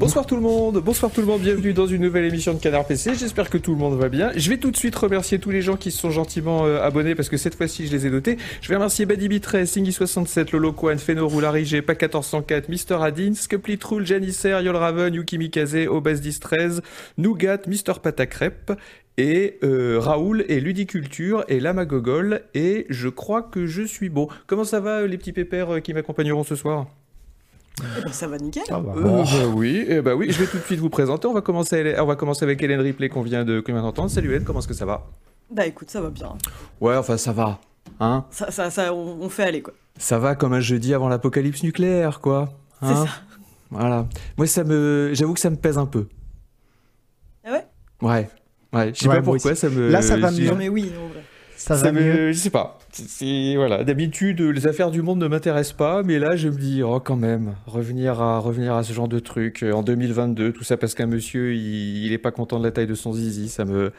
Bonsoir tout le monde, bienvenue dans une nouvelle émission de Canard PC, j'espère que tout le monde va bien. Je vais tout de suite remercier tous les gens qui se sont gentiment abonnés parce que cette fois-ci je les ai notés. Je vais remercier Badi Bitré, Singy67, Lolo Kwan, Fenoro, Larry G, PAC 1404, Mister Adin, Scuplitroul, Janisser, Yol Raven, Yuki Mikaze, Obas 13, Nougat, Mister Patacrep et Raoul et Ludiculture et Lama Gogol et je crois que je suis bon. Comment ça va les petits pépères qui m'accompagneront ce soir ? Eh ben, ça va nickel. Oui, je vais tout de suite vous présenter. On va commencer avec Hélène Ripley qu'on vient d'entendre. Salut Hélène, comment est-ce que ça va ? Bah écoute, ça va bien. Ouais, enfin ça va, hein ? On fait aller quoi. Ça va comme un jeudi avant l'apocalypse nucléaire, quoi. Hein ? C'est ça. Voilà. Moi, j'avoue que ça me pèse un peu. Ah ouais ? Ouais. Je sais pas pourquoi, ça me... Là, ça va mieux. Non mais oui, en vrai. Ça va mieux. Je sais pas. Voilà. D'habitude, les affaires du monde ne m'intéressent pas, mais là, je me dis, oh, quand même, revenir à ce genre de truc en 2022, tout ça parce qu'un monsieur, il est pas content de la taille de son zizi, ça me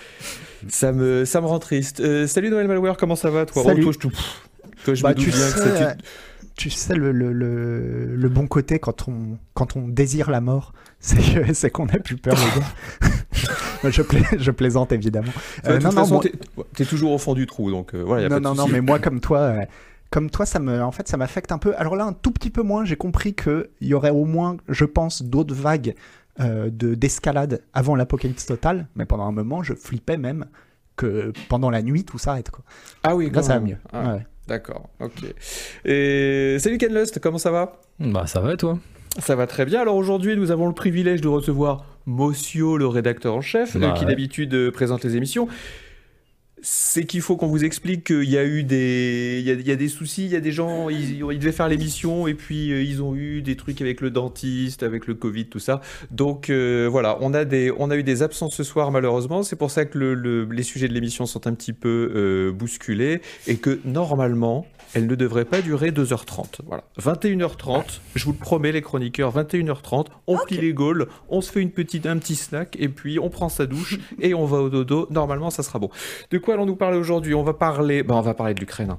rend triste. Salut Noël Malware, comment ça va, toi ? Salut. Toi, je me doute bien que ça tu sais le bon côté quand on désire la mort, c'est qu'on n'a plus peur, les gars. Je plaisante évidemment. De toute façon, t'es toujours au fond du trou, donc voilà. Y a pas de souci. Non, mais moi comme toi, ça m'affecte un peu. Alors là, un tout petit peu moins. J'ai compris qu'il y aurait au moins, je pense, d'autres vagues d'escalade avant l'apocalypse totale. Mais pendant un moment, je flippais même que pendant la nuit, tout s'arrête, quoi. Ah oui, là ça va mieux. Ah, ouais. D'accord, ok. Et salut Ken Lust, comment ça va ? Bah ça va et toi ? Ça va très bien. Alors aujourd'hui, nous avons le privilège de recevoir Mossio, le rédacteur en chef, qui d'habitude présente les émissions. C'est qu'il faut qu'on vous explique qu'il y a eu il y a des soucis, il y a des gens, ils devaient faire l'émission et puis ils ont eu des trucs avec le dentiste, avec le Covid, tout ça. Donc voilà, on a eu des absences ce soir malheureusement. C'est pour ça que les sujets de l'émission sont un petit peu bousculés et que normalement, elle ne devrait pas durer 2h30. Voilà, 21h30, je vous le promets les chroniqueurs, 21h30, on plie les gaules, on se fait un petit snack et puis on prend sa douche et on va au dodo. Normalement, ça sera bon. De quoi allons-nous parler aujourd'hui ? On va parler de l'Ukraine.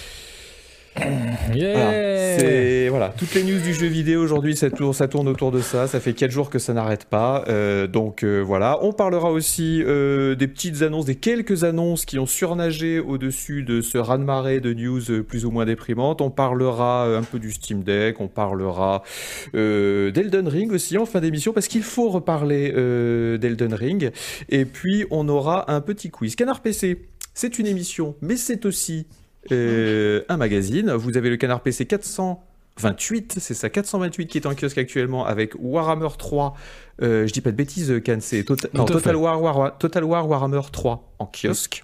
Yeah. Voilà, toutes les news du jeu vidéo aujourd'hui, ça tourne autour de ça. Ça fait 4 jours que ça n'arrête pas. Donc voilà, on parlera aussi des petites annonces, des quelques annonces qui ont surnagé au-dessus de ce raz-de-marée de news plus ou moins déprimantes. On parlera un peu du Steam Deck, on parlera d'Elden Ring aussi en fin d'émission parce qu'il faut reparler d'Elden Ring. Et puis on aura un petit quiz. Canard PC, c'est une émission, mais c'est aussi un magazine. Vous avez le Canard PC 428, c'est ça, 428 qui est en kiosque actuellement avec Warhammer 3. Je dis pas de bêtises, Can, c'est Total War Warhammer 3 en kiosque.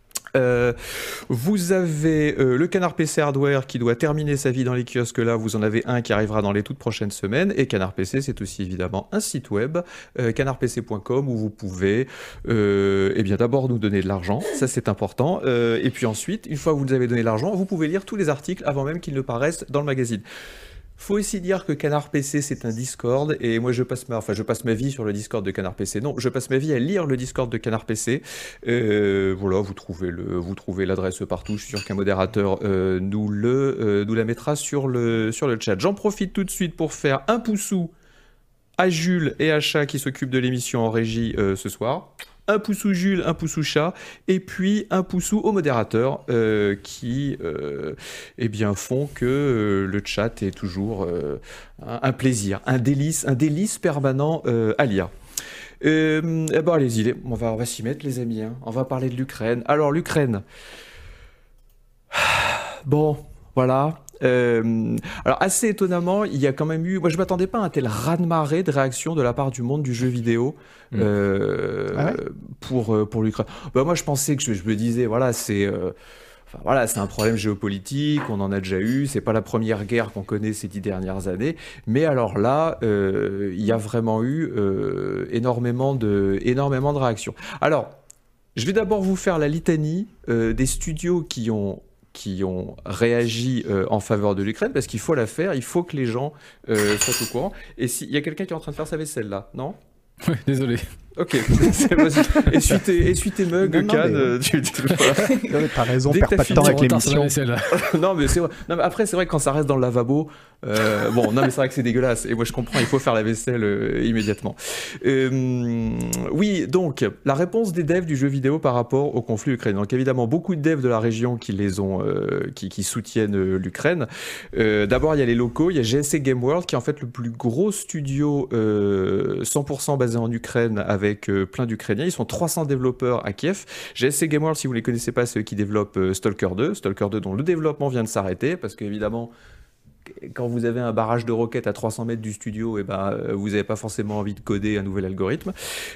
Vous avez le Canard PC Hardware qui doit terminer sa vie dans les kiosques. Là, vous en avez un qui arrivera dans les toutes prochaines semaines. Et Canard PC, c'est aussi évidemment un site web, canardpc.com, où vous pouvez d'abord nous donner de l'argent, ça c'est important. Et puis ensuite, une fois que vous nous avez donné de l'argent, vous pouvez lire tous les articles avant même qu'ils ne paraissent dans le magazine. Faut aussi dire que Canard PC c'est un Discord et moi je passe ma vie sur le Discord de Canard PC. Non, je passe ma vie à lire le Discord de Canard PC. Voilà, vous trouvez l'adresse partout. Je suis sûr qu'un modérateur nous la mettra sur le chat. J'en profite tout de suite pour faire un poussou à Jules et à Chat qui s'occupent de l'émission en régie ce soir. Un poussou Jules, un poussou Chat, et puis un poussou au modérateur qui font que le chat est toujours un plaisir, un délice permanent à lire. Allez-y, on va s'y mettre les amis, hein. On va parler de l'Ukraine. Alors l'Ukraine, bon, voilà. Alors assez étonnamment, il y a quand même eu, moi je m'attendais pas à un tel raz-de-marée de réactions de la part du monde du jeu vidéo pour l'Ukraine. Moi je pensais que je me disais voilà c'est un problème géopolitique, on en a déjà eu, c'est pas la première guerre qu'on connaît ces 10 dernières années, mais alors là il y a vraiment eu énormément de réactions. Alors je vais d'abord vous faire la litanie des studios qui ont réagi en faveur de l'Ukraine, parce qu'il faut la faire, il faut que les gens soient au courant. Et s'il y a quelqu'un qui est en train de faire sa vaisselle là, non ? Oui, désolé. Ok, vas-y. Essuie tes mugs, Non, Cannes. mais... T'as raison, Dès que perds pas t'as de temps fini, avec l'émission. Non, mais c'est vrai. Non, mais après, c'est vrai que quand ça reste dans le lavabo, bon, non, mais c'est vrai que c'est dégueulasse. Et moi, je comprends, il faut faire la vaisselle immédiatement. Oui, donc, la réponse des devs du jeu vidéo par rapport au conflit ukrainien. Donc, évidemment, beaucoup de devs de la région qui les ont, qui soutiennent l'Ukraine. D'abord, il y a les locaux. Il y a GSC Game World, qui est en fait le plus gros studio 100% basé en Ukraine avec plein d'Ukrainiens. Ils sont 300 développeurs à Kiev. GSC Game World, si vous ne les connaissez pas, c'est eux qui développent Stalker 2. Stalker 2 dont le développement vient de s'arrêter parce qu'évidemment, quand vous avez un barrage de roquettes à 300 mètres du studio, et vous n'avez pas forcément envie de coder un nouvel algorithme.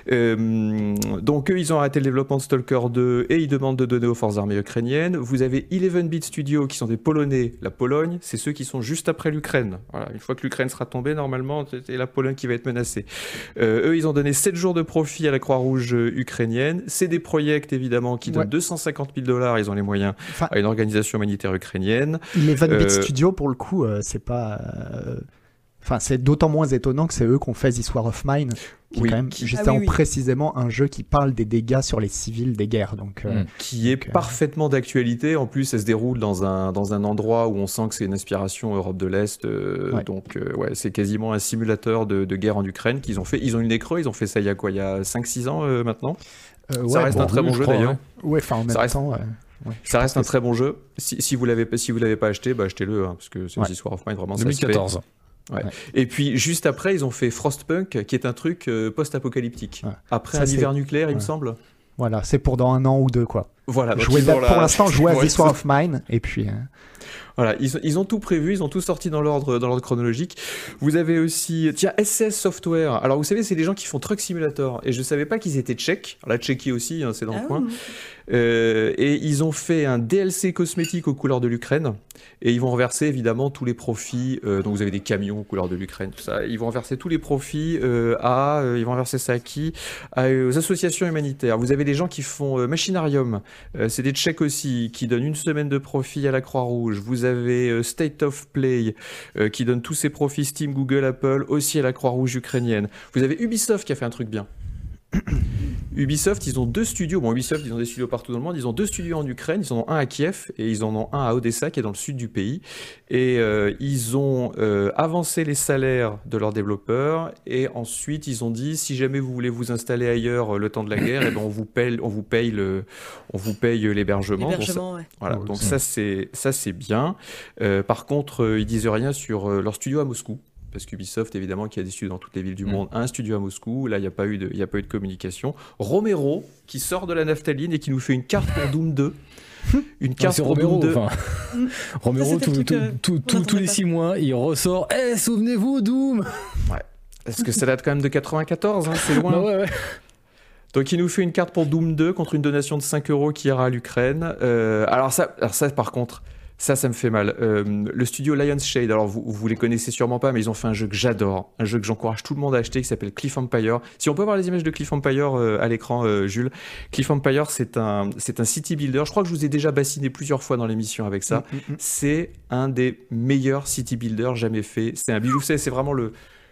Donc eux, ils ont arrêté le développement de Stalker 2 et ils demandent de donner aux forces armées ukrainiennes. Vous avez 11-bit Studio qui sont des Polonais. La Pologne, c'est ceux qui sont juste après l'Ukraine. Voilà. Une fois que l'Ukraine sera tombée, normalement, c'est la Pologne qui va être menacée. Eux, ils ont donné 7 jours de profit à la Croix-Rouge ukrainienne. C'est des projets, évidemment, qui donnent $250,000, ils ont les moyens, à une organisation humanitaire ukrainienne. 11-bit Studio, pour le coup, c'est pas... Enfin, c'est d'autant moins étonnant que c'est eux qui ont fait The War of Mine, qui est quand même justement précisément un jeu qui parle des dégâts sur les civils des guerres. Donc, qui est parfaitement d'actualité. En plus, elle se déroule dans un endroit où on sent que c'est une inspiration Europe de l'Est. Donc, c'est quasiment un simulateur de guerre en Ukraine qu'ils ont fait. Ils ont eu des creux, ils ont fait ça il y a 5-6 ans maintenant. Ça reste un très bon jeu d'ailleurs. Ouais, enfin en même temps... ça reste un très bon jeu. Si vous l'avez pas acheté, achetez-le, parce que c'est The War of Mine, vraiment. 2014. Et puis juste après, ils ont fait Frostpunk, qui est un truc post-apocalyptique. Après un hiver nucléaire, il me semble. Voilà, c'est pour dans 1 an ou 2, quoi. Voilà. Pour l'instant, jouer à The War of Mine, et puis... Voilà, ils ont tout prévu, ils ont tout sorti dans l'ordre chronologique. Vous avez aussi, SCS Software. Alors vous savez, c'est des gens qui font Truck Simulator, et je savais pas qu'ils étaient tchèques. Alors, la Tchéquie aussi, c'est dans le coin. Et ils ont fait un DLC cosmétique aux couleurs de l'Ukraine, et ils vont reverser évidemment tous les profits. Donc vous avez des camions aux couleurs de l'Ukraine, tout ça. Ils vont reverser tous les profits ils vont reverser ça à qui ? Aux associations humanitaires. Vous avez des gens qui font Machinarium. C'est des Tchèques aussi, qui donnent 1 semaine de profit à la Croix-Rouge. Vous avez State of Play, qui donne tous ses profits Steam, Google, Apple, aussi à la Croix-Rouge ukrainienne. Vous avez Ubisoft qui a fait un truc bien. Ubisoft, ils ont 2 studios. Bon, Ubisoft, ils ont des studios partout dans le monde. Ils ont 2 studios en Ukraine. Ils en ont un à Kiev et ils en ont un à Odessa, qui est dans le sud du pays. Et ils ont avancé les salaires de leurs développeurs. Et ensuite, ils ont dit, si jamais vous voulez vous installer ailleurs le temps de la guerre, on vous paye l'hébergement. Voilà. Donc ça, c'est bien. Par contre, ils disent rien sur leur studio à Moscou. Parce qu'Ubisoft, évidemment, qui a des studios dans toutes les villes du monde, a un studio à Moscou. Là, il n'y a pas eu de communication. Romero, qui sort de la naphtaline et qui nous fait une carte pour Doom 2. Une carte pour Romero, Doom 2. Romero, tous les 6 mois, il ressort « souvenez-vous, Doom !» Ouais. Parce que ça date quand même de 94, c'est loin. Ouais. Donc il nous fait une carte pour Doom 2 contre une donation de 5 € qui ira à l'Ukraine. Alors ça, par contre... Ça me fait mal. Le studio Lion's Shade, alors vous les connaissez sûrement pas, mais ils ont fait un jeu que j'adore, un jeu que j'encourage tout le monde à acheter, qui s'appelle Cliff Empire. Si on peut voir les images de Cliff Empire à l'écran, Jules. Cliff Empire, c'est un city builder. Je crois que je vous ai déjà bassiné plusieurs fois dans l'émission avec ça. C'est un des meilleurs city builders jamais fait. C'est un bijou. C'est vraiment le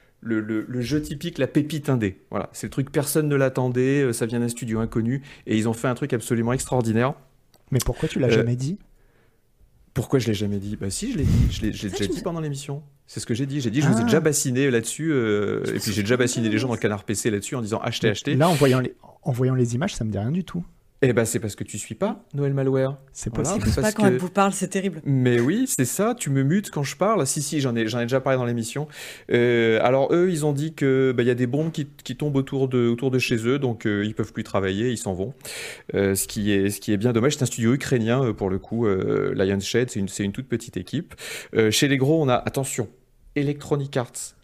jeu typique, la pépite indé. Voilà, c'est le truc, personne ne l'attendait, ça vient d'un studio inconnu, et ils ont fait un truc absolument extraordinaire. Mais pourquoi tu l'as jamais dit ? Pourquoi je l'ai jamais dit ? Bah si, je l'ai dit. Je l'ai déjà dit pendant l'émission. C'est ce que j'ai dit. J'ai dit, je vous ai déjà bassiné là-dessus. Et puis j'ai déjà bassiné les gens dans le Canard PC là-dessus en disant achetez. Là, en voyant les images, ça me dit rien du tout. Eh ben c'est parce que tu suis pas Noël Malware. C'est possible. C'est pas quand elle vous parle, c'est terrible. Mais oui, c'est ça. Tu me mutes quand je parle. Si, j'en ai déjà parlé dans l'émission. Alors eux, ils ont dit que y a des bombes qui tombent autour de chez eux, donc ils peuvent plus travailler, ils s'en vont. Ce qui est bien dommage. C'est un studio ukrainien pour le coup. Lion's Shade, c'est une toute petite équipe. Chez les gros, on a attention, Electronic Arts.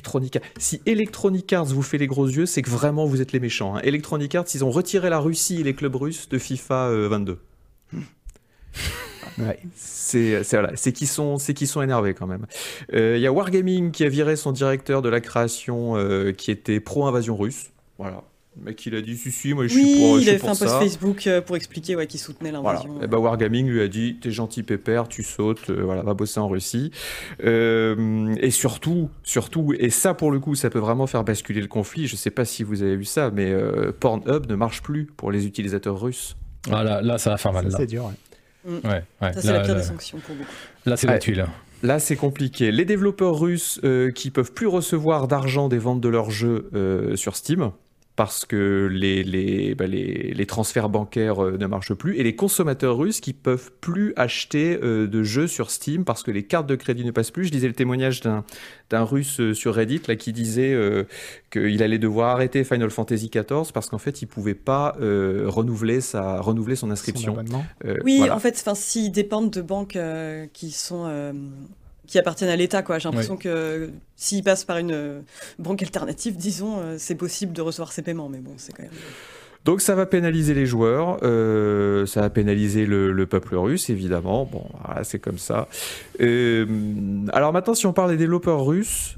Si Electronic Arts vous fait les gros yeux, c'est que vraiment vous êtes les méchants. Electronic Arts, ils ont retiré la Russie et les clubs russes de FIFA 22. Ouais. C'est qu'ils sont énervés quand même. Il y a Wargaming qui a viré son directeur de la création qui était pro-invasion russe. Voilà. Le mec, il a dit si, moi je suis pour ça. Il avait fait un post Facebook pour expliquer qu'il soutenait l'invasion. Voilà. Et bah, Wargaming lui a dit t'es gentil pépère, tu sautes, voilà, va bosser en Russie. Et surtout, et ça pour le coup, ça peut vraiment faire basculer le conflit. Je sais pas si vous avez vu ça, mais Pornhub ne marche plus pour les utilisateurs russes. Ah là, ça va faire mal. C'est dur. Ouais. Ça, c'est la pire des sanctions pour beaucoup. Là, c'est la tuile. Là, c'est compliqué. Les développeurs russes qui peuvent plus recevoir d'argent des ventes de leurs jeux sur Steam, parce que les transferts bancaires ne marchent plus, et les consommateurs russes qui peuvent plus acheter de jeux sur Steam parce que les cartes de crédit ne passent plus. Je lisais le témoignage d'un russe sur Reddit là, qui disait qu'il allait devoir arrêter Final Fantasy XIV parce qu'en fait il pouvait pas renouveler son inscription. Oui, voilà. En fait, s'ils dépendent de banques qui appartiennent à l'État, quoi. J'ai l'impression que s'ils passent par une banque alternative, disons, c'est possible de recevoir ces paiements, mais bon, c'est quand même... Donc ça va pénaliser les joueurs, ça va pénaliser le peuple russe, évidemment. Bon, voilà, c'est comme ça. Alors maintenant, si on parle des développeurs russes,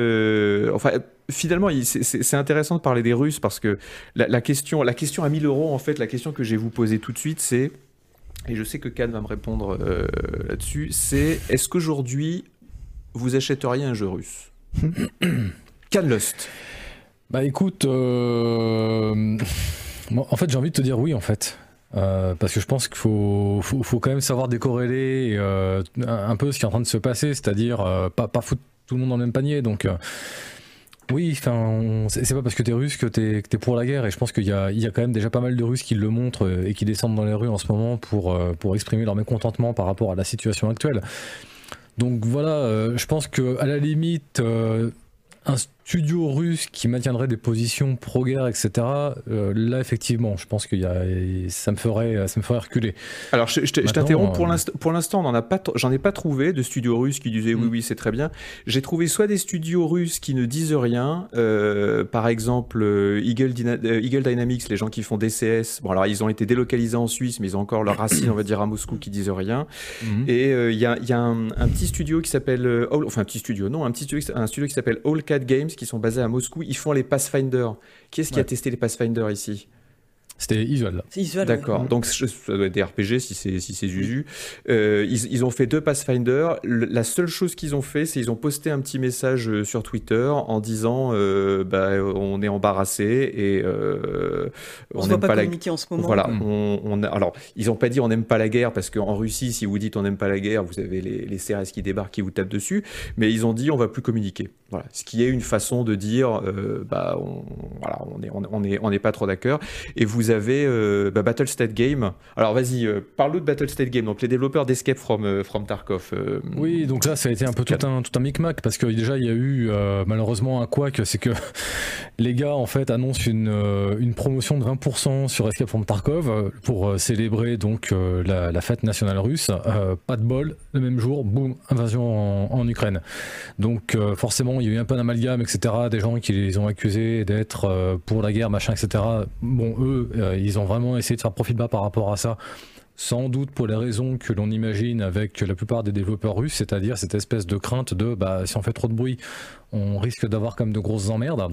finalement, c'est intéressant de parler des Russes parce que la question à 1000 €, en fait, la question que je vais vous poser tout de suite, c'est... Et je sais que Can va me répondre là-dessus, c'est est-ce qu'aujourd'hui vous achèteriez un jeu russe? Canlust. Bah écoute, en fait j'ai envie de te dire oui en fait. Parce que je pense qu'il faut quand même savoir décorréler un peu ce qui est en train de se passer, c'est-à-dire pas foutre tout le monde dans le même panier. Donc oui, c'est pas parce que t'es russe que t'es pour la guerre, et je pense qu'il y a quand même déjà pas mal de Russes qui le montrent et qui descendent dans les rues en ce moment pour exprimer leur mécontentement par rapport à la situation actuelle. Donc voilà, je pense qu'à la limite, un studio russe qui maintiendrait des positions pro-guerre, etc., là effectivement, je pense que ça me ferait reculer. Alors je t'interromps, pour l'instant, j'en ai pas trouvé de studios russes qui disaient oui, c'est très bien. J'ai trouvé soit des studios russes qui ne disent rien, par exemple Eagle Dynamics, les gens qui font DCS, bon alors ils ont été délocalisés en Suisse, mais ils ont encore leurs racines, on va dire, à Moscou, qui disent rien. Et il y a un petit studio qui s'appelle, un studio qui s'appelle All Cat Games, qui sont basés à Moscou. Ils font les Pathfinder. Qui est-ce qui a testé les Pathfinder ici? C'était Isual. C'est Isual. D'accord. Donc ça doit être des RPG si c'est Zuzu. Ils ont fait 2 Pathfinder. La seule chose qu'ils ont fait, c'est ils ont posté un petit message sur Twitter en disant on est embarrassé et on n'aime pas communiquer en ce moment. Voilà. Alors ils n'ont pas dit on n'aime pas la guerre, parce qu'en Russie, si vous dites on n'aime pas la guerre, vous avez les CRS qui débarquent, qui vous tapent dessus. Mais ils ont dit on va plus communiquer. Voilà. Ce qui est une façon de dire on n'est pas trop d'accord. Et vous avez Battlestate Game. Alors vas-y, parle-nous de Battlestate Game, donc les développeurs d'Escape from Tarkov. Oui, donc là ça a été un peu tout un micmac, parce que déjà il y a eu malheureusement un couac, c'est que les gars en fait annoncent une promotion de 20% sur Escape from Tarkov pour célébrer donc la fête nationale russe. Pas de bol, le même jour, boum, invasion en Ukraine. Donc forcément il y a eu un peu d'amalgame, etc. Des gens qui les ont accusés d'être pour la guerre, machin, etc. Bon, eux, ils ont vraiment essayé de faire profil bas par rapport à ça, sans doute pour les raisons que l'on imagine avec la plupart des développeurs russes, c'est-à-dire cette espèce de crainte de si on fait trop de bruit, on risque d'avoir quand même de grosses emmerdes.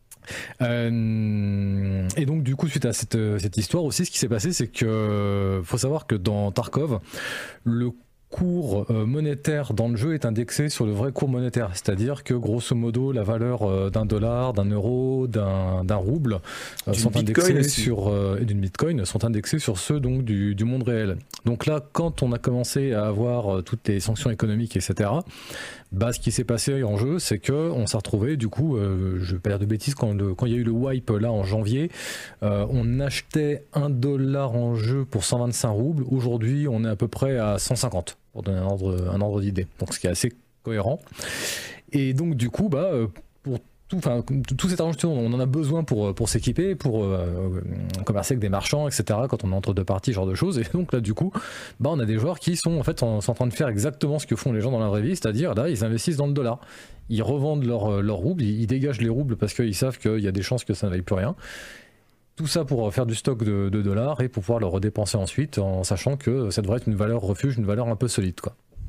Et donc du coup, suite à cette histoire aussi, ce qui s'est passé, c'est que faut savoir que dans Tarkov, le cours monétaire dans le jeu est indexé sur le vrai cours monétaire, c'est-à-dire que grosso modo la valeur d'un dollar, d'un euro, d'un rouble sont indexés et d'une bitcoin sont indexés sur ceux donc du monde réel. Donc là, quand on a commencé à avoir toutes les sanctions économiques, etc., ce qui s'est passé en jeu, c'est que on s'est retrouvé, du coup, je vais pas dire de bêtises, quand il y a eu le wipe là en janvier, on achetait $1 en jeu pour 125 roubles. Aujourd'hui, on est à peu près à 150, pour donner un ordre d'idée. Donc, ce qui est assez cohérent. Et donc, du coup, pour tout cet argent, on en a besoin pour s'équiper, pour commercer avec des marchands, etc. quand on est entre deux parties, ce genre de choses. Et donc là, du coup, on a des joueurs qui sont en train de faire exactement ce que font les gens dans la vraie vie, c'est-à-dire là, ils investissent dans le dollar. Ils revendent leurs roubles, ils dégagent les roubles parce qu'ils savent qu'il y a des chances que ça ne vaille plus rien. Tout ça pour faire du stock de dollars et pour pouvoir le redépenser ensuite, en sachant que ça devrait être une valeur refuge, une valeur un peu solide, quoi.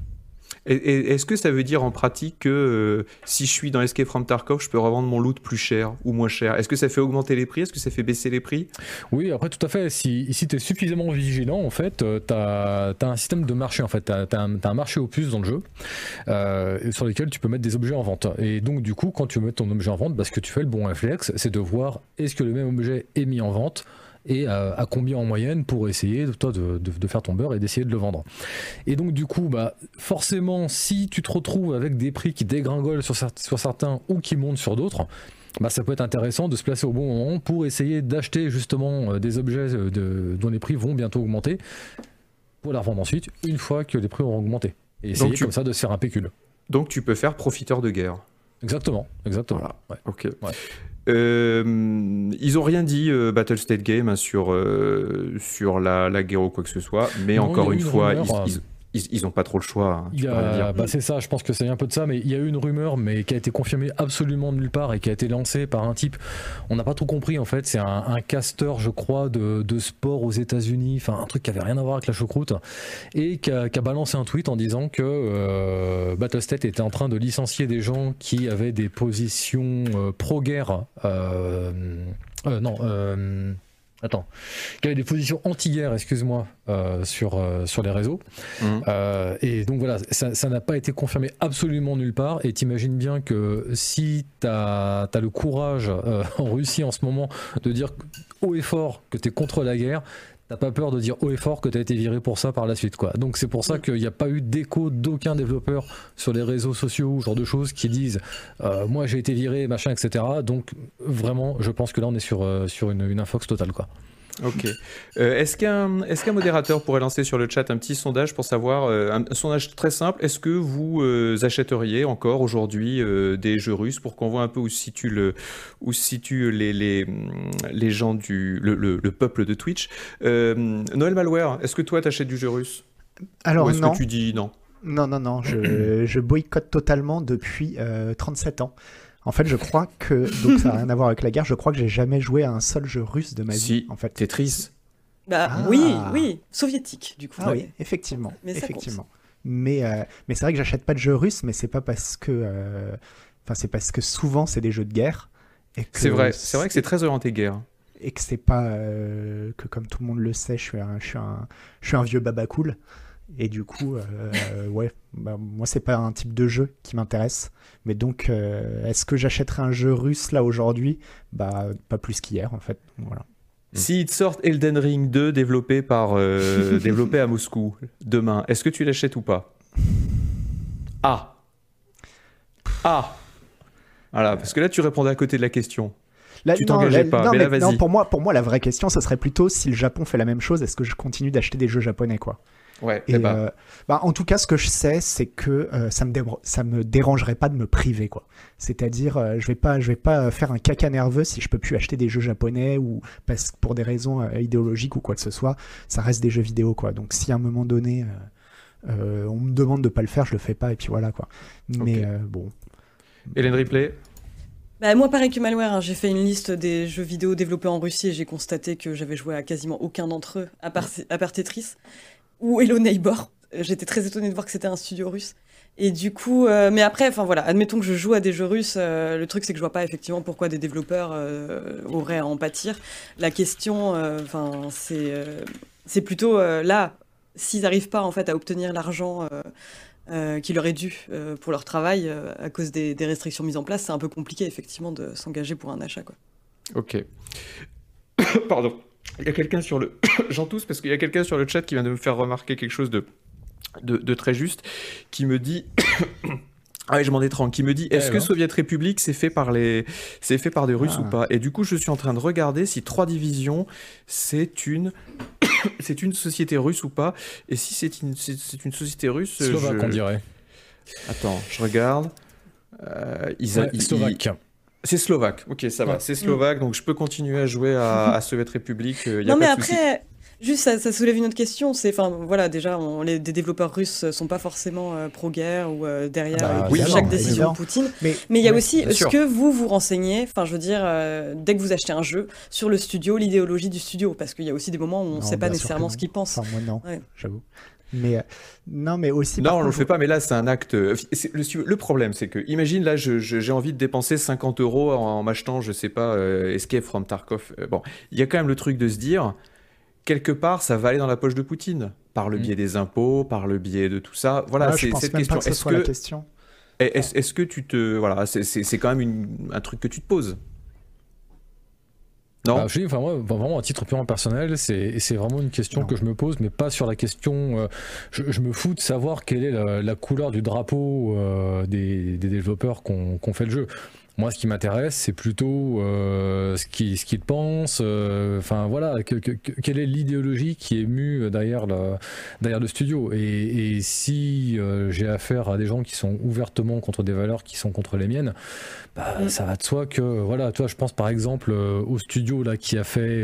Et est-ce que ça veut dire en pratique que si je suis dans Escape from Tarkov, je peux revendre mon loot plus cher ou moins cher? Est-ce que ça fait augmenter les prix? Est-ce que ça fait baisser les prix? Oui, après tout à fait. Si tu es suffisamment vigilant, en fait, tu as un système de marché. En fait, tu as un marché aux puces dans le jeu sur lequel tu peux mettre des objets en vente. Et donc du coup, quand tu veux mettre ton objet en vente, ce que tu fais, le bon réflexe, c'est de voir est-ce que le même objet est mis en vente et à combien en moyenne pour essayer toi de faire ton beurre et d'essayer de le vendre. Et donc du coup, forcément, si tu te retrouves avec des prix qui dégringolent sur certains ou qui montent sur d'autres, ça peut être intéressant de se placer au bon moment pour essayer d'acheter justement des objets dont les prix vont bientôt augmenter pour les revendre ensuite une fois que les prix auront augmenté. Et essayer comme ça de se faire un pécule. Donc tu peux faire profiteur de guerre. Exactement. Voilà. Ouais. Ok. Ouais. Ils ont rien dit Battlestate Game sur la guerre ou quoi que ce soit, mais non, encore une fois, ils ont pas trop le choix. C'est ça, je pense que c'est un peu de ça, mais il y a eu une rumeur, mais qui a été confirmée absolument nulle part et qui a été lancée par un type. On n'a pas trop compris en fait. C'est un casteur, je crois, de sport aux États-Unis, enfin un truc qui avait rien à voir avec la choucroute, et qui a balancé un tweet en disant que Battlestate était en train de licencier des gens qui avaient des positions pro-guerre. Qui avait des positions anti-guerre, excuse-moi, sur les réseaux. Et donc voilà, ça n'a pas été confirmé absolument nulle part. Et t'imagines bien que si t'as le courage en Russie en ce moment de dire haut et fort que t'es contre la guerre, t'as pas peur de dire haut et fort que t'as été viré pour ça par la suite, quoi. Donc c'est pour ça qu'il n'y a pas eu d'écho d'aucun développeur sur les réseaux sociaux, genre de choses qui disent moi j'ai été viré, machin, etc. Donc vraiment, je pense que là on est sur une infox totale, quoi. Ok. Est-ce qu'un modérateur pourrait lancer sur le chat un petit sondage pour savoir, un sondage très simple, est-ce que vous achèteriez encore aujourd'hui des jeux russes pour qu'on voit un peu où se situent les gens le peuple de Twitch. Noël Malware, est-ce que toi t'achètes du jeu russe? Alors ou est-ce non. que tu dis non? Non, je boycotte totalement depuis 37 ans. En fait, je crois que, donc ça n'a rien à voir avec la guerre, je crois que j'ai jamais joué à un seul jeu russe de ma vie. En fait. Tetris. Oui, soviétique, du coup. Oui, effectivement. Mais Mais c'est vrai que j'achète pas de jeux russes, mais c'est pas parce que... c'est parce que souvent, c'est des jeux de guerre. C'est vrai que c'est très orienté guerre. Et que c'est pas... que comme tout le monde le sait, je suis un vieux baba cool. Et du coup, moi, c'est pas un type de jeu qui m'intéresse. Mais donc, est-ce que j'achèterais un jeu russe là aujourd'hui? Pas plus qu'hier, en fait. Voilà. S'ils sortent Elden Ring 2 développé à Moscou demain, est-ce que tu l'achètes ou pas? Voilà, parce que là, tu répondais à côté de la question. Là, tu t'engageais pas, non, mais là, vas-y. Non, pour moi, la vraie question, ce serait plutôt si le Japon fait la même chose, est-ce que je continue d'acheter des jeux japonais, quoi? Ouais, en tout cas, ce que je sais, c'est que ça me dérangerait pas de me priver, quoi. C'est-à-dire, je vais pas faire un caca nerveux si je peux plus acheter des jeux japonais ou pour des raisons idéologiques ou quoi que ce soit. Ça reste des jeux vidéo, quoi. Donc, si à un moment donné, on me demande de pas le faire, je le fais pas et puis voilà, quoi. Mais bon. Hélène Ripley. Moi, pareil que Malware, j'ai fait une liste des jeux vidéo développés en Russie et j'ai constaté que j'avais joué à quasiment aucun d'entre eux, à part Tetris ou Hello Neighbor. J'étais très étonnée de voir que c'était un studio russe. Et du coup, mais après, admettons que je joue à des jeux russes, le truc c'est que je vois pas effectivement pourquoi des développeurs auraient à en pâtir. La question, c'est plutôt là, s'ils n'arrivent pas en fait à obtenir l'argent qu'il leur est dû pour leur travail à cause des restrictions mises en place, c'est un peu compliqué effectivement de s'engager pour un achat, quoi. Ok. Pardon. Il y a quelqu'un sur le... J'en tousse parce qu'il y a quelqu'un sur le chat qui vient de me faire remarquer quelque chose de très juste, qui me dit... je m'en étrangle, qui me dit, est-ce que Soviet République c'est fait par des Russes ou pas? Et du coup, je suis en train de regarder si 3 Divisions, c'est une société russe ou pas. Et si c'est une société russe... Slovaque, on dirait. Attends, je regarde. Slovaque. C'est slovaque, ok, ça va, c'est slovaque, donc je peux continuer à jouer à Soviet République. Non, mais après, juste ça soulève une autre question, c'est, déjà, des développeurs russes sont pas forcément pro-guerre ou derrière chaque décision de Poutine, mais il y a aussi, est-ce que vous renseignez, dès que vous achetez un jeu, sur le studio, l'idéologie du studio, parce qu'il y a aussi des moments où on ne sait pas nécessairement ce qu'ils pensent. Moi non, j'avoue. Mais non, mais aussi. Non, on ne le fait pas, mais là, c'est un acte. Le problème, c'est que, imagine, là, j'ai envie de dépenser 50 € en m'achetant, je sais pas, Escape from Tarkov. Bon, il y a quand même le truc de se dire, quelque part, ça va aller dans la poche de Poutine, par le biais des impôts, par le biais de tout ça. Voilà, c'est cette question. Pas que ce soit la question. Est-ce que tu te. Voilà, c'est quand même un truc que tu te poses. Non. Bah, je dis, moi, vraiment à titre purement personnel, c'est vraiment une question que je me pose, mais pas sur la question. Je me fous de savoir quelle est la couleur du drapeau des développeurs qu'on fait le jeu. Moi, ce qui m'intéresse, c'est plutôt ce qu'ils pensent. Enfin, voilà, quelle est l'idéologie qui est mue derrière le studio. Et si j'ai affaire à des gens qui sont ouvertement contre des valeurs qui sont contre les miennes, bah, ça va de soi que, voilà, toi, je pense par exemple au studio là qui a fait.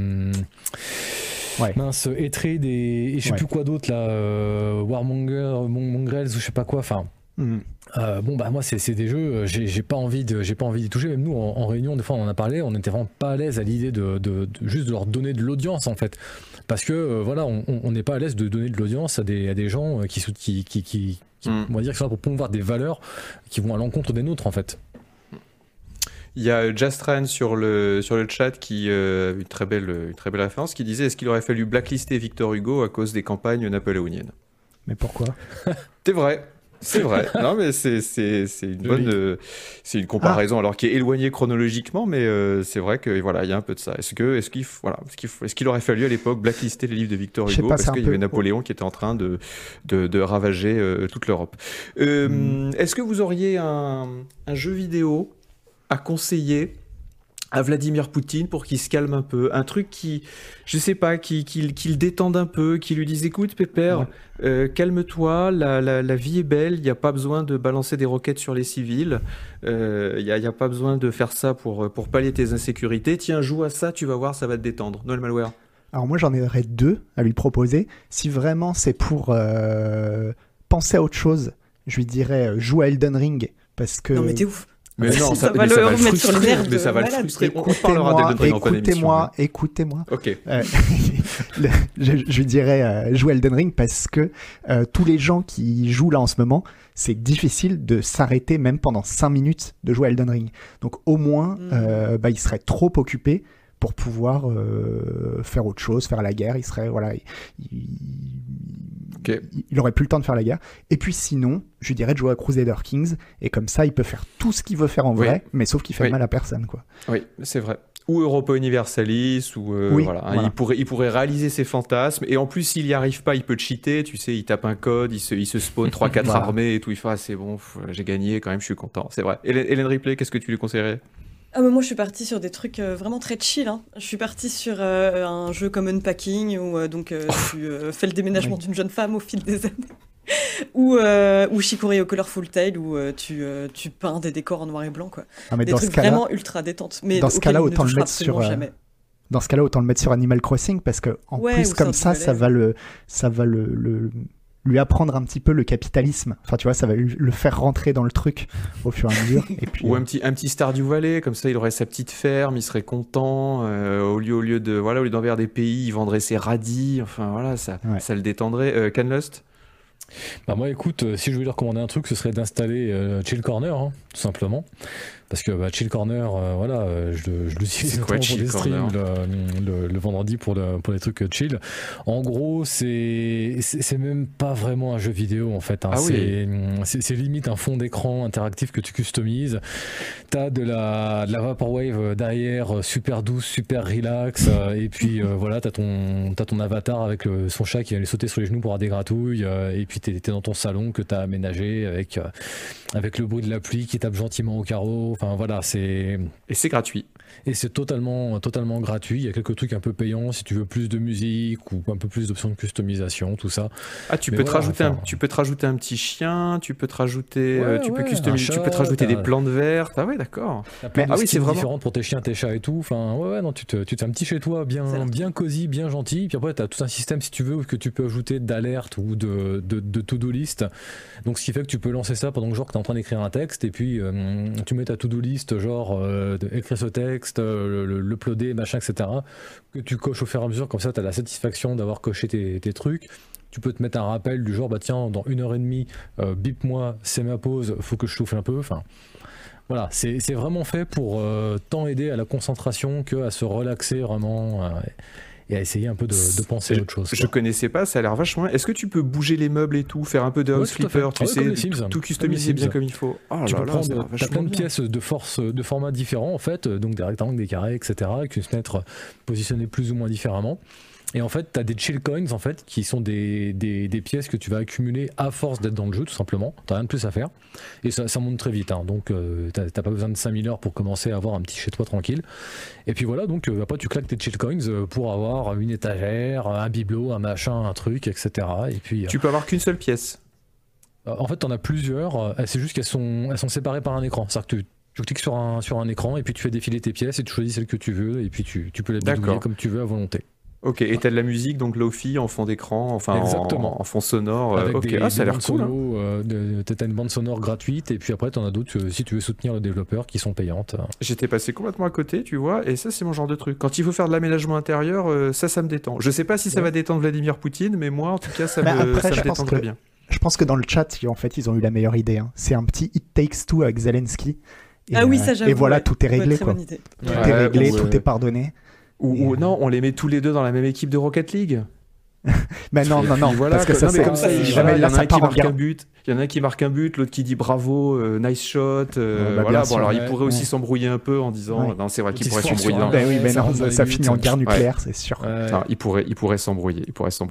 Mince, Hatred et je sais plus quoi d'autre là, Warmonger, Mongrels ou je sais pas quoi. Enfin. Bon bah moi c'est des jeux, j'ai pas envie d'y toucher. Même nous en réunion des fois on en a parlé, on était vraiment pas à l'aise à l'idée de juste de leur donner de l'audience en fait, parce que voilà on n'est pas à l'aise de donner de l'audience à des gens qui on va dire que sont là pour promouvoir des valeurs qui vont à l'encontre des nôtres en fait. Il y a Jastran sur le chat qui une très belle référence qui disait: est-ce qu'il aurait fallu blacklister Victor Hugo à cause des campagnes napoléoniennes? Mais pourquoi? C'est vrai. Non, mais c'est une bonne, c'est une comparaison alors qui est éloignée chronologiquement, mais c'est vrai que voilà, il y a un peu de ça. Est-ce qu'il aurait fallu à l'époque blacklister les livres de Victor Hugo parce qu'il y avait Napoléon qui était en train de ravager toute l'Europe. Est-ce que vous auriez un jeu vidéo à conseiller à Vladimir Poutine pour qu'il se calme un peu, un truc qui, je sais pas, qui le détende un peu, qui lui dise: écoute Pépère, calme-toi, la vie est belle, il n'y a pas besoin de balancer des roquettes sur les civils, il n'y a pas besoin de faire ça pour pallier tes insécurités, tiens, joue à ça, tu vas voir, ça va te détendre. Noël Malware. Alors moi j'en aurais 2 à lui proposer. Si vraiment c'est pour penser à autre chose, je lui dirais joue à Elden Ring, parce que... Non mais t'es ouf. Mais non, ça va le remettre sur les nerfs. Mais ça va le frustrer. On parlera d'Elden Ring en fin d'émission. Écoutez-moi. Ok. Je lui dirais jouer Elden Ring parce que tous les gens qui jouent là en ce moment, c'est difficile de s'arrêter même pendant 5 minutes de jouer à Elden Ring. Donc au moins, il serait trop occupé pour pouvoir faire autre chose, faire la guerre. Il serait, voilà, il aurait plus le temps de faire la guerre. Et puis sinon, je lui dirais de jouer à Crusader Kings, et comme ça, il peut faire tout ce qu'il veut faire en vrai, mais sauf qu'il fait mal à personne, quoi. Oui, c'est vrai. Ou Europa Universalis, ou voilà. Il pourrait réaliser ses fantasmes, et en plus, s'il n'y arrive pas, il peut cheater, tu sais, il tape un code, il se spawn 3-4 armées et tout, il fait c'est bon, j'ai gagné, quand même, je suis content. C'est vrai. Hélène Ripley, qu'est-ce que tu lui conseillerais? Mais moi je suis partie sur des trucs vraiment très chill. Je suis partie sur un jeu comme Unpacking où tu fais le déménagement d'une jeune femme au fil des années. ou Chicory au Colorful Tale où tu peins des décors en noir et blanc, quoi. Des trucs vraiment ultra détente. Mais dans ce cas-là, autant le mettre sur dans ce cas-là, autant le mettre sur Animal Crossing, parce que en plus comme ça va lui apprendre un petit peu le capitalisme. Enfin, tu vois, ça va le faire rentrer dans le truc au fur et à mesure. Et puis, ou un petit Stardew Valley, comme ça, il aurait sa petite ferme, il serait content. Au lieu d'envers des pays, il vendrait ses radis. Enfin, voilà, ça le détendrait. Canlust? Bah moi, écoute, si je voulais lui recommander un truc, ce serait d'installer Chill Corner, tout simplement. Parce que Chill Corner, je l'utilise pour des streams le vendredi pour les trucs chill. En gros, c'est même pas vraiment un jeu vidéo en fait. C'est limite un fond d'écran interactif que tu customises. T'as de la Vaporwave derrière, super douce, super relax. Et puis t'as ton avatar avec son chat qui va aller sauter sur les genoux pour avoir des gratouilles. Et puis t'es dans ton salon que t'as aménagé avec le bruit de la pluie qui tape gentiment au carreau. Enfin voilà, et c'est gratuit. Et c'est totalement gratuit. Il y a quelques trucs un peu payants si tu veux plus de musique ou un peu plus d'options de customisation, tout ça. Tu peux te rajouter un petit chien, tu peux te rajouter, tu peux customiser, tu peux te rajouter des plantes vertes. Ah ouais, d'accord. Mais c'est vraiment différent pour tes chiens, tes chats et tout. Enfin non, tu te fais un petit chez toi bien cosy, bien gentil. Puis après, tu as tout un système si tu veux que tu peux ajouter d'alerte ou de to-do list. Donc ce qui fait que tu peux lancer ça pendant que tu es en train d'écrire un texte et puis tu mets ta to-do list écrire ce texte, l'uploader, machin, etc. que tu coches au fur et à mesure, comme ça tu as la satisfaction d'avoir coché tes trucs. tu peux te mettre un rappel du genre, bah tiens, dans 1h30, bip-moi, c'est ma pause, faut que je souffle un peu. Enfin, voilà, c'est vraiment fait pour tant aider à la concentration qu'à se relaxer vraiment et à essayer un peu de penser à autre chose. Je connaissais pas, ça a l'air vachement. Est-ce que tu peux bouger les meubles et tout, faire un peu de house flipper, tu sais, tout customiser bien comme il faut. Tu peux prendre, t'as plein de pièces de formats différents en fait, donc des rectangles, des carrés, etc., qui peuvent se mettre positionnés plus ou moins différemment. Et en fait, tu as des chill coins en fait, qui sont des pièces que tu vas accumuler à force d'être dans le jeu, tout simplement. Tu n'as rien de plus à faire. Et ça monte très vite. Hein. Donc, tu n'as pas besoin de 5000 heures pour commencer à avoir un petit chez toi tranquille. Et puis voilà, donc après, tu claques tes chill coins pour avoir une étagère, un bibelot, un machin, un truc, etc. Et puis, tu peux avoir qu'une seule pièce. En fait, tu en as plusieurs. C'est juste qu'elles sont séparées par un écran. C'est-à-dire que tu cliques sur un écran et puis tu fais défiler tes pièces et tu choisis celle que tu veux. Et puis tu peux les bidouiller comme tu veux à volonté. Ok, et t'as de la musique, donc Lo-fi en fond d'écran, enfin en fond sonore. Avec ok, ça a l'air cool. T'as une bande sonore gratuite, et puis après t'en as d'autres si tu veux soutenir le développeur qui sont payantes. J'étais passé complètement à côté, tu vois, et ça c'est mon genre de truc. Quand il faut faire de l'aménagement intérieur, ça me détend. Je sais pas si ça va détendre Vladimir Poutine, mais moi en tout cas ça me détend très bien. Je pense que dans le chat, en fait, ils ont eu la meilleure idée. Hein. C'est un petit It Takes Two avec Zelensky. Et, oui, ça j'avoue. Et voilà, tout est réglé, quoi. Tout est réglé, tout est pardonné. Ou non, on les met tous les deux dans la même équipe de Rocket League. Mais non, voilà, parce que ça c'est comme ça. Il y en a un qui marque un but, il y en a un qui marque un but, l'autre qui dit bravo, nice shot. Voilà. Bon, alors il pourrait aussi s'embrouiller un peu en disant, non, c'est vrai qu'il pourrait s'embrouiller. Oui, mais non, ça finit en guerre nucléaire, c'est sûr. Non, il pourrait s'embrouiller.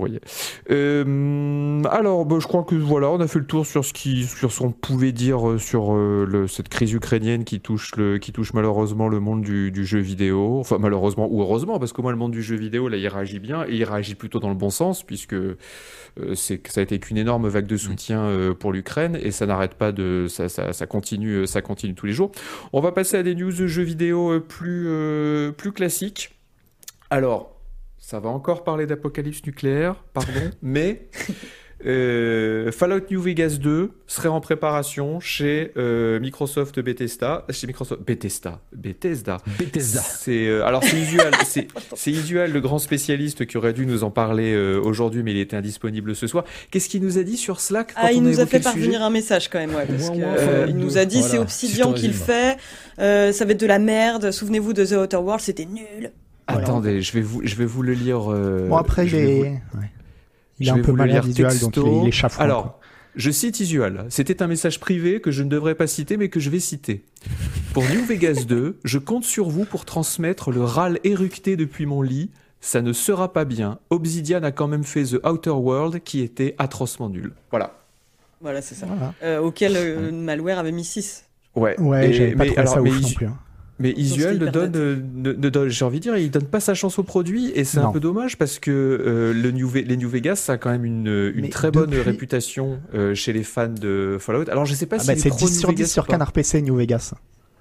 Alors, je crois que voilà, on a fait le tour sur ce qu'on pouvait dire sur cette crise ukrainienne qui touche malheureusement le monde du jeu vidéo. Enfin, malheureusement ou heureusement, parce que moi, le monde du jeu vidéo, là, il réagit bien et il réagit plutôt dans le bon sens, puisque ça a été qu'une énorme vague de soutien pour l'Ukraine et ça n'arrête pas ça continue tous les jours. On va passer à des news de jeux vidéo plus classiques. Alors, ça va encore parler d'apocalypse nucléaire, pardon, mais Fallout New Vegas 2 serait en préparation chez Microsoft Bethesda. Bethesda. C'est Isual, le grand spécialiste qui aurait dû nous en parler aujourd'hui, mais il était indisponible ce soir. Qu'est-ce qu'il nous a dit sur Slack quand il nous a fait parvenir un message quand même, parce il nous a dit c'est Obsidian qui le fait, ça va être de la merde. Souvenez-vous de The Outer Worlds, c'était nul. Attendez, je vais vous le lire. Bon après il est un peu malade Isual, donc il est chafouin. Alors, je cite Isual. C'était un message privé que je ne devrais pas citer, mais que je vais citer. Pour New Vegas 2, je compte sur vous pour transmettre le râle éructé depuis mon lit. Ça ne sera pas bien. Obsidian a quand même fait The Outer World, qui était atrocement nul. Voilà. Voilà, c'est ça. Voilà. Auquel Malware avait mis 6. Ouais, j'avais pas trouvé ça ouf non plus. Mais Isual ne donne, j'ai envie de dire, il donne pas sa chance au produit et c'est un peu dommage parce que les New Vegas, ça a quand même une très bonne réputation chez les fans de Fallout. Alors je sais pas si c'est 10 sur 10 sur Canard PC New Vegas.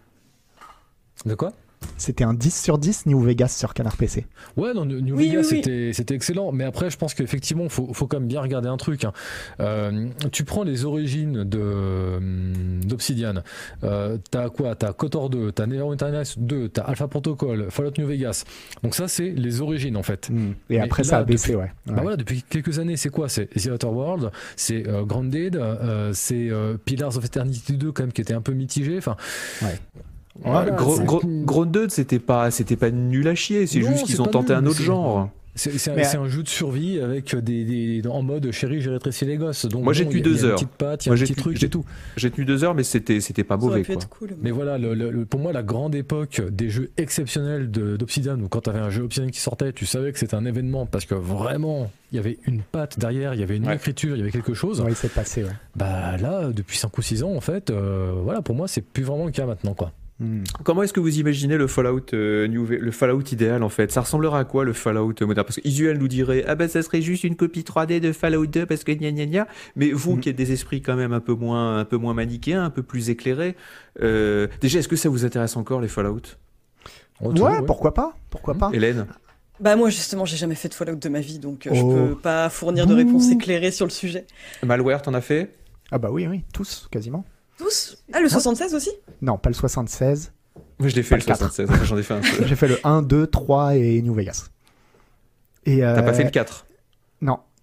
De quoi ? C'était un 10 sur 10 New Vegas sur Canard PC. Ouais, non, New Vegas c'était excellent, mais après je pense qu'effectivement il faut quand même bien regarder un truc. Tu prends les origines d'Obsidian, t'as quoi ? T'as KOTOR 2, t'as Neverwinter Nights 2, t'as Alpha Protocol, Fallout New Vegas. Donc ça c'est les origines en fait. Et après ça a baissé, ouais. Bah voilà, depuis quelques années c'est quoi ? C'est The Outer World, c'est Grounded, c'est Pillars of Eternity 2 quand même qui était un peu mitigé. Enfin. Ouais. Voilà, Grounded, c'était pas nul à chier, c'est juste qu'ils ont tenté un autre genre. C'est un jeu de survie avec en mode chérie, j'ai rétréci les gosses. Donc moi j'ai tenu 2 heures. Il y a une petite patte, il y a un petit truc et tout. J'ai tenu 2 heures, mais c'était pas mauvais. Quoi. Cool, mais voilà, pour moi, la grande époque des jeux exceptionnels d'Obsidian, où quand tu avais un jeu Obsidian qui sortait, tu savais que c'était un événement parce que vraiment, il y avait une patte derrière, il y avait une écriture, il y avait quelque chose. Oui, c'est passé. Ouais. Bah là, depuis 5 ou 6 ans, en fait, voilà, pour moi, c'est plus vraiment le cas maintenant, quoi. Comment est-ce que vous imaginez le Fallout le Fallout idéal en fait ? Ça ressemblerait à quoi le Fallout moderne ? Parce que Isual nous dirait ça serait juste une copie 3D de Fallout 2 parce que gna gna gna. Mais vous qui êtes des esprits quand même un peu moins manichéens, un peu plus éclairés, déjà est-ce que ça vous intéresse encore les Fallout ? Ouais, pourquoi pas Hélène ? Bah moi justement j'ai jamais fait de Fallout de ma vie donc je peux pas fournir de réponse éclairée sur le sujet. Malware, t'en as fait ? Ah bah oui, tous quasiment. Tous ? Ah, le 76 aussi ? Non, pas le 76. Moi, je l'ai fait le 76. J'en ai fait un peu. J'ai fait le 1, 2, 3 et New Vegas. Et t'as pas fait le 4 ? Non.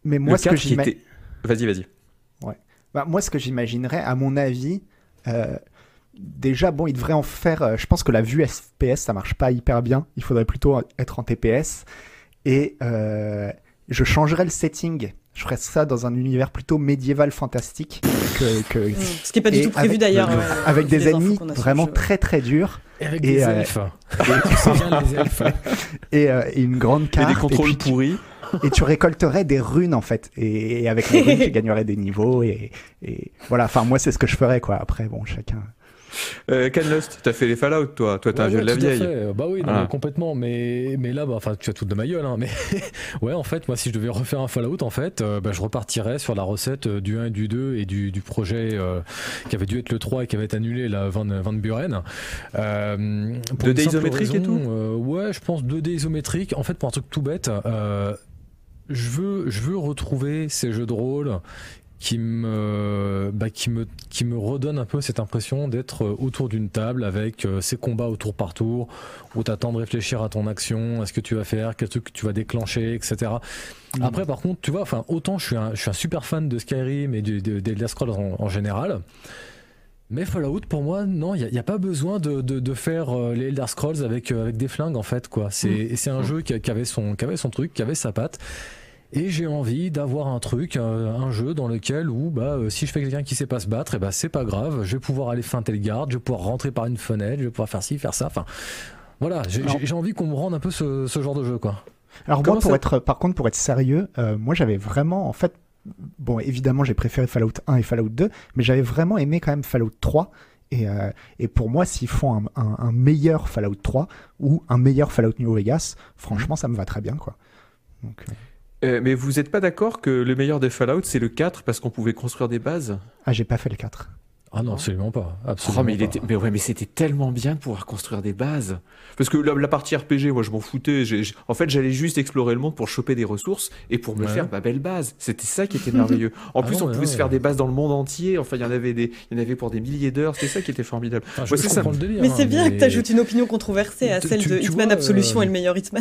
Mais moi, Le 4 qui était... Vas-y. Ouais. Bah, moi, ce que j'imaginerais, à mon avis, déjà, bon, il devrait en faire. Je pense que la vue FPS, ça marche pas hyper bien. Il faudrait plutôt être en TPS. Et je changerais le setting. Je ferais ça dans un univers plutôt médiéval fantastique. Ce qui n'est pas du tout prévu d'ailleurs. Avec des ennemis vraiment très très durs. Et avec des elfes. Et une grande carte. Et des contrôles pourris. Et tu récolterais des runes en fait. Et avec les runes, tu gagnerais des niveaux. Et voilà, enfin, moi, c'est ce que je ferais, quoi. Après, bon, chacun. Canlust, t'as fait les Fallout, toi t'es un vieux de la vieille. Bah oui, non, mais complètement, mais là, tu as tout de ma gueule, hein, mais ouais, en fait, moi, si je devais refaire un Fallout, en fait, je repartirais sur la recette du 1 et du 2 et du projet qui avait dû être le 3 et qui avait été annulé, la Van Buren. 2D isométrique et tout. Ouais, je pense 2D isométrique. En fait, pour un truc tout bête, je veux retrouver ces jeux de rôle qui me redonne un peu cette impression d'être autour d'une table avec ces combats au tour par tour où t'attends de réfléchir à ton action, à ce que tu vas faire, quel truc que tu vas déclencher, etc. Après, par contre, tu vois, autant je suis un super fan de Skyrim et des Elder Scrolls en général, mais Fallout, pour moi, non, il n'y a pas besoin de faire les Elder Scrolls avec des flingues, en fait, quoi. C'est un jeu qui avait son truc, qui avait sa patte. Et j'ai envie d'avoir un truc, un jeu dans lequel si je fais quelqu'un qui sait pas se battre, et c'est pas grave, je vais pouvoir aller feinter le garde, je vais pouvoir rentrer par une fenêtre, je vais pouvoir faire ci, faire ça. Enfin, voilà, j'ai envie qu'on me rende un peu ce genre de jeu, quoi. Alors moi, pour être sérieux, moi j'avais vraiment, en fait, bon, évidemment j'ai préféré Fallout 1 et Fallout 2, mais j'avais vraiment aimé quand même Fallout 3. Et pour moi, s'ils font un meilleur Fallout 3 ou un meilleur Fallout New Vegas, franchement, ça me va très bien, quoi. Donc, mais vous n'êtes pas d'accord que le meilleur des Fallout, c'est le 4 parce qu'on pouvait construire des bases ? Ah, j'ai pas fait le 4. Ah non, absolument pas. Absolument mais c'était tellement bien de pouvoir construire des bases. Parce que la partie RPG, moi, je m'en foutais. En fait, j'allais juste explorer le monde pour choper des ressources et pour me faire ma belle base. C'était ça qui était merveilleux. En plus, on pouvait se faire des bases dans le monde entier. Enfin, il y en avait pour des milliers d'heures. C'était ça qui était formidable. Je comprends le délire, mais c'est bien que tu ajoutes une opinion controversée à celle de Hitman Absolution est le meilleur Hitman.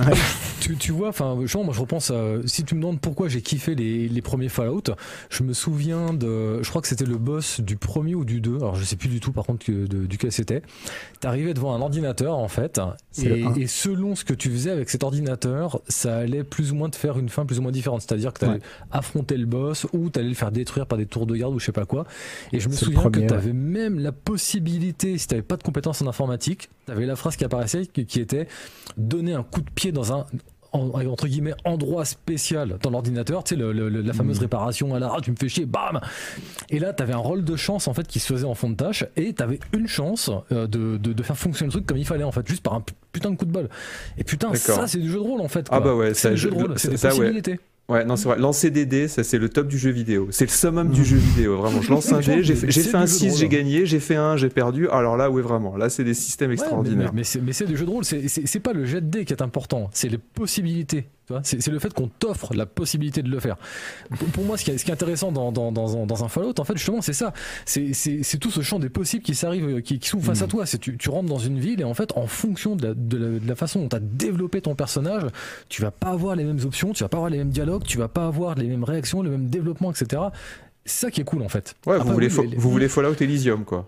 Tu vois, moi je repense à, si tu me demandes pourquoi j'ai kiffé les premiers Fallout, je me souviens je crois que c'était le boss du premier ou du 2, alors je sais plus du tout par contre duquel c'était. T'arrivais devant un ordinateur en fait, et selon ce que tu faisais avec cet ordinateur, ça allait plus ou moins te faire une fin plus ou moins différente, c'est-à-dire que t'allais affronter le boss ou t'allais le faire détruire par des tours de garde ou je sais pas quoi. Et je me souviens que t'avais même la possibilité, si t'avais pas de compétences en informatique, t'avais la phrase qui apparaissait qui était donner un coup de pied dans un entre guillemets endroit spécial dans l'ordinateur, tu sais, la fameuse réparation à la tu me fais chier, bam. Et là t'avais un rôle de chance en fait qui se faisait en fond de tâche et t'avais une chance de faire fonctionner le truc comme il fallait en fait, juste par un putain de coup de bol. Et putain, ça c'est du jeu de rôle en fait, quoi. Ah bah ouais, c'est du jeu de rôle, c'est des possibilités. Ouais, non, c'est vrai. Lancer des dés, ça c'est le top du jeu vidéo. C'est le summum du jeu vidéo. Vraiment, je lance un dé, j'ai fait un 6, j'ai gagné, j'ai fait un, j'ai perdu. Alors là, vraiment. Là, c'est des systèmes extraordinaires. Mais c'est du jeu de rôle. C'est pas le jet de dés qui est important. C'est les possibilités. C'est le fait qu'on t'offre la possibilité de le faire. Pour moi, ce qui est intéressant dans un Fallout, en fait, justement, c'est ça. C'est tout ce champ des possibles qui s'arrivent, qui s'ouvrent face à toi. Tu rentres dans une ville et en fait, en fonction de la façon dont tu as développé ton personnage, tu vas pas avoir les mêmes options, tu vas pas avoir les mêmes dialogues, tu vas pas avoir les mêmes réactions, le même développement, etc. C'est ça qui est cool, en fait. Ouais, après, vous voulez Fallout Elysium, quoi.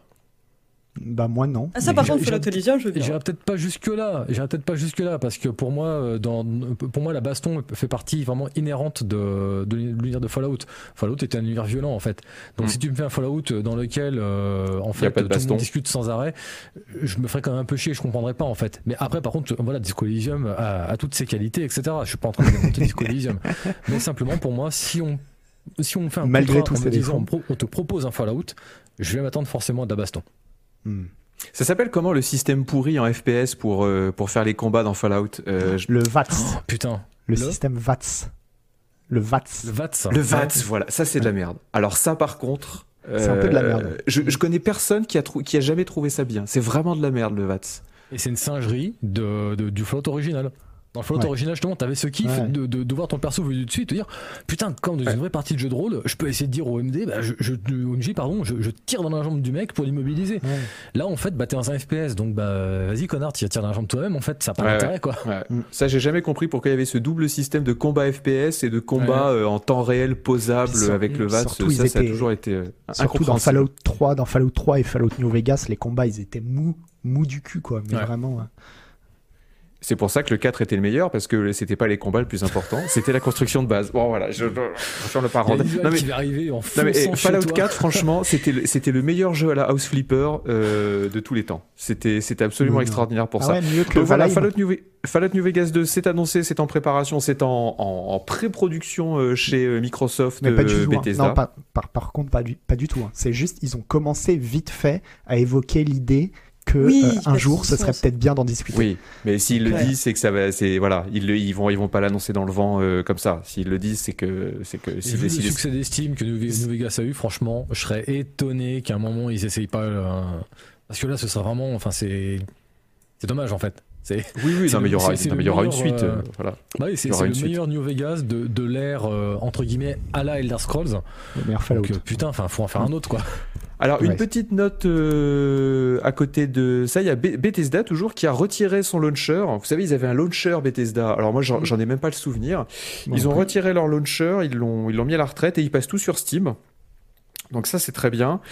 Bah moi non. Ah ça par contre Fallout Elysium je veux dire. J'irai peut-être pas jusque là parce que pour moi la baston fait partie vraiment inhérente de l'univers de Fallout. Fallout était un univers violent en fait. Donc si tu me fais un Fallout dans lequel en fait tout le monde discute sans arrêt, je me ferais quand même un peu chier, je comprendrais pas en fait. Mais après par contre voilà, Disco Elysium a toutes ses qualités, etc. Je suis pas en train de démonter Disco Elysium, mais simplement pour moi si on fait un malgré contrat en me disant on te propose un Fallout, je vais m'attendre forcément à de la baston. Ça s'appelle comment le système pourri en FPS pour faire les combats dans Fallout Le VATS. Oh, putain. Le système VATS. Le VATS, voilà. Ça, c'est de la merde. Alors ça, par contre... c'est un peu de la merde. Je connais personne qui a jamais trouvé ça bien. C'est vraiment de la merde, le VATS. Et c'est une singerie du Fallout original. Dans le Fallout original, justement, t'avais ce kiff de voir ton perso vu du dessus et te dire putain, quand dans une vraie partie de jeu de rôle, je peux essayer de dire au MD, je tire dans la jambe du mec pour l'immobiliser. Ouais. Là, en fait, t'es dans un FPS, donc vas-y, connard, tu tires dans la jambe toi-même, en fait, ça n'a pas d'intérêt, quoi. Ouais. Ça, j'ai jamais compris pourquoi il y avait ce double système de combat FPS et de combat en temps réel posable avec le VATS. Ça a toujours été surtout dans Fallout 3 et Fallout New Vegas, les combats, ils étaient mous du cul, quoi. Mais vraiment. C'est pour ça que le 4 était le meilleur, parce que c'était pas les combats le plus important, c'était la construction de base. Bon voilà, je ne pas rendre. Qui va arriver en Fallout 4, franchement, c'était le meilleur jeu à la House Flipper de tous les temps. C'était absolument extraordinaire pour ça. Ouais, mieux que voilà, Fallout New Vegas 2, c'est annoncé, c'est en préparation, c'est en pré-production chez Microsoft, mais pas du tout, Bethesda. Non, par contre, pas du tout. C'est juste, ils ont commencé vite fait à évoquer l'idée que un jour ce serait peut-être bien d'en discuter. Oui, mais s'ils le disent, c'est que ça va, voilà, ils vont pas l'annoncer dans le vent comme ça. S'ils le disent, c'est que vu le succès d'estime que New Vegas a eu, franchement, je serais étonné qu'à un moment ils essayent pas parce que là ce sera vraiment, enfin c'est dommage en fait. Oui, mais il y aura une suite. Voilà. Bah oui, c'est le meilleur New Vegas de l'ère entre guillemets à la Elder Scrolls. Le meilleur Fallout. Donc, putain, faut en faire un autre quoi. Alors une petite note à côté de ça, il y a Bethesda toujours qui a retiré son launcher. Vous savez, ils avaient un launcher Bethesda. Alors moi, j'en ai même pas le souvenir. Ils ont retiré leur launcher, ils l'ont mis à la retraite et ils passent tout sur Steam. Donc ça, c'est très bien.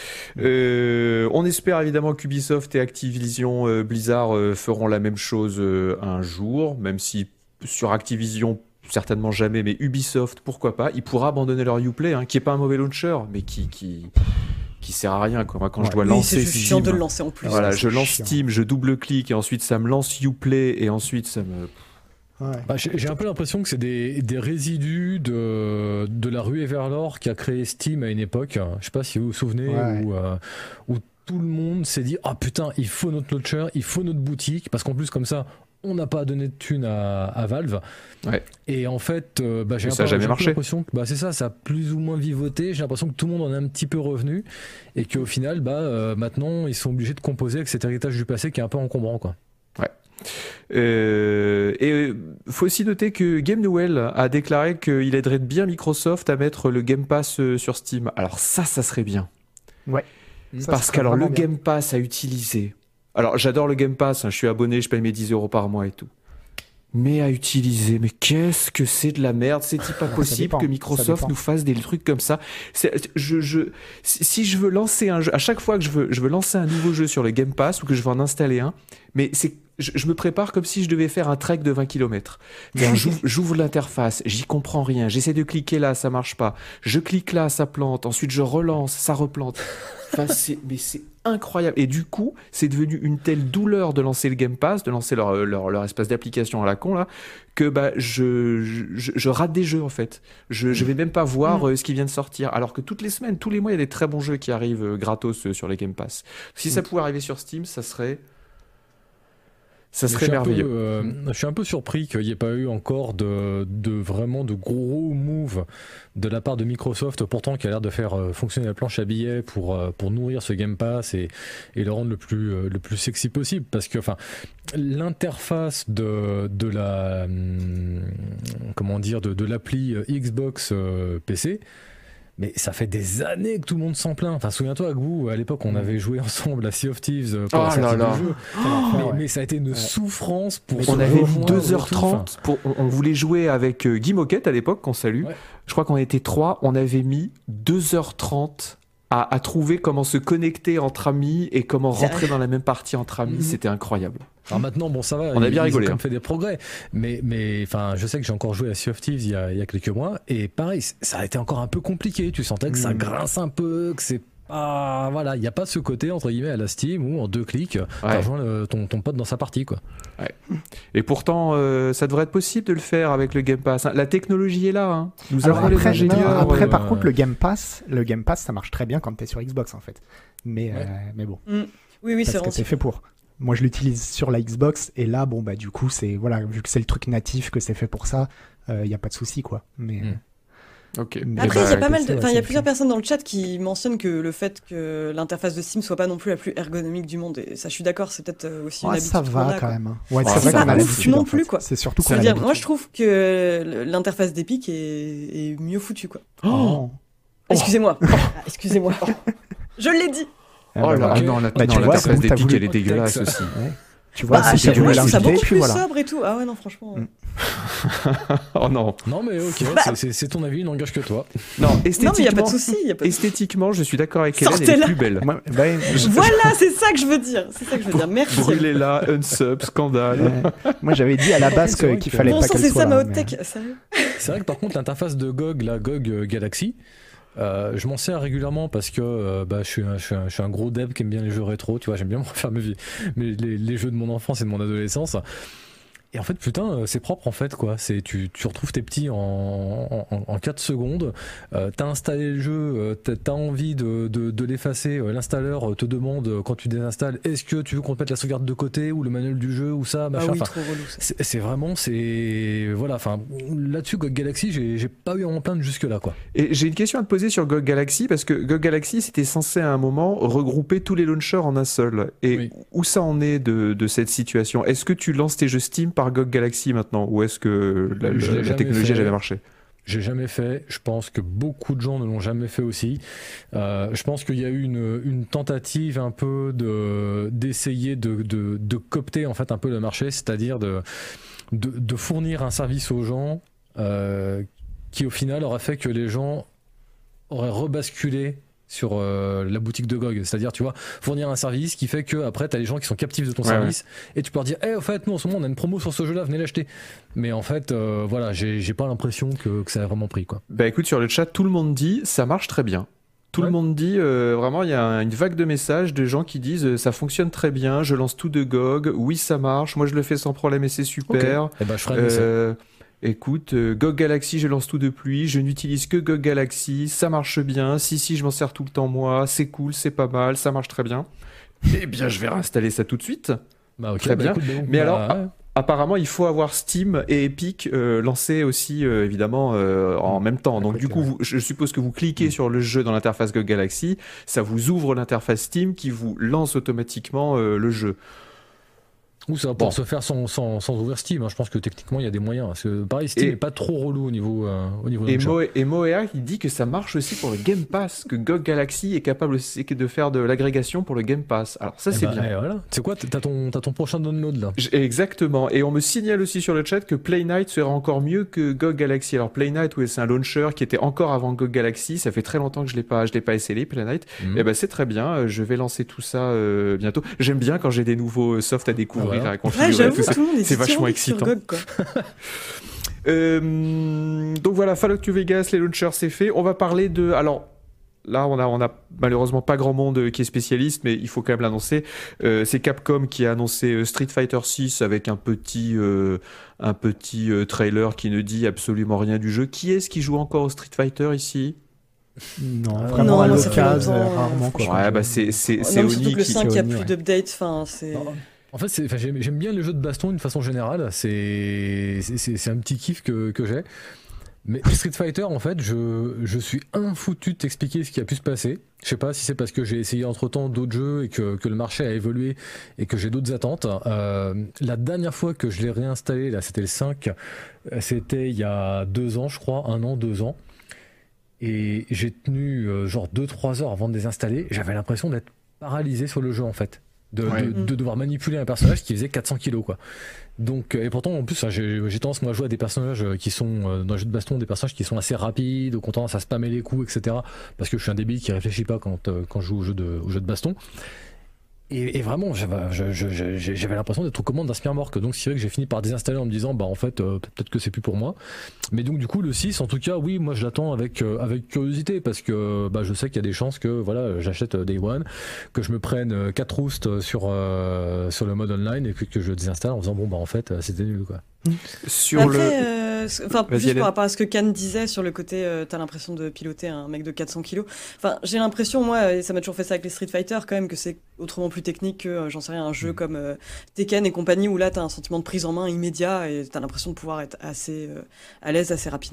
On espère évidemment qu'Ubisoft et Activision Blizzard feront la même chose un jour, même si sur Activision certainement jamais, mais Ubisoft, pourquoi pas. Ils pourraient abandonner leur Uplay, qui est pas un mauvais launcher, mais qui sert à rien, quoi. Moi, quand je dois lancer c'est chiant de le lancer en plus. Voilà, je lance Steam, je double-clique et ensuite ça me lance Uplay et ensuite ça me... J'ai un peu l'impression que c'est des résidus de la ruée vers l'or qui a créé Steam à une époque. Je sais pas si vous vous souvenez, où tout le monde s'est dit ah putain, il faut notre launcher, il faut notre boutique, parce qu'en plus comme ça on n'a pas donné de thunes à Valve. Ouais. Et en fait, j'ai l'impression que c'est ça a plus ou moins vivoté. J'ai l'impression que tout le monde en est un petit peu revenu et qu'au final, maintenant, ils sont obligés de composer avec cet héritage du passé qui est un peu encombrant, quoi. Ouais. Et faut aussi noter que Game Newell a déclaré qu'il aiderait bien Microsoft à mettre le Game Pass sur Steam. Alors ça serait bien. Ouais. Parce que le Game Pass à utiliser. Alors j'adore le Game Pass, je suis abonné, je paye mes 10 € par mois et tout. Mais à utiliser, mais qu'est-ce que c'est de la merde. C'est-il pas possible que Microsoft nous fasse des trucs comme ça? Si je veux lancer un jeu, à chaque fois que je veux lancer un nouveau jeu sur le Game Pass ou que je veux en installer un, mais je me prépare comme si je devais faire un trek de 20 km. J'ouvre l'interface, j'y comprends rien, j'essaie de cliquer là, ça marche pas. Je clique là, ça plante, ensuite je relance, ça replante. Enfin, c'est incroyable. Et du coup, c'est devenu une telle douleur de lancer le Game Pass, de lancer leur espace d'application à la con, là, que je rate des jeux, en fait. Je vais même pas voir ce qui vient de sortir. Alors que toutes les semaines, tous les mois, il y a des très bons jeux qui arrivent gratos sur les Game Pass. Si ça pouvait arriver sur Steam, ça serait merveilleux. Je suis un peu surpris qu'il n'y ait pas eu encore vraiment de gros moves de la part de Microsoft, pourtant qui a l'air de faire fonctionner la planche à billets pour nourrir ce Game Pass et le rendre le plus sexy possible, parce que l'interface de l'appli Xbox PC, mais ça fait des années que tout le monde s'en plaint. Enfin, souviens-toi, Agou, à l'époque, on avait joué ensemble à Sea of Thieves pour la sortie du jeu. Mais ça a été une souffrance pour... On avait mis 2h30, on voulait jouer avec Guy Moquette à l'époque, qu'on salue. Ouais. Je crois qu'on était 3, on avait mis 2h30 à trouver comment se connecter entre amis et comment rentrer dans la même partie entre amis. C'était incroyable. Alors maintenant, ça va. On a bien rigolé. Ils ont quand même fait des progrès. Mais je sais que j'ai encore joué à Sea of Thieves il y a quelques mois. Et pareil, ça a été encore un peu compliqué. Tu sentais que ça grince un peu, que c'est pas... Voilà, il n'y a pas ce côté, entre guillemets, à la Steam où en 2 clics, tu rejoins ton pote dans sa partie, quoi. Ouais. Et pourtant, ça devrait être possible de le faire avec le Game Pass. La technologie est là. Nous avons les ingénieurs. Après, par contre, le Game Pass, ça marche très bien quand tu es sur Xbox, en fait. Mais bon. Oui, parce que c'est fait pour. Moi, je l'utilise sur la Xbox et là, du coup, vu que c'est le truc natif, que c'est fait pour ça, il n'y a pas de souci, quoi. Mais Ok. Mais Après, il y a pas mal de, ouais, enfin, il y a c'est plusieurs le personnes dans le chat qui mentionnent que le fait que l'interface de Steam soit pas non plus la plus ergonomique du monde, et ça, je suis d'accord, c'est peut-être aussi une Ouais, habitude ça qu'on va a, quand quoi. même. Hein. Ouais, Ah, c'est c'est vrai qu'on pas a ouf l'habitude. non en fait. plus, quoi. C'est surtout Je qu'on veux a dire, l'habitude. moi, je trouve que l'interface d'Epic est mieux foutue, quoi. Oh. Excusez-moi. Excusez-moi. Je l'ai dit. Ah, Oh bah, là, voilà. non, Bah, tu vois, l'interface c'est où t'as d'Epic, voulu- elle est dégueulasse Texte. aussi. Ouais. Tu vois, Bah, c'est c'est t'as voulu moi, je trouve ça l'inviter, beaucoup puis plus voilà. sobre et tout. Ah ouais, non, franchement. Oh non. Non, mais ok, c'est ton avis, il n'engage que toi. Non, Non, mais il n'y a pas esthétiquement, de souci. Y a pas de... esthétiquement, je suis d'accord avec Hélène, elle est Sortez-la. plus belle. Moi, bah, Voilà, c'est ça que je veux dire. C'est ça que je veux dire. Merci. Brûlez-la, unsub, scandale. ouais. Moi, j'avais dit à la base C'est vrai qu'il que- fallait Bon pas sang, qu'elle c'est soit ça là. ma haute mais- tech. Sérieux. C'est vrai que par contre, l'interface de GOG, la GOG Galaxy, je m'en sers régulièrement parce que je suis un gros dev qui aime bien les jeux rétro, tu vois, j'aime bien me refaire les jeux de mon enfance et de mon adolescence. Et en fait, putain, c'est propre en fait, quoi. Tu retrouves tes petits en 4 secondes. T'as installé le jeu, t'as envie de l'effacer. L'installeur te demande quand tu désinstalles, est-ce que tu veux qu'on te mette la sauvegarde de côté ou le manuel du jeu ou ça, Ah machin. oui, Enfin, trop relou ça. c'est vraiment, voilà. Enfin, là-dessus, GOG Galaxy, j'ai pas eu à m'en plaindre jusque là, quoi. Et j'ai une question à te poser sur GOG Galaxy, parce que GOG Galaxy, c'était censé à un moment regrouper tous les launchers en un seul. Et Oui. où ça en est de cette situation? Est-ce que tu lances tes jeux Steam par GOG Galaxy maintenant? Ou est-ce que Je l'ai la jamais technologie fait. n'a jamais marché? J'ai jamais fait. Je pense que beaucoup de gens ne l'ont jamais fait aussi. Je pense qu'il y a eu une tentative un peu d'essayer de coopter en fait un peu le marché, c'est-à-dire de fournir un service aux gens qui au final aurait fait que les gens auraient rebasculé sur la boutique de GOG, c'est-à-dire tu vois fournir un service qui fait que après t'as les gens qui sont captifs de ton Ouais, service et tu peux leur dire au fait nous en ce moment on a une promo sur ce jeu là, venez l'acheter, mais en fait voilà, j'ai pas l'impression que ça a vraiment pris, quoi. Bah écoute, sur le chat, tout le monde dit ça marche très bien. Tout le Ouais. monde dit, vraiment, il y a une vague de messages de gens qui disent ça fonctionne très bien, je lance tout de GOG, oui ça marche, moi je le fais sans problème et c'est super. Et ben je ferai un essai. Écoute, GOG Galaxy, je lance tout depuis, je n'utilise que GOG Galaxy, ça marche bien, si, je m'en sers tout le temps moi, c'est cool, c'est pas mal, ça marche très bien. Eh bien, je vais réinstaller ça tout de suite. Bah ok, très bien. écoute, Mais alors, ouais. Apparemment, il faut avoir Steam et Epic lancés aussi, évidemment, en même temps. Donc, côté, du coup, ouais. je suppose que vous cliquez sur le jeu dans l'interface GOG Galaxy, ça vous ouvre l'interface Steam qui vous lance automatiquement le jeu. Ou ça va pouvoir se faire sans ouvrir Steam, hein. Je pense que techniquement il y a des moyens. Parce que pareil, Steam Et- n'est pas trop relou au niveau Et, launcher. Moea, il dit que ça marche aussi pour le Game Pass, que GOG Galaxy est capable aussi de faire de l'agrégation pour le Game Pass. Alors ça, Eh c'est ben, bien. voilà. Tu sais quoi, t'as ton prochain download là. Exactement. Et on me signale aussi sur le chat que Playknight sera encore mieux que GOG Galaxy. Alors Playknight, oui, c'est un launcher qui était encore avant GOG Galaxy. Ça fait très longtemps que je l'ai pas essayé, Playknight. Et ben c'est très bien. Je vais lancer tout ça bientôt. J'aime bien quand j'ai des nouveaux softs à découvrir, Voilà. à configurer. Ouais, j'avoue, tout ça. tout le monde est C'est vachement dithyrambique sur excitant. GOG, quoi. Donc voilà, Fallout New Vegas, les launchers, c'est fait. On va parler de... Alors, là, on a malheureusement pas grand monde qui est spécialiste, mais il faut quand même l'annoncer. C'est Capcom qui a annoncé Street Fighter 6 avec un petit trailer qui ne dit absolument rien du jeu. Qui est-ce qui joue encore au Street Fighter ici? Non, Non, vraiment moi, à ça fait l'occasion, longtemps, rarement quoi. Ouais, bah c'est Non, mais Oni surtout que le qui... 5, il n'y a Oni, plus ouais. d'update. Enfin, c'est... En fait, j'aime bien les jeux de baston d'une façon générale. C'est un petit kiff que j'ai. Mais Street Fighter, en fait, je suis infoutu de t'expliquer ce qui a pu se passer. Je sais pas si c'est parce que j'ai essayé entre-temps d'autres jeux et que le marché a évolué et que j'ai d'autres attentes. La dernière fois que je l'ai réinstallé, là, c'était le 5. C'était il y a 2 ans, je crois. 1 an, 2 ans. Et j'ai tenu genre 2-3 heures avant de désinstaller. J'avais l'impression d'être paralysé sur le jeu, en fait. Ouais. De devoir manipuler un personnage qui faisait 400 kilos, quoi. Donc, et pourtant, en plus, j'ai tendance, moi, à jouer à des personnages qui sont, dans les jeux de baston, des personnages qui sont assez rapides, qui ont tendance à spammer les coups, etc. Parce que je suis un débile qui réfléchit pas quand je joue au jeu de baston. Et vraiment, j'avais l'impression d'être aux commandes d'un Spearmork. Donc, c'est vrai que j'ai fini par désinstaller en me disant, bah, en fait, peut-être que c'est plus pour moi. Mais donc, du coup, le 6, en tout cas, oui, moi, je l'attends avec curiosité parce que, bah, je sais qu'il y a des chances que, voilà, j'achète Day One, que je me prenne 4 roustes sur le mode online et puis que je désinstalle en faisant, bon, bah, en fait, c'était nul, quoi. Sur le... Enfin, Vas-y, juste Hélène. par rapport à ce que Cannes disait sur le côté, t'as l'impression de piloter un mec de 400 kilos. Enfin, j'ai l'impression, moi, et ça m'a toujours fait ça avec les Street Fighter, quand même, que c'est autrement plus technique que, j'en sais rien, un jeu comme Tekken et compagnie, où là, t'as un sentiment de prise en main immédiat et t'as l'impression de pouvoir être assez à l'aise assez rapidement, quoi.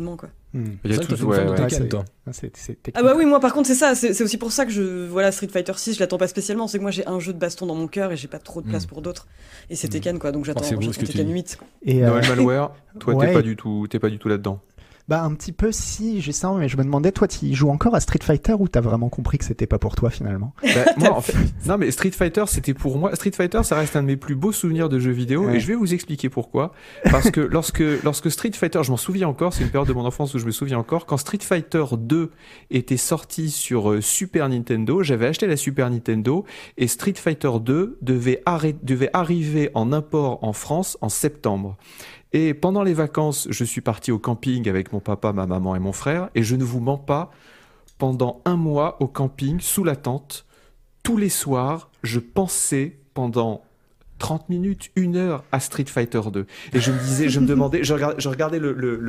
Il y a C'est vrai que tout, toi, t'es une fan de ouais. Tekken, toi. C'est Ah bah oui, moi par contre c'est ça, c'est aussi pour ça que voilà, Street Fighter 6, je l'attends pas spécialement, c'est que moi j'ai un jeu de baston dans mon cœur et j'ai pas trop de place pour d'autres. Et c'est Tekken quoi, donc c'est beau ce que tu Tekken dis. 8. Quoi. Et, Noël Malware, toi ouais. t'es pas du tout là-dedans. Bah un petit peu si, justement, mais je me demandais, toi tu joues encore à Street Fighter ou t'as vraiment compris que c'était pas pour toi finalement? Moi, en fait, non mais Street Fighter, c'était pour moi. Street Fighter, ça reste un de mes plus beaux souvenirs de jeux vidéo, et je vais vous expliquer pourquoi. Parce que lorsque Street Fighter, je m'en souviens encore, c'est une période de mon enfance où je me souviens encore, quand Street Fighter 2 était sorti sur Super Nintendo, j'avais acheté la Super Nintendo, et Street Fighter 2 devait arriver en import en France en septembre. Et pendant les vacances, je suis parti au camping avec mon papa, ma maman et mon frère, et je ne vous mens pas, pendant un mois au camping, sous la tente, tous les soirs, je pensais pendant 30 minutes, 1 heure à Street Fighter 2. Et je me demandais, je regardais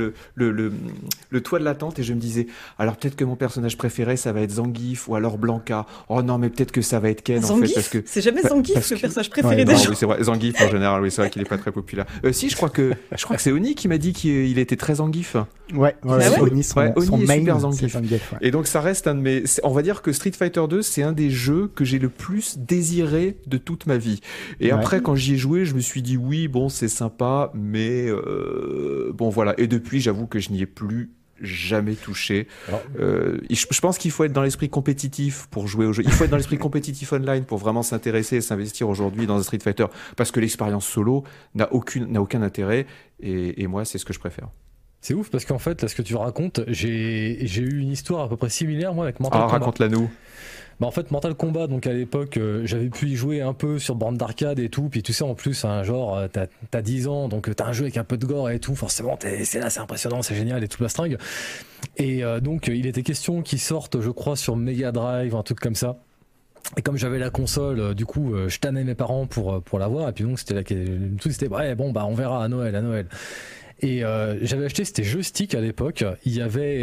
le toit de la tente et je me disais, alors peut-être que mon personnage préféré, ça va être Zangief ou alors Blanca. Oh non, mais peut-être que ça va être Ken Zangief, en fait. Parce que c'est jamais Zangief le personnage préféré des non, gens. oui, c'est vrai. Zangief en général, oui, c'est vrai qu'il est pas très populaire. Si, je crois que c'est Oni qui m'a dit qu'il était très Zangief. Ouais, Oni, son Oni est main, super c'est Zangief. Zangief, ouais. Et donc ça reste un de mes... On va dire que Street Fighter 2, c'est un des jeux que j'ai le plus désiré de toute ma vie. Et après, quand j'y ai joué, je me suis dit, oui, bon, c'est sympa, mais bon, voilà. Et depuis, j'avoue que je n'y ai plus jamais touché. Alors, je pense qu'il faut être dans l'esprit compétitif pour jouer au jeu. Il faut être dans l'esprit compétitif online pour vraiment s'intéresser et s'investir aujourd'hui dans un Street Fighter, parce que l'expérience solo n'a aucun intérêt, et moi, c'est ce que je préfère. C'est ouf parce qu'en fait, là, ce que tu racontes, j'ai eu une histoire à peu près similaire moi avec Mortal Kombat. Raconte-la nous. Bah en fait, Mortal Kombat, donc à l'époque, j'avais pu y jouer un peu sur borne d'arcade et tout. Puis tu sais, en plus, hein, genre, t'as 10 ans, donc t'as un jeu avec un peu de gore et tout. Forcément, c'est impressionnant, c'est génial et tout la stringue. Et donc, il était question qu'ils sortent, je crois, sur Mega Drive, un truc comme ça. Et comme j'avais la console, du coup, je tannais mes parents pour l'avoir. Et puis donc, le truc, c'était, ouais, bon, bah, on verra à Noël. Et j'avais acheté, c'était Joystick à l'époque. Il y avait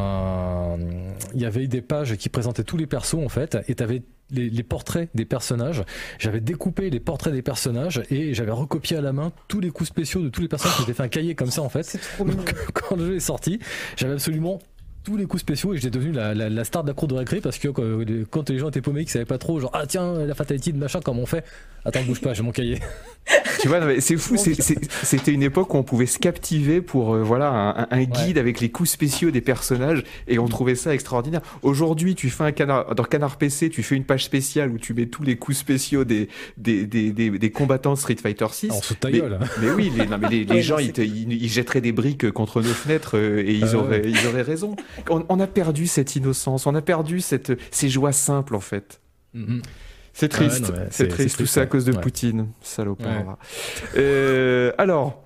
des pages qui présentaient tous les persos en fait, et t'avais les portraits des personnages. J'avais découpé les portraits des personnages et j'avais recopié à la main tous les coups spéciaux de tous les personnages. J'avais fait un cahier comme ça en fait. C'est trop mignon. Donc, quand le jeu est sorti, j'avais absolument tous les coups spéciaux et j'étais devenu la star de la cour de récré parce que quand les gens étaient paumés, qu'ils savaient pas trop, genre ah tiens la fatality de machin, comment on fait, attends bouge pas, j'ai mon cahier. Tu vois, non, mais c'est fou, c'était une époque où on pouvait se captiver pour voilà un guide avec les coups spéciaux des personnages, et on trouvait ça extraordinaire. Aujourd'hui, tu fais dans Canard PC, tu fais une page spéciale où tu mets tous les coups spéciaux des combattants de Street Fighter 6. En sous ta gueule. Mais oui, les gens ils jetteraient des briques contre nos fenêtres et ils auraient raison. On a perdu cette innocence, on a perdu ces joies simples en fait. Mm-hmm. C'est triste, c'est triste, tout ça à cause de Poutine, salopard. Ouais. Alors,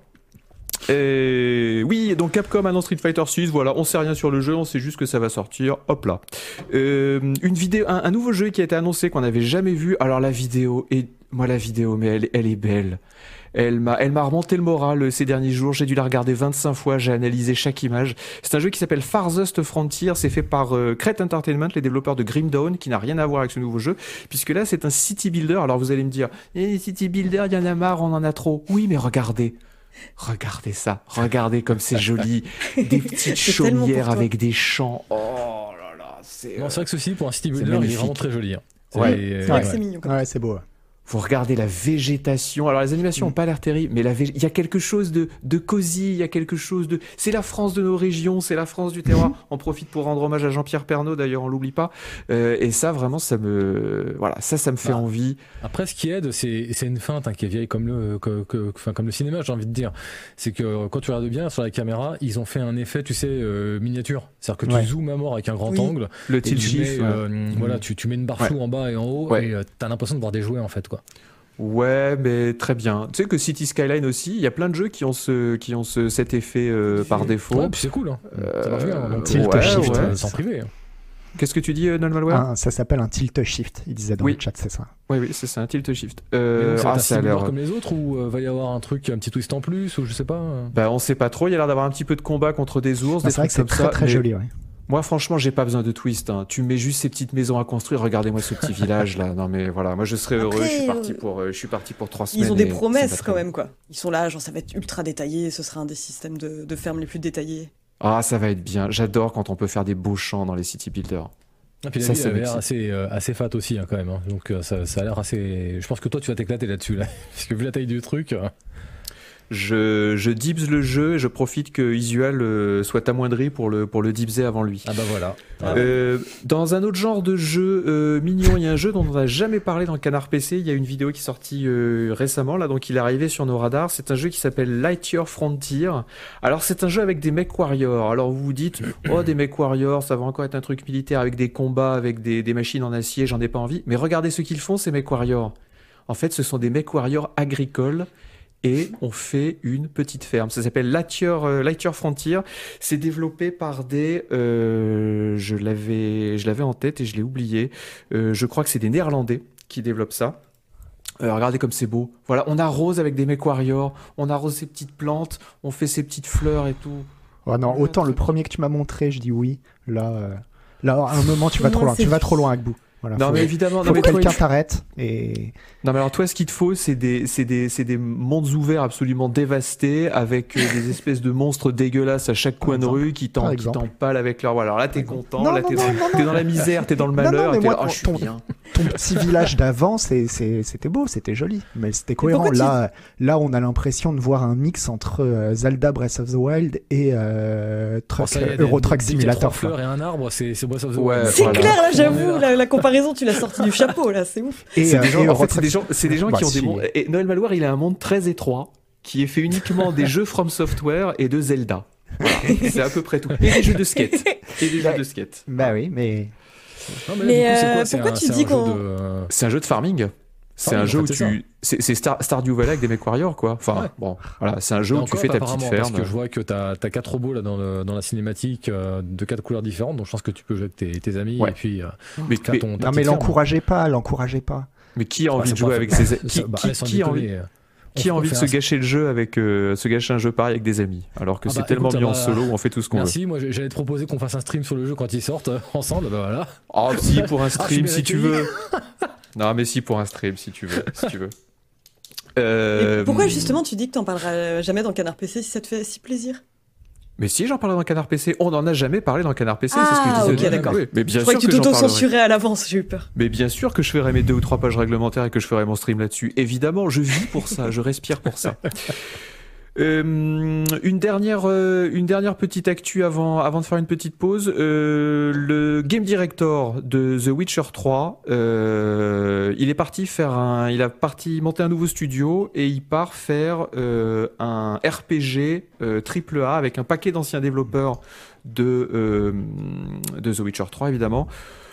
oui, donc Capcom annonce Street Fighter 6, voilà, on sait rien sur le jeu, on sait juste que ça va sortir, hop là. Une vidéo, un nouveau jeu qui a été annoncé qu'on n'avait jamais vu, alors la vidéo, mais elle est belle. Elle m'a remonté le moral ces derniers jours. J'ai dû la regarder 25 fois. J'ai analysé chaque image. C'est un jeu qui s'appelle Farthest Frontier. C'est fait par Crate Entertainment, les développeurs de Grim Dawn, qui n'a rien à voir avec ce nouveau jeu, puisque là c'est un city builder. Alors vous allez me dire, city builder, il y en a marre, on en a trop. Oui, mais regardez ça. Regardez comme c'est joli. Des petites chaumières avec des champs. Oh là là, c'est vrai que ceci pour un city builder, il est vraiment très joli. Hein. C'est vrai que c'est mignon. Ouais, c'est beau. Vous regardez la végétation. Alors les animations n'ont pas l'air terribles, mais il y a quelque chose de cosy, il y a quelque chose de... C'est la France de nos régions, c'est la France du terroir. On profite pour rendre hommage à Jean-Pierre Pernaut, d'ailleurs, on l'oublie pas. Et ça, vraiment, ça me fait envie. Après, ce qui aide, c'est une feinte qui est vieille comme le cinéma, j'ai envie de dire. C'est que quand tu regardes bien sur la caméra, ils ont fait un effet, tu sais, miniature. C'est-à-dire que tu zoomes à mort avec un grand angle. Le tilt shift. Voilà, tu mets une barre floue en bas et en haut, et t'as l'impression de voir des jouets, en fait, quoi. Ouais, mais très bien. Tu sais que City Skyline aussi, il y a plein de jeux qui ont cet effet par défaut. Ouais, puis c'est cool. Hein. Ça marche bien. Un tilt shift. Sans privé. Qu'est-ce que tu dis, Nolmalware ? Ça s'appelle un tilt shift, il disait dans le chat, c'est ça. Oui, c'est ça, un tilt shift. Ça a l'air comme les autres, ou va y avoir un petit twist en plus, ou je sais pas. On sait pas trop, il y a l'air d'avoir un petit peu de combat contre des ours, des c'est vrai trucs que c'est comme très joli, ouais. Moi, franchement, j'ai pas besoin de twist. Hein. Tu mets juste ces petites maisons à construire. Regardez-moi ce petit village là. Non mais voilà, moi je serais heureux. Je suis parti pour 3 semaines. Ils ont des promesses quand même quoi. Ils sont là, genre ça va être ultra détaillé. Ce sera un des systèmes de ferme les plus détaillés. Ah, ça va être bien. J'adore quand on peut faire des beaux champs dans les city builders. Et puis la ville avait l'air assez fat aussi quand même. Hein. Donc ça a l'air assez. Je pense que toi tu vas t'éclater là-dessus là, parce que vu la taille du truc. Je dibs le jeu et je profite que Isual soit amoindri pour le dibser avant lui. Ah bah voilà. Dans un autre genre de jeu mignon, il y a un jeu dont on n'a jamais parlé dans le Canard PC. Il y a une vidéo qui est sortie récemment, là, donc il est arrivé sur nos radars. C'est un jeu qui s'appelle Lightyear Frontier. Alors c'est un jeu avec des mech warriors. Alors vous vous dites, oh des mech warriors, ça va encore être un truc militaire avec des combats, avec des machines en acier, j'en ai pas envie. Mais regardez ce qu'ils font, ces mech warriors. En fait, ce sont des mech warriors agricoles. Et on fait une petite ferme. Ça s'appelle Lightyear Frontier. C'est développé par des... je l'avais en tête et je l'ai oublié. Je crois que c'est des Néerlandais qui développent ça. Regardez comme c'est beau. Voilà, on arrose avec des mech warriors. On arrose ces petites plantes. On fait ces petites fleurs et tout. Oh non, autant le premier que tu m'as montré, je dis oui. Là, à un moment, tu vas trop loin. Tu vas trop loin, Agbou. Voilà, non mais évidemment, faut que quelqu'un t'arrête et. Non mais alors toi, ce qu'il te faut, c'est des mondes ouverts absolument dévastés avec des espèces de monstres dégueulasses à chaque coin de rue qui t'empalent avec leur. Voilà, alors là t'es content, là t'es dans la misère, t'es dans le malheur. Non, mais moi, ton petit village d'avant, c'était beau, c'était joli, mais c'était cohérent. Là, on a l'impression de voir un mix entre Zelda Breath of the Wild et Euro Truck Simulator. Fleurs et un arbre, c'est Breath of the Wild. C'est clair, là, j'avoue, la comparaison, tu l'as sorti du chapeau, là, c'est ouf. Et c'est des gens qui ont des mondes. Et Noël Malware, il a un monde très étroit qui est fait uniquement des jeux From Software et de Zelda. Voilà. C'est à peu près tout. Et des jeux de skate. Bah oui, mais. Non, mais pourquoi tu dis qu'on. C'est un jeu de farming. C'est un jeu où c'est Stardew Valley avec des mech warriors, quoi. Enfin, bon, voilà, c'est un jeu où tu fais ta petite ferme. Parce que je vois que t'as 4 robots là dans la cinématique de 4 couleurs différentes, donc je pense que tu peux jouer avec tes amis et puis. Non, mais l'encouragez pas. Mais qui a envie de jouer avec ses qui a envie de se gâcher le jeu avec se gâcher un jeu pareil avec des amis alors que c'est tellement mis en solo où on fait tout ce qu'on veut. Merci, moi j'allais te proposer qu'on fasse un stream sur le jeu quand ils sortent ensemble, bah voilà. Oh si pour un stream si tu veux. Non mais si pour un stream si tu veux. Pourquoi justement tu dis que t'en parleras jamais dans Canard PC si ça te fait si plaisir? Mais si, j'en parlerai dans Canard PC. On n'en a jamais parlé dans Canard PC, c'est ce que je disais. Ok, d'accord. Oui, mais bien je crois sûr que tu t'auto-censurais à l'avance, j'ai eu peur. Mais bien sûr que je ferai mes 2 ou 3 pages réglementaires et que je ferai mon stream là-dessus. Évidemment, je vis pour ça, je respire pour ça. Une dernière petite actu avant de faire une petite pause. Le game director de The Witcher 3, il a parti monter un nouveau studio et il part faire un RPG AAA avec un paquet d'anciens développeurs de The Witcher 3 évidemment.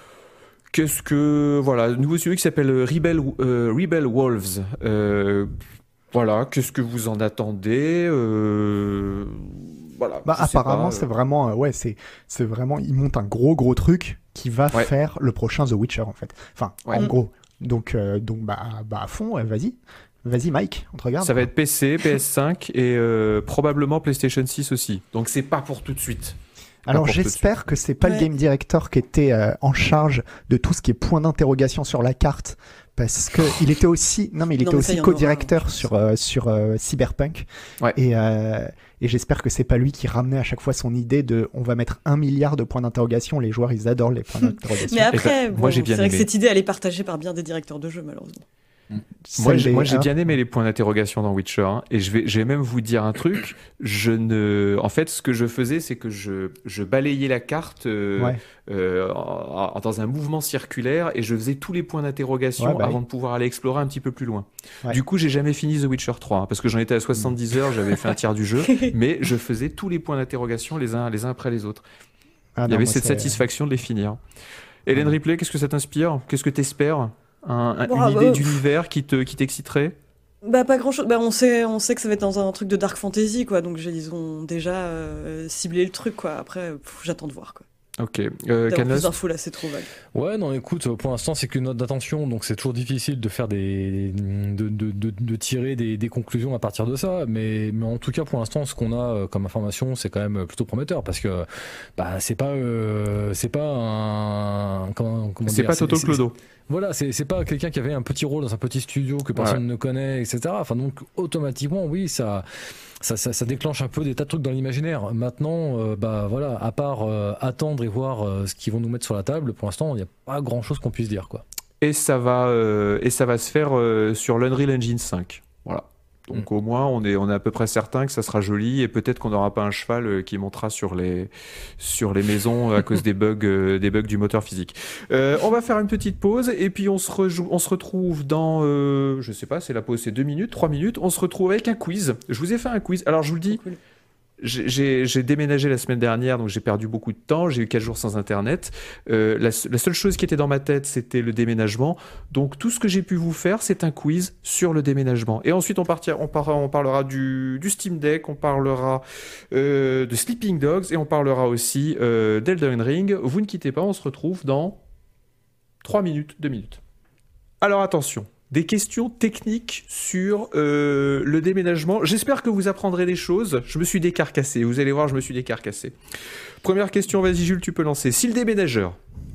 Nouveau studio qui s'appelle Rebel Wolves. Voilà, qu'est-ce que vous en attendez Voilà. Apparemment, c'est vraiment, c'est vraiment, il monte un gros truc qui va faire le prochain The Witcher en fait. Enfin, en gros. Donc, à fond, vas-y, Mike, on te regarde. Ça va être PC, PS5 et probablement PlayStation 6 aussi. Donc c'est pas pour tout de suite. Alors j'espère que c'est pas le game director qui était en charge de tout ce qui est point d'interrogation sur la carte. Parce que il était aussi co-directeur sur Cyberpunk et j'espère que c'est pas lui qui ramenait à chaque fois son idée de on va mettre 1 milliard de points d'interrogation, les joueurs ils adorent les points d'interrogation. Mais après moi j'ai bien c'est vrai aimé. Que cette idée elle est partagée par bien des directeurs de jeux malheureusement. Moi j'ai bien aimé les points d'interrogation dans Witcher 1 et je vais même vous dire un truc, en fait ce que je faisais c'est que je balayais la carte dans un mouvement circulaire et je faisais tous les points d'interrogation avant de pouvoir aller explorer un petit peu plus loin. Du coup j'ai jamais fini The Witcher 3 parce que j'en étais à 70 heures, j'avais fait un tiers du jeu mais je faisais tous les points d'interrogation les uns après les autres. Il y avait cette satisfaction de les finir. Hélène Ripley, qu'est-ce que ça t'inspire? Qu'est-ce que t'espères? Une idée d'univers qui t'exciterait? Pas grand chose. On sait que ça va être dans un truc de dark fantasy, quoi. Donc ils ont déjà ciblé le truc, quoi. Après, j'attends de voir, quoi. Ok. D'avoir plus d'infos là, c'est trop vague. Ouais, non, écoute, pour l'instant, c'est qu'une note d'attention, donc c'est toujours difficile de faire de tirer des conclusions à partir de ça. Mais en tout cas, pour l'instant, ce qu'on a comme information, c'est quand même plutôt prometteur parce que c'est pas un comment c'est dire, pas Toto Clodo. Voilà, c'est pas quelqu'un qui avait un petit rôle dans un petit studio que personne ne connaît, etc. Enfin donc automatiquement, oui, ça ça déclenche un peu des tas de trucs dans l'imaginaire. Maintenant, voilà, à part attendre et voir ce qu'ils vont nous mettre sur la table, pour l'instant, il n'y a pas grand-chose qu'on puisse dire, quoi. Et ça va se faire sur l'Unreal Engine 5. Voilà. Donc au moins, on est à peu près certain que ça sera joli et peut-être qu'on n'aura pas un cheval qui montera sur les maisons à cause des bugs du moteur physique. On va faire une petite pause et puis on se retrouve dans, je sais pas, c'est la pause, c'est 2 minutes, 3 minutes. On se retrouve avec un quiz. Je vous ai fait un quiz. Alors je vous le dis. Cool. J'ai déménagé la semaine dernière, donc j'ai perdu beaucoup de temps. J'ai eu 4 jours sans internet. La seule chose qui était dans ma tête, c'était le déménagement. Donc tout ce que j'ai pu vous faire, c'est un quiz sur le déménagement. Et ensuite, on parlera du Steam Deck, on parlera de Sleeping Dogs et on parlera aussi d'Elden Ring. Vous ne quittez pas, on se retrouve dans 2 minutes. Alors attention. Des questions techniques sur le déménagement. J'espère que vous apprendrez des choses. Je me suis décarcassé. Vous allez voir, je me suis décarcassé. Première question, vas-y Jules, tu peux lancer. Si le déménageur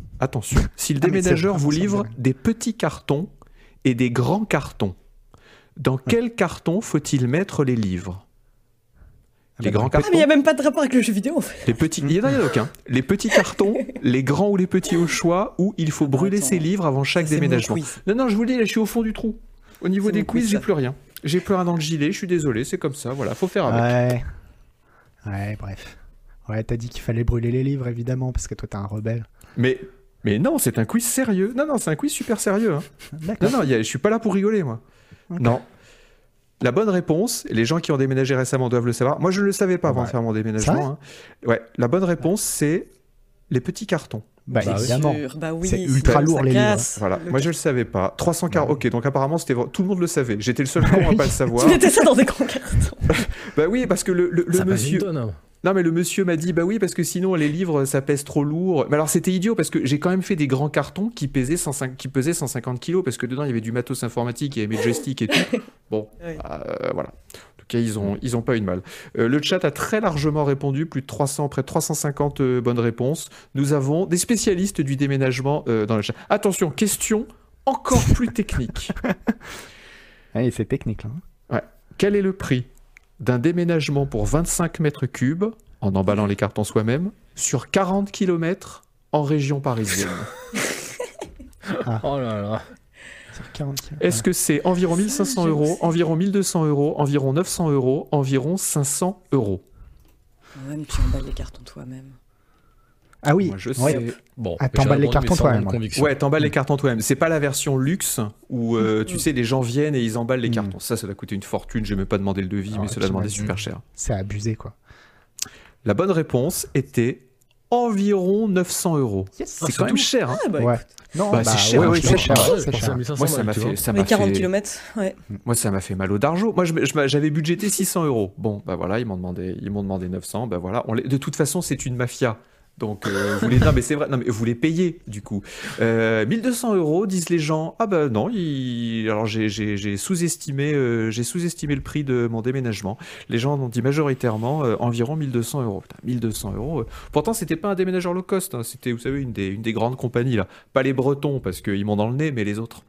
vous livre des petits cartons et des grands cartons, dans quel carton faut-il mettre les livres ? Les grands cartons. Mais il n'y a même pas de rapport avec le jeu vidéo en fait. Les petits, il y en a aucun. Les petits cartons, les grands ou les petits au choix, où il faut brûler ses livres avant chaque déménagement. Non, je vous le dis, là, je suis au fond du trou. Au niveau des quiz, j'ai plus rien. J'ai plus rien dans le gilet, je suis désolé, c'est comme ça, voilà, faut faire avec. Ouais, bref. Ouais, t'as dit qu'il fallait brûler les livres, évidemment, parce que toi, t'es un rebelle. Mais non, c'est un quiz sérieux. Non, c'est un quiz super sérieux. Hein. D'accord. Non, je suis pas là pour rigoler, moi. Okay. Non. La bonne réponse, et les gens qui ont déménagé récemment doivent le savoir. Moi, je ne le savais pas avant de faire mon déménagement. Hein. Ouais, la bonne réponse, c'est les petits cartons. Évidemment. Oui, c'est ultra lourd les livres. Voilà. Moi, je ne le savais pas. 340. Ok, donc apparemment, tout le monde le savait. J'étais le seul con à pas le savoir. Tu mettais ça dans des grands cartons. Oui, parce que le monsieur. Tonne. Non, mais le monsieur m'a dit, oui, parce que sinon, les livres, ça pèse trop lourd. Mais alors, c'était idiot, parce que j'ai quand même fait des grands cartons qui pesaient 150 kilos, parce que dedans, il y avait du matos informatique, il y avait mes joysticks et tout. Bon, voilà. En tout cas, ils ont pas eu de mal. Le chat a très largement répondu, plus de 300, près de 350 bonnes réponses. Nous avons des spécialistes du déménagement dans le chat. Attention, question encore plus technique. Oui, c'est technique, là. Ouais. Quel est le prix d'un déménagement pour 25 mètres cubes, en emballant les cartons soi-même, sur 40 km en région parisienne? Oh là là. Sur 40 km. Est-ce que c'est environ 1500 €, environ 1200 €, environ 900 €, environ 500 €? Ouais, mais tu emballes les cartons toi-même. Ah oui, moi, je sais. Bon, t'emballes les cartons toi-même. Ouais, t'emballes les cartons toi-même. C'est pas la version luxe où tu sais, les gens viennent et ils emballent les cartons. Ça doit coûter une fortune. J'ai même pas demandé le devis, mais ça doit demander super cher. C'est abusé, quoi. La bonne réponse était environ 900 €. Yes. C'est quand même cher. Hein. Ouais. Non, c'est cher. Ouais, c'est cher. Moi, ça m'a fait. Mais 40 km, ouais. Moi, ça m'a fait mal au darjo. Moi, j'avais budgété 600 €. Bon, voilà, ils m'ont demandé 900. Ben voilà. De toute façon, c'est une mafia. Donc, non, mais c'est vrai. Non, mais vous les payez, du coup. 1200 €, disent les gens. Ah ben non, alors j'ai sous-estimé le prix de mon déménagement. Les gens ont dit majoritairement environ 1200 €. Putain, 1200 €. Pourtant, c'était pas un déménageur low cost. Hein. C'était, vous savez, une des grandes compagnies, là. Pas les Bretons, parce qu'ils m'ont dans le nez, mais les autres.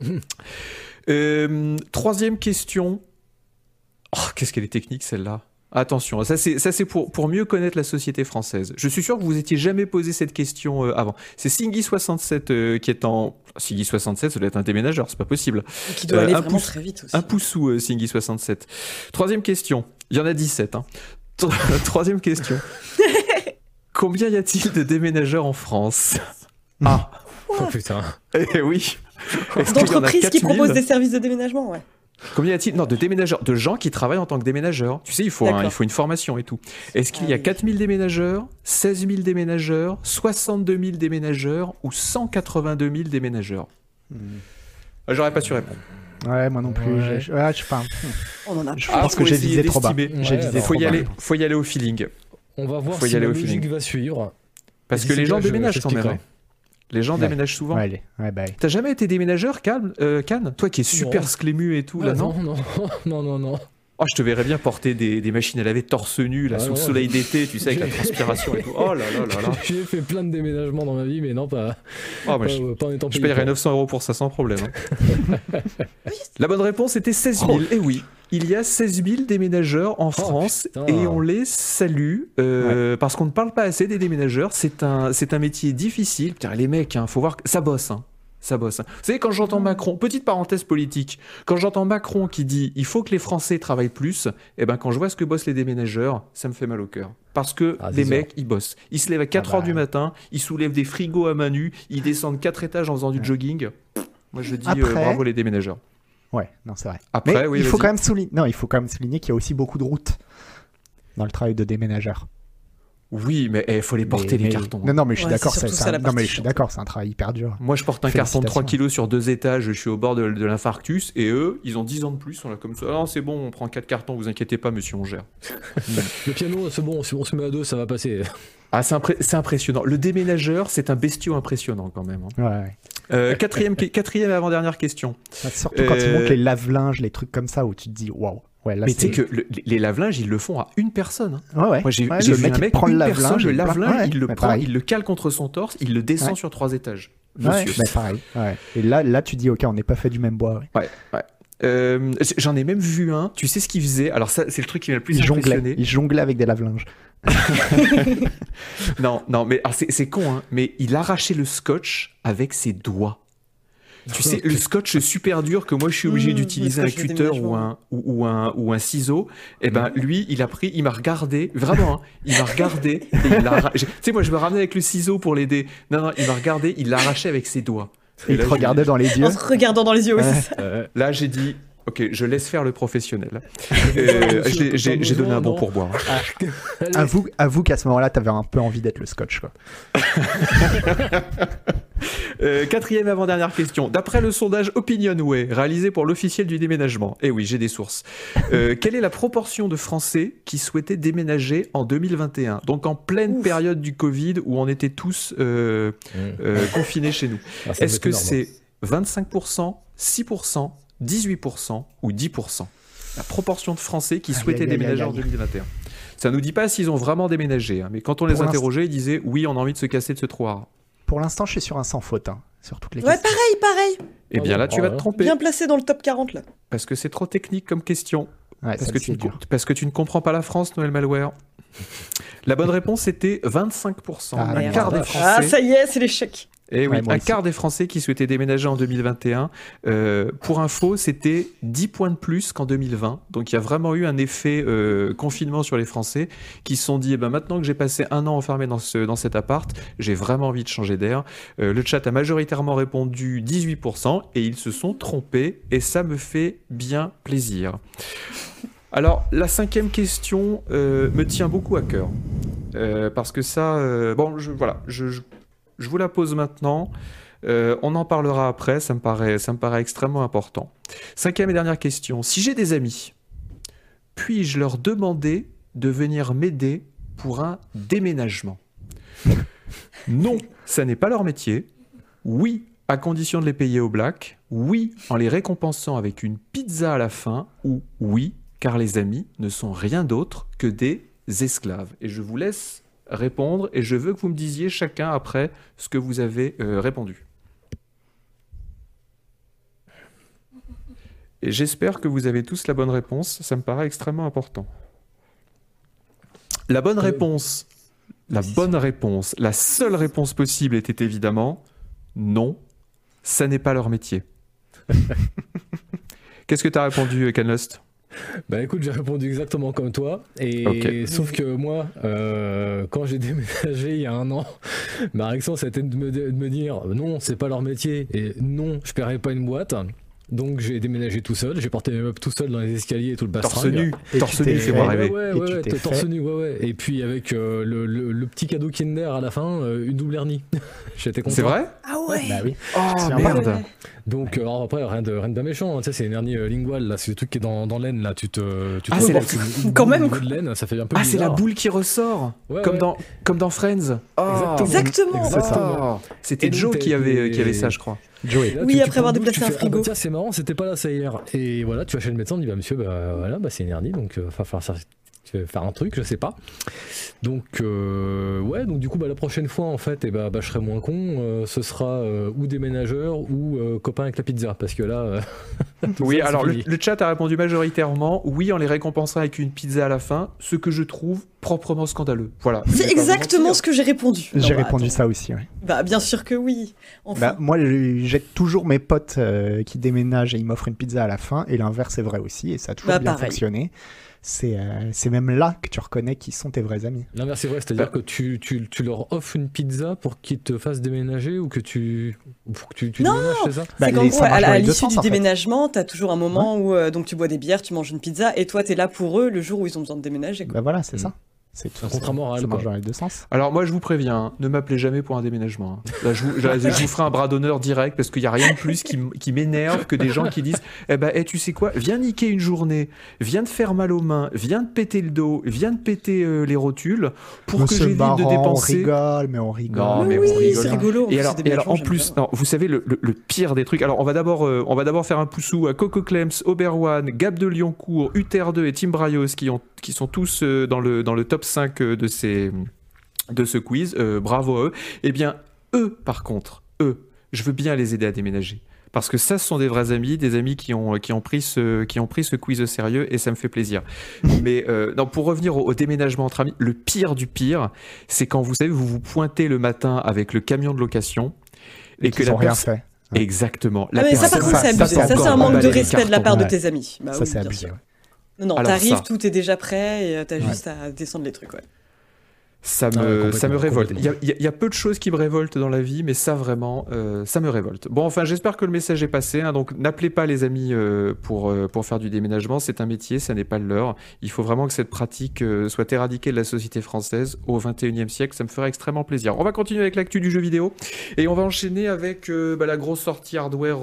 Troisième question. Oh, qu'est-ce qu'elle est technique, celle-là. Attention, ça c'est pour mieux connaître la société française. Je suis sûr que vous étiez jamais posé cette question avant. C'est Singy67 qui est en... Singy67, ça doit être un déménageur, c'est pas possible. Et qui doit aller vraiment très vite aussi. Un poussou, Singy67. Troisième question, il y en a 17. Hein. Troisième question. Combien y a-t-il de déménageurs en France? Ah Oh putain. Eh oui. D'entreprises qui proposent des services de déménagement, ouais. Combien y a-t-il de déménageurs, de gens qui travaillent en tant que déménageurs? Tu sais, il faut une formation et tout. Est-ce qu'il y a 4000 déménageurs, 16 000 déménageurs, 62 000 déménageurs ou 182 000 déménageurs? J'aurais pas su répondre. Ouais, moi non plus. Ouais. Je sais pas. On en a Je pense que j'ai visé trop bas. Faut y aller au feeling. On va voir si la logique va suivre. Parce que les gens déménagent quand même. Les gens déménagent souvent. T'as jamais été déménageur, Cannes? Toi qui es super sclému et tout, là, non? Non. Oh, je te verrais bien porter des machines à laver torse nu là, sous le soleil d'été, tu sais, avec la transpiration et tout. Oh là là là là. J'ai fait plein de déménagements dans ma vie, mais non, pas en étant je payé. paierais 900 € pour ça sans problème. Hein. La bonne réponse était 16 000. Et oui, il y a 16 000 déménageurs en France et on les salue parce qu'on ne parle pas assez des déménageurs. C'est un métier difficile. Putain, les mecs, faut voir, ça bosse. Ça bosse. Vous savez, quand j'entends Macron, petite parenthèse politique, quand j'entends Macron qui dit il faut que les Français travaillent plus, et ben quand je vois ce que bossent les déménageurs, ça me fait mal au cœur. Parce que les mecs, ils bossent. Ils se lèvent à 4h du matin, ils soulèvent des frigos à main nue, ils descendent 4 étages en faisant du jogging. Moi je dis bravo les déménageurs. Ouais, non, c'est vrai. Après, mais il faut quand même souligner qu'il y a aussi beaucoup de routes dans le travail de déménageur. Oui, mais il faut les porter les cartons. Non, mais je suis d'accord, c'est un travail hyper dur. Moi, je porte un carton de 3 kilos sur 2 étages, je suis au bord de l'infarctus, et eux, ils ont 10 ans de plus, on a comme ça. Non, c'est bon, on prend 4 cartons, vous inquiétez pas, monsieur, on gère. Le piano, c'est bon, si on se met à 2, ça va passer. Ah, c'est impressionnant. Le déménageur, c'est un bestiau impressionnant quand même. Ouais. Quatrième et avant-dernière question. Surtout quand ils montent les lave-linges, les trucs comme ça, où tu te dis waouh. Ouais, là, mais tu sais que les lave-linges, ils le font à une personne. Ouais. Moi, j'ai vu un mec prend le lave-linge, il le prend, il le cale contre son torse, il le descend sur 3 étages. Monsieur. Ouais, pareil. Ouais. Et là, tu dis, ok, on n'est pas fait du même bois. Ouais. J'en ai même vu un, tu sais ce qu'il faisait? Alors ça, c'est le truc qui m'a le plus impressionné. Il jonglait avec des lave-linges. non, mais c'est con, hein, mais il arrachait le scotch avec ses doigts. Tu sais, le scotch super dur que moi je suis obligé d'utiliser un cutter ou un ciseau, et ben lui, il m'a regardé, vraiment, il m'a regardé, et il l'a tu sais, moi je me ramenais avec le ciseau pour l'aider. Non, il m'a regardé, il l'a arraché avec ses doigts. Et il te regardait dans les yeux. En se regardant dans les yeux, oui, c'est ça. Là, j'ai dit, ok, je laisse faire le professionnel. J'ai donné un bon pourboire. Avoue qu'à ce moment-là, t'avais un peu envie d'être le scotch, quoi. Quatrième avant-dernière question. D'après le sondage OpinionWay réalisé pour l'officiel du déménagement, et oui, j'ai des sources, quelle est la proportion de Français qui souhaitaient déménager en 2021? Donc en pleine période du Covid où on était tous confinés chez nous. Est-ce que c'est 25%, 6%, 18% ou 10%? La proportion de Français qui souhaitaient déménager en 2021. Ça nous dit pas s'ils ont vraiment déménagé, hein, mais quand on les interrogeait, ils disaient oui, on a envie de se casser de ce trou. Pour l'instant, je suis sur un sans faute, sur toutes les questions. Ouais, pareil. Eh bien là, tu vas te tromper. Bien placé dans le top 40, là. Parce que c'est trop technique comme question. Ouais, parce que tu ne comprends pas la France, Noël Malware. La bonne réponse était 25%. Un quart des Français. Ah, ça y est, c'est l'échec. Et oui, un quart des Français qui souhaitaient déménager en 2021. Pour info, c'était 10 points de plus qu'en 2020. Donc il y a vraiment eu un effet confinement sur les Français qui se sont dit, maintenant que j'ai passé un an enfermé dans cet appart, j'ai vraiment envie de changer d'air. Le chat a majoritairement répondu 18% et ils se sont trompés et ça me fait bien plaisir. Alors, la 5e question me tient beaucoup à cœur. Parce que ça... Je vous la pose maintenant. On en parlera après. Ça me paraît extrêmement important. 5e et dernière question. Si j'ai des amis, puis-je leur demander de venir m'aider pour un déménagement? Non, ça n'est pas leur métier. Oui, à condition de les payer au black. Oui, en les récompensant avec une pizza à la fin. Ou oui, car les amis ne sont rien d'autre que des esclaves. Et je vous laisse répondre et je veux que vous me disiez chacun après ce que vous avez répondu. Et j'espère que vous avez tous la bonne réponse, ça me paraît extrêmement important. La bonne réponse, la seule réponse possible était évidemment non, ça n'est pas leur métier. Qu'est-ce que tu as répondu, Canlust? Bah écoute, j'ai répondu exactement comme toi, et sauf que moi, quand j'ai déménagé il y a un an, ma réaction c'était de me dire non, c'est pas leur métier, et non, je paierai pas une boîte. Donc j'ai déménagé tout seul, j'ai porté mes meubles tout seul dans les escaliers et tout le bastringue. Torse nu, fais-moi rêver. Ouais, torse nu, ouais. Et puis avec le petit cadeau Kinder à la fin, une double hernie. J'étais content. C'est vrai? Ah ouais. Bah oui. Oh merde. Donc alors après rien de pas méchant, tu sais, c'est une hernie linguale là, c'est le truc qui est dans l'aine là, tu c'est quand même de l'aine, ça fait un peu bizarre. C'est la boule qui ressort, comme dans Friends. Exactement. C'était Joe qui avait ça, je crois. Joey. Et là, Oui, tu après prends avoir une douche, déplacé tu un fais, frigo. tiens, c'est marrant, c'était pas là ça hier. Et voilà, tu vas chez le médecin, on dit bah monsieur, voilà, c'est une hernie, donc va falloir faire un truc, je sais pas. Donc ouais, donc du coup la prochaine fois en fait, je serai moins con, ce sera ou déménageur ou copain avec la pizza, parce que là. Oui, ça, alors c'est fini. le chat a répondu majoritairement oui, on les récompensera avec une pizza à la fin, ce que je trouve proprement scandaleux. Voilà. Je C'est vais pas vous exactement mentir. ce que j'ai répondu. J'ai Non, répondu attends. ça aussi. Ouais. Bah, bien sûr que oui. Enfin. Bah, moi, jette toujours mes potes qui déménagent et ils m'offrent une pizza à la fin, et l'inverse est vrai aussi, et ça a toujours Bah, bien pareil. fonctionné. C'est même là que tu reconnais qui sont tes vrais amis. L'inverse c'est vrai, c'est-à-dire que tu leur offres une pizza pour qu'ils te fassent déménager ou pour que tu Non, déménages, c'est ça? Bah, c'est qu'en ça gros, marche dans à les deux l'issue sens, du en fait. déménagement, t'as toujours un moment où donc tu bois des bières, tu manges une pizza, et toi t'es là pour eux le jour où ils ont besoin de déménager. Quoi. Bah voilà, c'est Mm. ça. C'est tout. Un contrat moral, Ça marche quoi. dans les deux sens. Alors moi je vous préviens, hein, ne m'appelez jamais pour un déménagement. Hein. Là, je vous ferai un bras d'honneur direct parce qu'il n'y a rien de plus qui m'énerve que des gens qui disent tu sais quoi, viens niquer une journée, viens te faire mal aux mains, viens te péter le dos, viens te péter les rotules pour Mais que c'est j'évite marrant, de dépenser. On rigole. Non, Oui, mais oui, on rigole. c'est rigolo. Et alors, ces déménagements, en j'aime plus, bien. non, vous savez le pire des trucs. Alors on va d'abord faire un poussou à Coco Clems, Oberwan, Gab de Lyoncourt, UTR2 et Tim Braios qui sont tous dans le top 5 de ce quiz. Bravo à eux. Eh bien, eux, par contre, je veux bien les aider à déménager. Parce que ça, ce sont des vrais amis, des amis qui ont pris ce quiz au sérieux, et ça me fait plaisir. Mais non, pour revenir au déménagement entre amis, le pire du pire, c'est quand vous savez, vous vous pointez le matin avec le camion de location Et qu'ils n'ont rien fait. Ouais. Exactement. Ah, mais ça, par contre, c'est abusé. Ça, c'est un manque de respect de la part de tes amis. Bah, Ça, oui, c'est bien abusé. sûr. Ouais. Non, Alors t'arrives, ça. tout est déjà prêt, et t'as juste à descendre les trucs. Ouais. Ça Ah ouais, me complètement, révolte. complètement. Il y a peu de choses qui me révoltent dans la vie, mais ça vraiment, ça me révolte. Bon, enfin, j'espère que le message est passé. Hein, donc, n'appelez pas les amis pour faire du déménagement. C'est un métier, ça n'est pas le leur. Il faut vraiment que cette pratique soit éradiquée de la société française au XXIe siècle. Ça me ferait extrêmement plaisir. On va continuer avec l'actu du jeu vidéo et on va enchaîner avec la grosse sortie hardware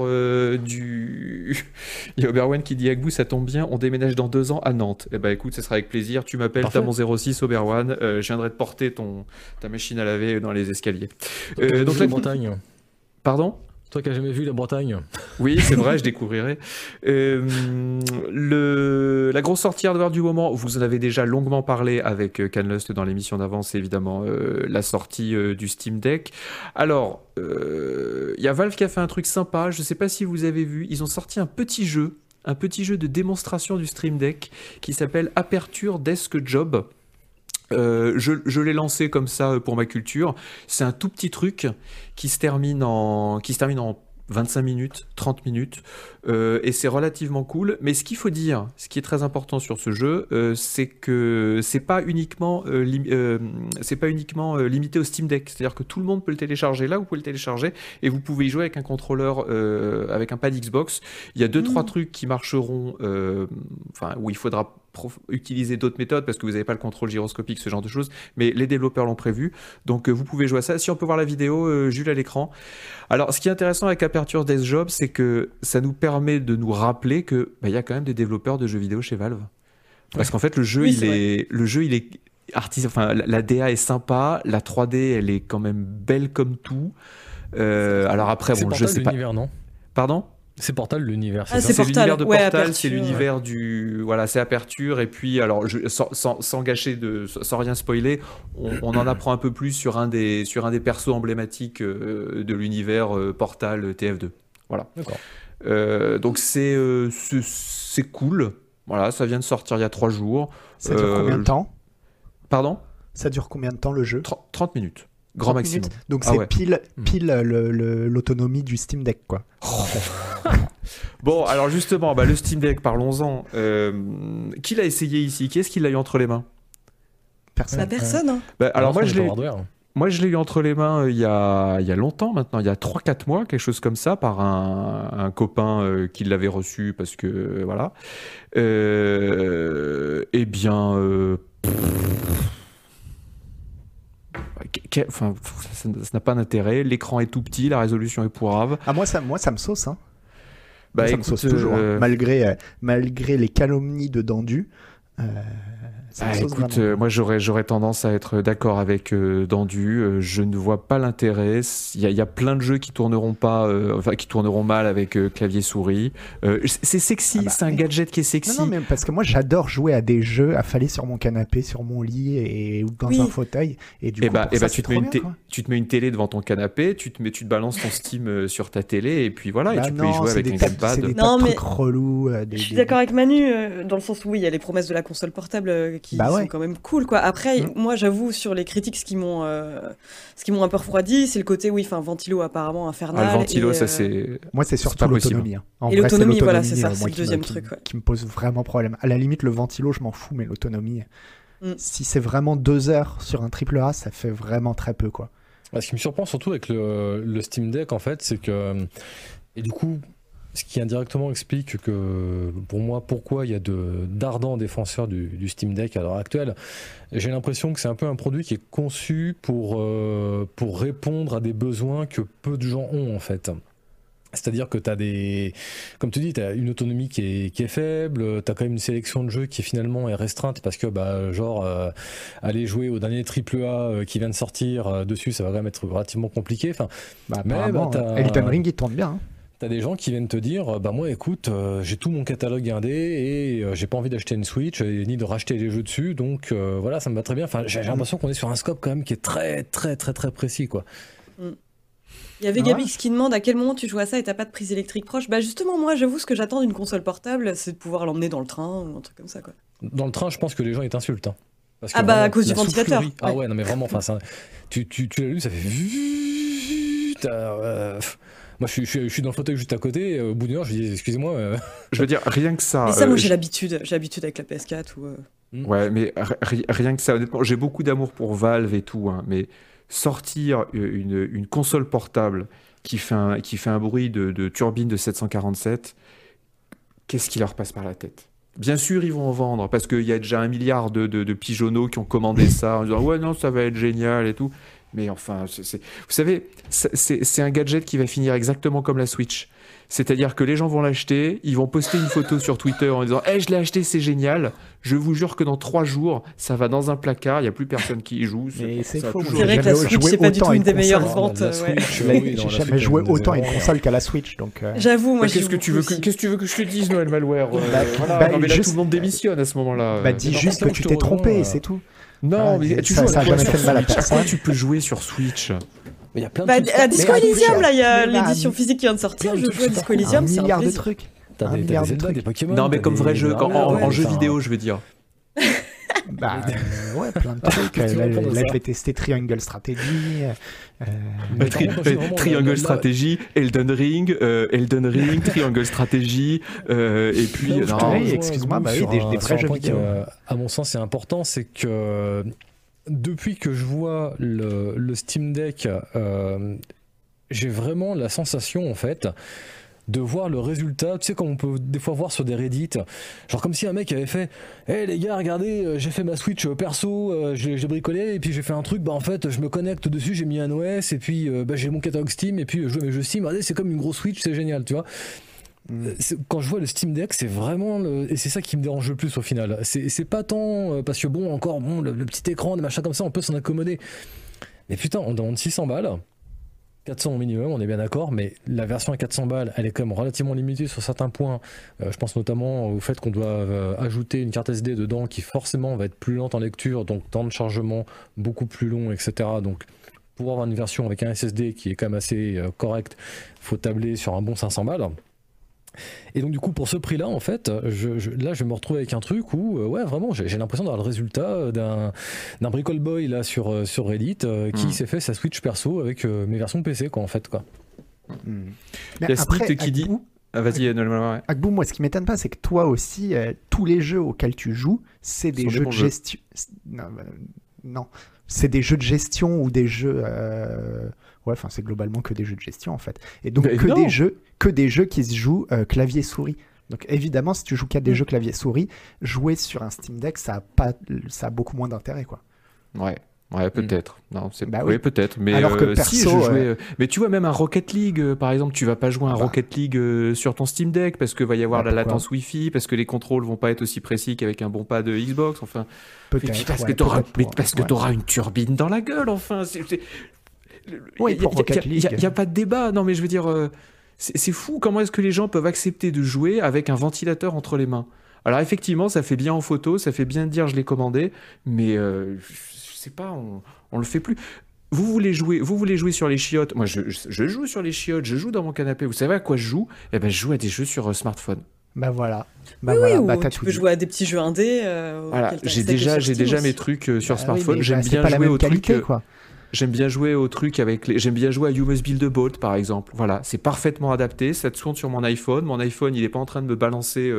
du. Il y a Oberwan qui dit Agbou, ça tombe bien, on déménage dans 2 ans à Nantes. Eh ben, écoute, ça sera avec plaisir. Tu m'appelles, Parfait. t'as mon 06 Oberwan. Je viendrai te porter ta machine à laver dans les escaliers. Donc la la Bretagne. Pardon? Toi qui n'as jamais vu la Bretagne. Oui, c'est vrai, je découvrirai. La grosse sortie hardware du moment, vous en avez déjà longuement parlé avec Canlust dans l'émission d'avant, c'est évidemment la sortie du Steam Deck. Alors, il y a Valve qui a fait un truc sympa, je ne sais pas si vous avez vu, ils ont sorti un petit jeu de démonstration du Steam Deck qui s'appelle Aperture Desk Job. Je l'ai lancé comme ça pour ma culture. C'est un tout petit truc qui se termine en 25 minutes, 30 minutes, et c'est relativement cool. Mais ce qu'il faut dire, ce qui est très important sur ce jeu, c'est que c'est pas uniquement limité au Steam Deck. C'est-à-dire que tout le monde peut le télécharger là, vous pouvez le télécharger, et vous pouvez y jouer avec un contrôleur, avec un pad Xbox. Il y a 2-3 trucs qui marcheront, où il faudra utiliser d'autres méthodes parce que vous n'avez pas le contrôle gyroscopique, ce genre de choses, mais les développeurs l'ont prévu, donc vous pouvez jouer à ça. Si on peut voir la vidéo, Jules à l'écran. Alors, ce qui est intéressant avec Aperture Desk Job, c'est que ça nous permet de nous rappeler que y a quand même des développeurs de jeux vidéo chez Valve, parce qu'en fait le jeu il est la DA est sympa, la 3D elle est quand même belle comme tout. Alors après C'est bon, je Portal sais pas. l'univers, non? Pardon? C'est Portal l'univers, c'est Ah, ça? c'est C'est Portal, l'univers de ouais, Portal, Aperture, c'est l'univers du... Voilà, c'est Aperture, et puis, alors, sans gâcher sans rien spoiler, on en apprend un peu plus sur un des persos emblématiques de l'univers Portal TF2. Voilà. D'accord. Donc c'est cool. Voilà, ça vient de sortir il y a 3 jours. Ça dure combien de temps? Pardon? Ça dure combien de temps le jeu? 30 minutes. Grand 30 maximum. minutes. Donc Ah c'est ouais. pile l'autonomie du Steam Deck, quoi. Bon, alors justement, le Steam Deck, parlons-en. Qui l'a essayé ici? Qui est-ce qui l'a eu entre les mains? Personne. La personne, hein. Alors moi, je l'ai... hardware. Moi, je l'ai eu entre les mains il y a longtemps maintenant, il y a 3-4 mois, quelque chose comme ça, par un copain qui l'avait reçu parce que, voilà. Eh bien... ça n'a pas d'intérêt, l'écran est tout petit, la résolution est pourrave. Ah, moi, ça me sauce, hein. Ça me Écoute, sauce toujours, hein. Malgré les calomnies de Dandu. Écoute, moi j'aurais tendance à être d'accord avec Dandu. Je ne vois pas l'intérêt. Il y a plein de jeux qui tourneront qui tourneront mal avec clavier souris. C'est sexy, c'est un gadget qui est sexy. Non, mais parce que moi j'adore jouer à des jeux affalés sur mon canapé, sur mon lit ou dans un fauteuil. Et du coup, tu te mets une télé devant ton canapé, tu te balances ton Steam sur ta télé et puis voilà, et tu peux y jouer avec un gamepad. C'est des tas de trucs relous. Je suis d'accord avec Manu dans le sens où il y a les promesses de la console portable qui sont quand même cool, quoi. Après, moi, j'avoue, sur les critiques, ce qui m'ont un peu refroidi, c'est le côté, ventilo apparemment infernal. Le ventilo, ça c'est... Moi, c'est surtout l'autonomie. Et l'autonomie, voilà, c'est ça, c'est le deuxième truc. Qui me pose vraiment problème. À la limite, le ventilo, je m'en fous, mais l'autonomie, si c'est vraiment 2 heures sur un AAA, ça fait vraiment très peu, quoi. Ce qui me surprend surtout avec le Steam Deck, en fait, c'est que... Et du coup... Ce qui indirectement explique que, pour moi, pourquoi il y a d'ardents défenseurs du Steam Deck à l'heure actuelle. J'ai l'impression que c'est un peu un produit qui est conçu pour répondre à des besoins que peu de gens ont, en fait. C'est-à-dire que comme tu dis, tu as une autonomie qui est faible, tu as quand même une sélection de jeux qui finalement est restreinte parce que, aller jouer au dernier AAA qui vient de sortir dessus, ça va quand même être relativement compliqué. Elden Ring, il tourne bien, hein. T'as des gens qui viennent te dire, moi écoute, j'ai tout mon catalogue indé et j'ai pas envie d'acheter une Switch ni de racheter les jeux dessus, donc voilà, ça me va très bien. Enfin, j'ai l'impression qu'on est sur un scope quand même qui est très très très très précis, quoi. Il y avait Gabix qui demande à quel moment tu joues à ça et t'as pas de prise électrique proche. Justement, moi j'avoue, ce que j'attends d'une console portable, c'est de pouvoir l'emmener dans le train ou un truc comme ça, quoi. Dans le train, je pense que les gens ils t'insultent, hein. Parce que à cause du ventilateur. Ah ouais, non mais vraiment, tu l'as lu, ça fait... Moi, je suis dans le fauteuil juste à côté. Au bout d'une heure, je dis excusez-moi. Je veux dire, rien que ça. Mais ça, moi, j'ai l'habitude. J'ai l'habitude avec la PS4 ou. Ouais, mais rien que ça. Honnêtement, j'ai beaucoup d'amour pour Valve et tout, hein, mais sortir une console portable qui fait un bruit de turbine de 747, qu'est-ce qui leur passe par la tête? Bien sûr, ils vont en vendre parce qu'il y a déjà 1 milliard de pigeonneaux qui ont commandé ça en disant ouais non, ça va être génial et tout. Mais enfin, vous savez, c'est un gadget qui va finir exactement comme la Switch. C'est-à-dire que les gens vont l'acheter, ils vont poster une photo sur Twitter en disant « Hey, je l'ai acheté, c'est génial !» Je vous jure que dans 3 jours, ça va dans un placard, il n'y a plus personne qui y joue. Mais c'est faux. C'est vrai que la Switch, c'est pas du tout une des meilleures ventes. J'ai jamais joué autant à une console qu'à la Switch. J'avoue, moi, qu'est-ce que tu veux que je te dise, Noël Malware? Non, mais là, tout le monde démissionne à ce moment-là. Dis juste que tu t'es trompé et c'est tout. Non, mais tu joues ça a jamais fait de mal à personne. Tu peux jouer sur Switch. Il y a plein de trucs. À Disco Elysium, là, il y a l'édition physique qui vient de sortir. Je joue à Disco Elysium, c'est un milliard de trucs. T'as des Zelda, des Pokémon. Non, mais comme vrai jeu, en jeu vidéo, je veux dire. Ouais, plein de trucs. Là, je vais tester Triangle Strategy. Triangle Strategy, Elden Ring, Triangle Strategy, et puis... excuse-moi, des vrais jeux vidéo. À mon sens, c'est important, c'est que depuis que je vois le Steam Deck, j'ai vraiment la sensation, en fait, de voir le résultat, tu sais, comme on peut des fois voir sur des Reddit, genre comme si un mec avait fait hey les gars, regardez, j'ai fait ma Switch perso, j'ai bricolé, et puis j'ai fait un truc, en fait, je me connecte dessus, j'ai mis un OS, et puis j'ai mon catalogue Steam, et puis je joue à mes jeux Steam, regardez, c'est comme une grosse Switch, c'est génial, tu vois. Quand je vois le Steam Deck, c'est vraiment et c'est ça qui me dérange le plus au final. C'est pas tant parce que le petit écran, des machins comme ça, on peut s'en accommoder. Mais putain, on demande 600 balles. 400 au minimum, on est bien d'accord, mais la version à 400 balles, elle est quand même relativement limitée sur certains points. Je pense notamment au fait qu'on doit ajouter une carte SD dedans qui forcément va être plus lente en lecture, donc temps de chargement beaucoup plus long, etc. Donc pour avoir une version avec un SSD qui est quand même assez correct, faut tabler sur un bon 500 balles. Et donc du coup pour ce prix là en fait je vais me retrouver avec un truc où vraiment j'ai l'impression d'avoir le résultat d'un Bricole Boy là sur Reddit qui s'est fait sa Switch perso avec mes versions PC quoi en fait quoi. Il y a Split qui dit vas-y Agbou, moi ce qui m'étonne pas c'est que toi aussi tous les jeux auxquels tu joues c'est des jeux de gestion non c'est des jeux de gestion ou des jeux c'est globalement que des jeux de gestion en fait. Et donc que des jeux qui se jouent clavier souris. Donc évidemment si tu joues qu'à des jeux clavier souris, jouer sur un Steam Deck ça a beaucoup moins d'intérêt quoi. Ouais. Ouais, peut-être. Non, Bah oui, oui. peut-être. Mais Alors que si je perso, jouais, mais tu vois, même un Rocket League, par exemple, tu vas pas jouer un Rocket League sur ton Steam Deck parce que va y avoir Bah, la pourquoi latence Wi-Fi, parce que les contrôles vont pas être aussi précis qu'avec un bon pad de Xbox. Enfin, mais puis peut-être. parce ouais, que t'auras, peut-être mais pour- parce que ouais. t'auras une turbine dans la gueule. Enfin, Oui, pour Rocket il y League. a pas de débat. Non, mais je veux dire, c'est fou. Comment est-ce que les gens peuvent accepter de jouer avec un ventilateur entre les mains? Alors effectivement, ça fait bien en photo, ça fait bien de dire je l'ai commandé, mais je sais pas, on le fait plus. Vous voulez jouer sur les chiottes? Moi, je joue sur les chiottes, je joue dans mon canapé. Vous savez à quoi je joue? Eh ben, je joue à des jeux sur smartphone. Bah voilà. Oui, oui, ou t'as tu tout peux dit. jouer à des petits jeux indés. Voilà, auxquels t'as j'ai accès que déjà, sur j'ai Steam déjà aussi. mes trucs sur Bah oui, smartphone. mais J'aime bah, c'est bien pas la jouer même au truc. qualité, quoi. J'aime bien jouer au truc j'aime bien jouer à You Must Build a Boat, par exemple. Voilà, c'est parfaitement adapté. Ça tourne sur mon iPhone. Mon iPhone, il est pas en train de me balancer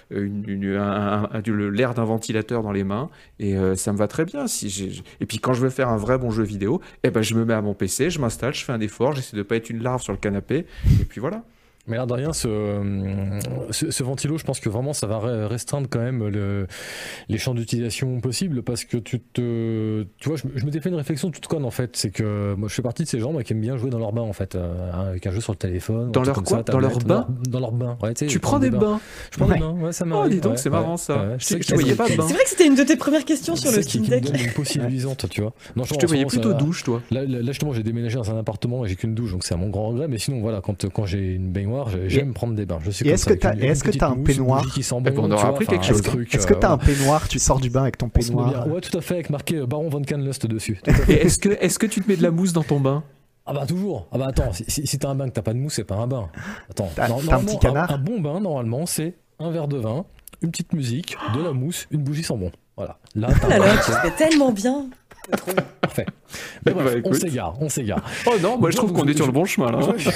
l'air d'un ventilateur dans les mains. Et ça me va très bien. Et puis quand je veux faire un vrai bon jeu vidéo, eh ben, je me mets à mon PC, je m'installe, je fais un effort, j'essaie de pas être une larve sur le canapé. Et puis voilà. Mais l'air de rien, ce ventilo, je pense que vraiment ça va restreindre quand même les champs d'utilisation possibles, parce que tu vois, je m'étais fait une réflexion toute conne en fait, c'est que moi je fais partie de ces gens qui aiment bien jouer dans leur bain en fait, avec un jeu sur le téléphone. Dans un truc leur comme quoi? ça, Dans leur tablette, bain? Dans leur bain. Ouais, Tu prends des bains? Je prends Ouais. des bains, ouais, ça Oh, m'arrive. dis donc, ouais, c'est marrant ça. ouais. Je te voyais pas de bain. C'est vrai que c'était une de tes premières questions sur le C'est ça Steam qui Deck. me donne une possibilisante, tu vois. Non, Je te voyais plutôt douche, toi. Là, justement, j'ai déménagé dans un appartement et j'ai qu'une douche, donc c'est à mon grand regret. Mais sinon, voilà, quand j'ai une baignoire, j'aime prendre des bains. Je sais Et est-ce que t'as un peignoir? on aura appris quelque chose. Est-ce que t'as un peignoir? Tu sors du bain avec ton peignoir? Ouais, tout à fait, avec marqué Baron von Canlust dessus. Et est-ce que tu te mets de la mousse dans ton bain? Ah bah toujours. Ah bah attends, si t'as un bain que t'as pas de mousse, c'est pas un bain. Attends, T'as un normalement, petit canard? un bon bain, normalement, c'est un verre de vin, une petite musique, de la mousse, une bougie sans bon. Voilà. Là, t'as un Alors, bain. tu fais tellement bien. C'est trop bien. Parfait. Mais bref, Bah, écoute. on s'égare. Oh non, moi je trouve qu'on est sur le bon chemin là. Donc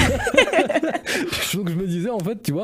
je me disais en fait, tu vois,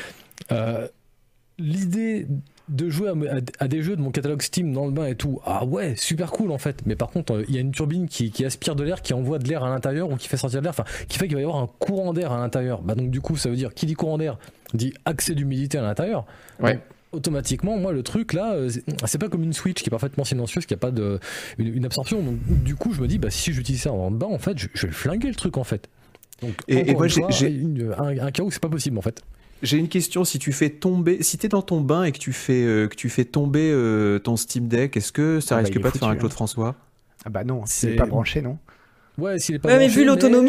l'idée de jouer à des jeux de mon catalogue Steam dans le bain et tout, ah ouais, super cool en fait. Mais par contre, il y a une turbine qui aspire de l'air, qui envoie de l'air à l'intérieur ou qui fait sortir de l'air, enfin, qui fait qu'il va y avoir un courant d'air à l'intérieur. Bah donc du coup, ça veut dire, qui dit courant d'air dit accès d'humidité à l'intérieur. Ouais. Donc, automatiquement, moi, le truc là, c'est pas comme une Switch qui est parfaitement silencieuse, qui a pas une absorption. Donc, du coup, je me dis, bah, si j'utilise ça en bas, en fait, je vais le flinguer le truc en fait. Donc, Et moi, un cas où c'est pas possible en fait. J'ai une question, si t'es dans ton bain et que tu fais tomber ton Steam Deck, est-ce que ça Ah bah, risque il est pas de faire un foutu, Claude François? Ah bah non, C'est- c'est pas branché, non? Ouais, s'il est pas Ouais, mais branché, vu l'autonomie,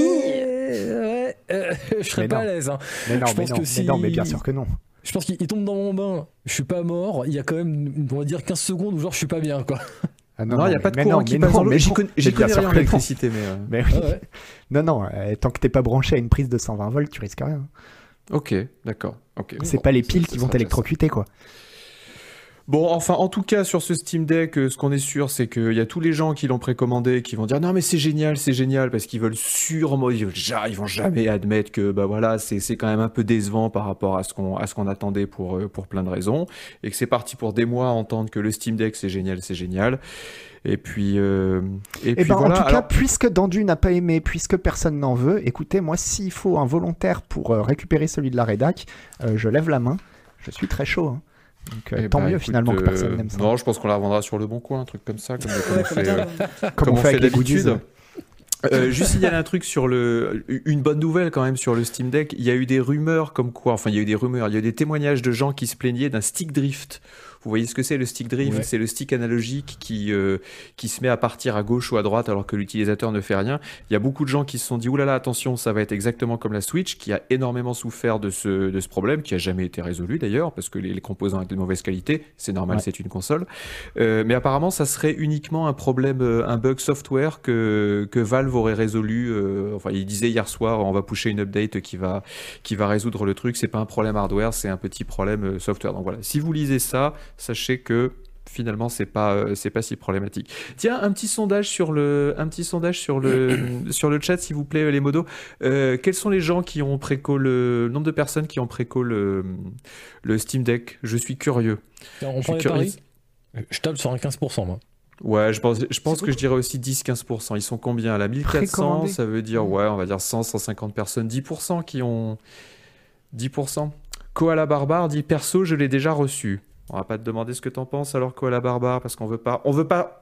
je serais Mais pas non. à l'aise. Hein. Mais non, Je pense que mais si- non, mais bien sûr que non. Je pense qu'il tombe dans mon bain, je suis pas mort, il y a quand même, on va dire 15 secondes où genre je suis pas bien quoi. Ah Non, il n'y a pas de mais courant non, qui mais passe non, dans l'eau. mais J'y non. connais Mais bien rien sûr en que non. électricité, mais... Mais oui. Ouais. Non, tant que t'es pas branché à une prise de 120 volts, tu risques rien. Ok, d'accord. Okay. C'est Bon, pas les ça- piles ça qui sera vont déjà t'électrocuter, quoi. Bon, enfin, en tout cas, sur ce Steam Deck, ce qu'on est sûr, c'est qu'il y a tous les gens qui l'ont précommandé qui vont dire non, mais c'est génial, parce qu'ils veulent sûrement, ils vont jamais admettre que, bah voilà, c'est quand même un peu décevant par rapport à ce qu'on attendait pour plein de raisons, et que c'est parti pour des mois à entendre que le Steam Deck c'est génial. Et puis En voilà. tout cas, Alors, puisque Dandu n'a pas aimé, puisque personne n'en veut, écoutez, moi, s'il faut un volontaire pour récupérer celui de la rédac, je lève la main. Je suis très chaud. Hein. Donc, eh tant ben, mieux écoute, finalement que personne n'aime ça. Non, je pense qu'on la revendra sur le bon coin, un truc comme ça, comme Ouais, on comme fait. d'hab. Comme on fait avec les goodies. d'habitude. Juste signaler un truc sur une bonne nouvelle quand même sur le Steam Deck. Il y a eu des rumeurs comme quoi, enfin il y a eu des témoignages de gens qui se plaignaient d'un stick drift. Vous voyez ce que c'est le stick drift? Ouais. C'est le stick analogique qui se met à partir à gauche ou à droite alors que l'utilisateur ne fait rien. Il y a beaucoup de gens qui se sont dit oulala, attention, ça va être exactement comme la Switch, qui a énormément souffert de ce problème, qui a jamais été résolu d'ailleurs parce que les composants étaient de mauvaise qualité. C'est normal, Ouais. c'est une console. Mais apparemment, ça serait uniquement un problème, un bug software que Valve aurait résolu. Enfin, il disait hier soir, on va pusher une update qui va résoudre le truc. C'est pas un problème hardware, c'est un petit problème software. Donc voilà, si vous lisez ça, sachez que finalement c'est pas si problématique. Tiens, un petit sondage sur le sur le chat s'il vous plaît les modos. Quels sont les gens qui ont préco le nombre de personnes qui ont préco le Steam Deck? Je suis curieux. On Je prend les suis paris. Je tape sur un 15% moi. Ouais, je pense que je dirais aussi 10-15%. Ils sont combien là? 1400, Précommandés. ça veut dire, ouais, on va dire 100-150 personnes. 10% qui ont... 10%. Koala Barbare dit, perso, je l'ai déjà reçu. On va pas te demander ce que t'en penses alors, Koala Barbare, parce qu'on veut pas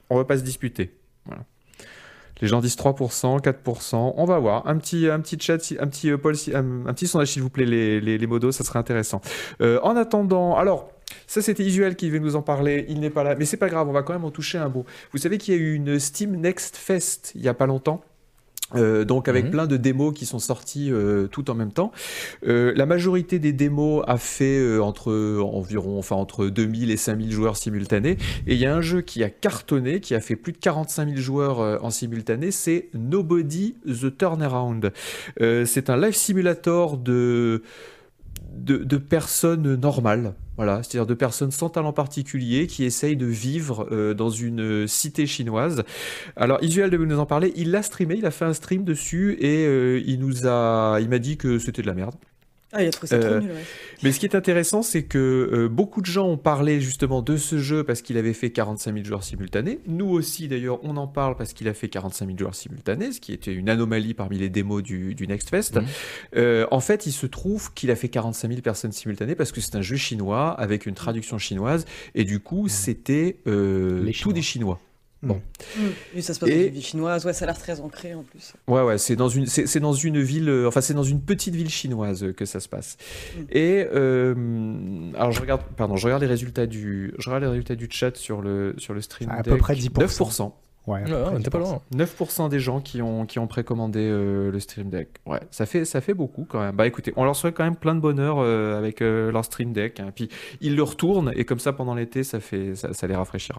on va pas se disputer. Voilà. Les gens disent 3%, 4%, on va voir. Un petit chat, un petit sondage s'il vous plaît, les modos, ça serait intéressant. En attendant, alors, ça c'était Isuel qui devait nous en parler, il n'est pas là, mais c'est pas grave, on va quand même en toucher un bout. Vous savez qu'il y a eu une Steam Next Fest il y a pas longtemps. Donc avec plein de démos qui sont sorties tout en même temps. La majorité des démos a fait entre 2000 et 5000 joueurs simultanés. Et il y a un jeu qui a cartonné, qui a fait plus de 45 000 joueurs en simultané, c'est Nobody the Turnaround. C'est un live simulator de personnes normales. Voilà, c'est-à-dire de personnes sans talent particulier qui essayent de vivre dans une cité chinoise. Alors, Isuel devait nous en parler. Il l'a streamé, il a fait un stream dessus et il m'a dit que c'était de la merde. Ah, il a trouvé ça trop nul, ouais. Mais ce qui est intéressant, c'est que beaucoup de gens ont parlé justement de ce jeu parce qu'il avait fait 45 000 joueurs simultanés. Nous aussi, d'ailleurs, on en parle parce qu'il a fait 45 000 joueurs simultanés, ce qui était une anomalie parmi les démos du Next Fest. En fait, il se trouve qu'il a fait 45 000 personnes simultanées parce que c'est un jeu chinois avec une traduction chinoise et du coup, c'était tout des Chinois. Bon. Et ça se passe dans une ville chinoise, ouais, ça a l'air très ancré en plus. Ouais, c'est dans une ville, c'est dans une petite ville chinoise que ça se passe. Et alors je regarde les résultats du chat sur le Stream Deck. À peu près 10%. 9%. Ouais, t'es pas loin. 9% des gens qui ont précommandé le Stream Deck. Ouais, ça fait beaucoup quand même. Bah écoutez, on leur souhaite quand même plein de bonheur avec leur Stream Deck. Hein. Puis ils le retournent et comme ça pendant l'été, ça les rafraîchira.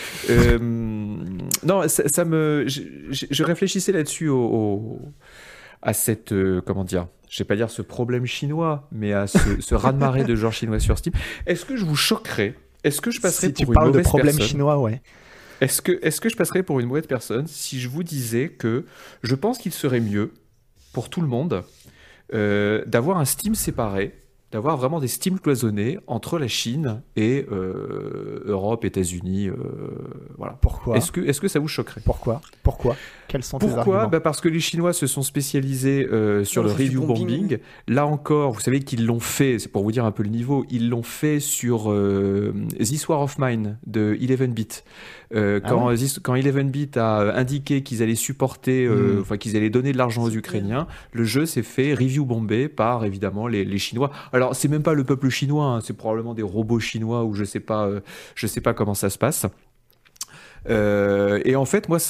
Non, je réfléchissais là-dessus à cette comment dire. Je vais pas dire ce problème chinois, mais à ce raz-de-marée de genre chinois sur Steam. Est-ce que je vous choquerais? Est-ce que je passerais pour une mauvaise personne? Si tu parles de problème chinois, ouais. Est-ce que je passerais pour une mauvaise personne si je vous disais que je pense qu'il serait mieux pour tout le monde d'avoir un Steam séparé, d'avoir vraiment des Steam cloisonnés entre la Chine et Europe, États-Unis, voilà. Pourquoi ? Est-ce que ça vous choquerait ? Pourquoi ? Quels sont tes Pourquoi ? arguments ? Parce que les Chinois se sont spécialisés sur le review bombing. Là encore, vous savez qu'ils l'ont fait, c'est pour vous dire un peu le niveau, ils l'ont fait sur This War of Mine de 11-bit. Quand 11-bit a indiqué qu'ils allaient supporter, qu'ils allaient donner de l'argent aux Ukrainiens, le jeu s'est fait review bombé par évidemment les Chinois. Alors c'est même pas le peuple chinois, hein, c'est probablement des robots chinois ou je sais pas comment ça se passe. Et en fait, moi,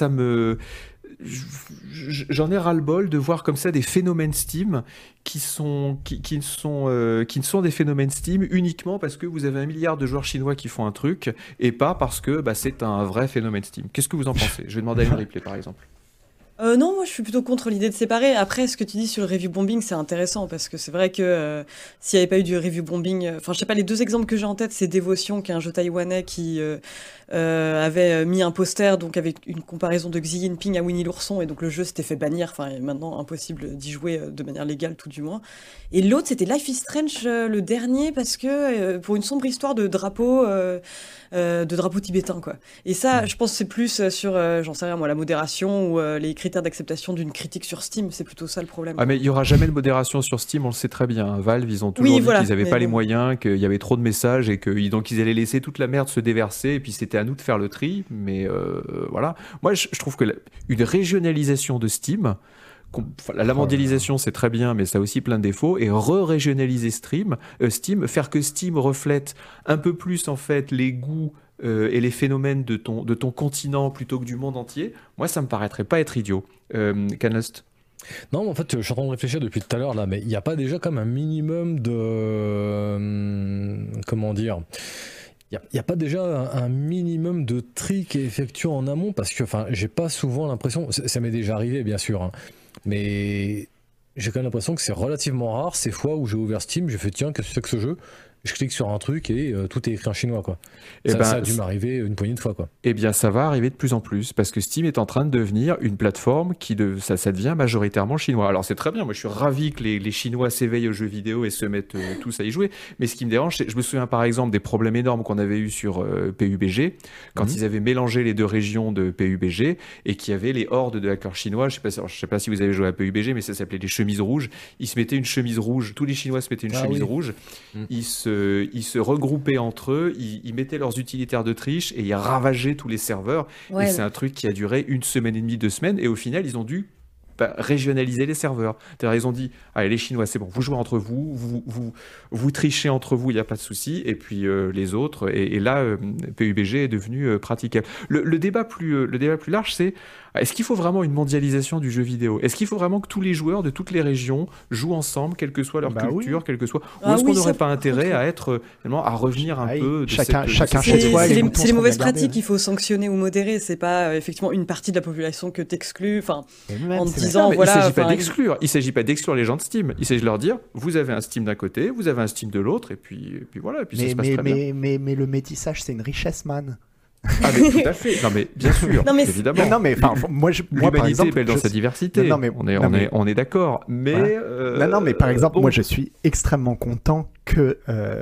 j'en ai ras-le-bol de voir comme ça des phénomènes Steam qui ne sont des phénomènes Steam uniquement parce que vous avez 1 milliard de joueurs chinois qui font un truc et pas parce que c'est un vrai phénomène Steam. Qu'est-ce que vous en pensez ? Je vais demander à une replay par exemple. Non, moi je suis plutôt contre l'idée de séparer. Après, ce que tu dis sur le review bombing, c'est intéressant parce que c'est vrai que s'il n'y avait pas eu du review bombing, je sais pas, les deux exemples que j'ai en tête, c'est Devotion, qui est un jeu taïwanais qui avait mis un poster donc avec une comparaison de Xi Jinping à Winnie l'ourson et donc le jeu s'était fait bannir. Enfin, maintenant impossible d'y jouer de manière légale, tout du moins. Et l'autre, c'était Life is Strange, le dernier, parce que pour une sombre histoire de drapeau tibétain, quoi. Et ça, je pense que c'est plus sur, j'en sais rien moi, la modération ou les critères d'acceptation d'une critique sur Steam, c'est plutôt ça le problème. Ah mais il n'y aura jamais de modération sur Steam, on le sait très bien. Valve, ils ont toujours dit qu'ils n'avaient pas les moyens, qu'il y avait trop de messages et donc ils allaient laisser toute la merde se déverser et puis c'était à nous de faire le tri. Mais voilà. Moi, je trouve que une régionalisation de Steam, la mondialisation c'est très bien, mais ça a aussi plein de défauts. Et re-régionaliser Steam, faire que Steam reflète un peu plus en fait les goûts et les phénomènes de ton continent plutôt que du monde entier, moi ça me paraîtrait pas être idiot. Canlust. Non, en fait, je suis en train de réfléchir depuis tout à l'heure là, mais il n'y a pas déjà comme un minimum de comment dire. Il n'y a pas déjà un minimum de tri qui est effectué en amont parce que j'ai pas souvent l'impression, ça m'est déjà arrivé bien sûr, hein, mais j'ai quand même l'impression que c'est relativement rare ces fois où j'ai ouvert Steam, j'ai fait tiens, qu'est-ce que c'est que ce jeu ? Je clique sur un truc et tout est écrit en chinois, quoi. Ça a dû m'arriver une poignée de fois, quoi. Eh bien, ça va arriver de plus en plus parce que Steam est en train de devenir une plateforme ça devient majoritairement chinois. Alors, c'est très bien. Moi, je suis ravi que les Chinois s'éveillent aux jeux vidéo et se mettent tous à y jouer. Mais ce qui me dérange, c'est, je me souviens par exemple des problèmes énormes qu'on avait eu sur PUBG quand ils avaient mélangé les deux régions de PUBG et qu'il y avait les hordes de hackers chinois. Je sais pas si vous avez joué à PUBG, mais ça s'appelait les chemises rouges. Ils se mettaient une chemise rouge. Tous les Chinois se mettaient une chemise rouge. Ils se se regroupaient entre eux, ils mettaient leurs utilitaires de triche et ils ravageaient tous les serveurs. Ouais. Et c'est un truc qui a duré 1 semaine et demie, 2 semaines, et au final, ils ont dû régionaliser les serveurs. C'est-à-dire, ils ont dit, allez, les Chinois, c'est bon, vous jouez entre vous, vous trichez entre vous, il n'y a pas de souci, et puis les autres, et là, PUBG est devenu praticable. Le débat plus large, c'est, est-ce qu'il faut vraiment une mondialisation du jeu vidéo? Est-ce qu'il faut vraiment que tous les joueurs de toutes les régions jouent ensemble, quelle que soit leur culture, quelle que soit... Ou est-ce qu'on n'aurait pas intérêt à être, finalement, à revenir un peu de chacun C'est chez soi, les mauvaises pratiques qu'il faut sanctionner ou modérer, c'est pas effectivement une partie de la population que t'exclus, en disant il voilà... Il s'agit pas d'exclure les gens de Steam, il s'agit de leur dire, vous avez un Steam d'un côté, vous avez un Steam de l'autre, et puis voilà, et puis ça se passe très bien. Mais le métissage, c'est une richesse, man. Ah mais tout à fait, non mais bien sûr, évidemment. Non mais moi par exemple, est belle dans sa diversité. On est d'accord, mais non mais par exemple, moi je suis extrêmement content que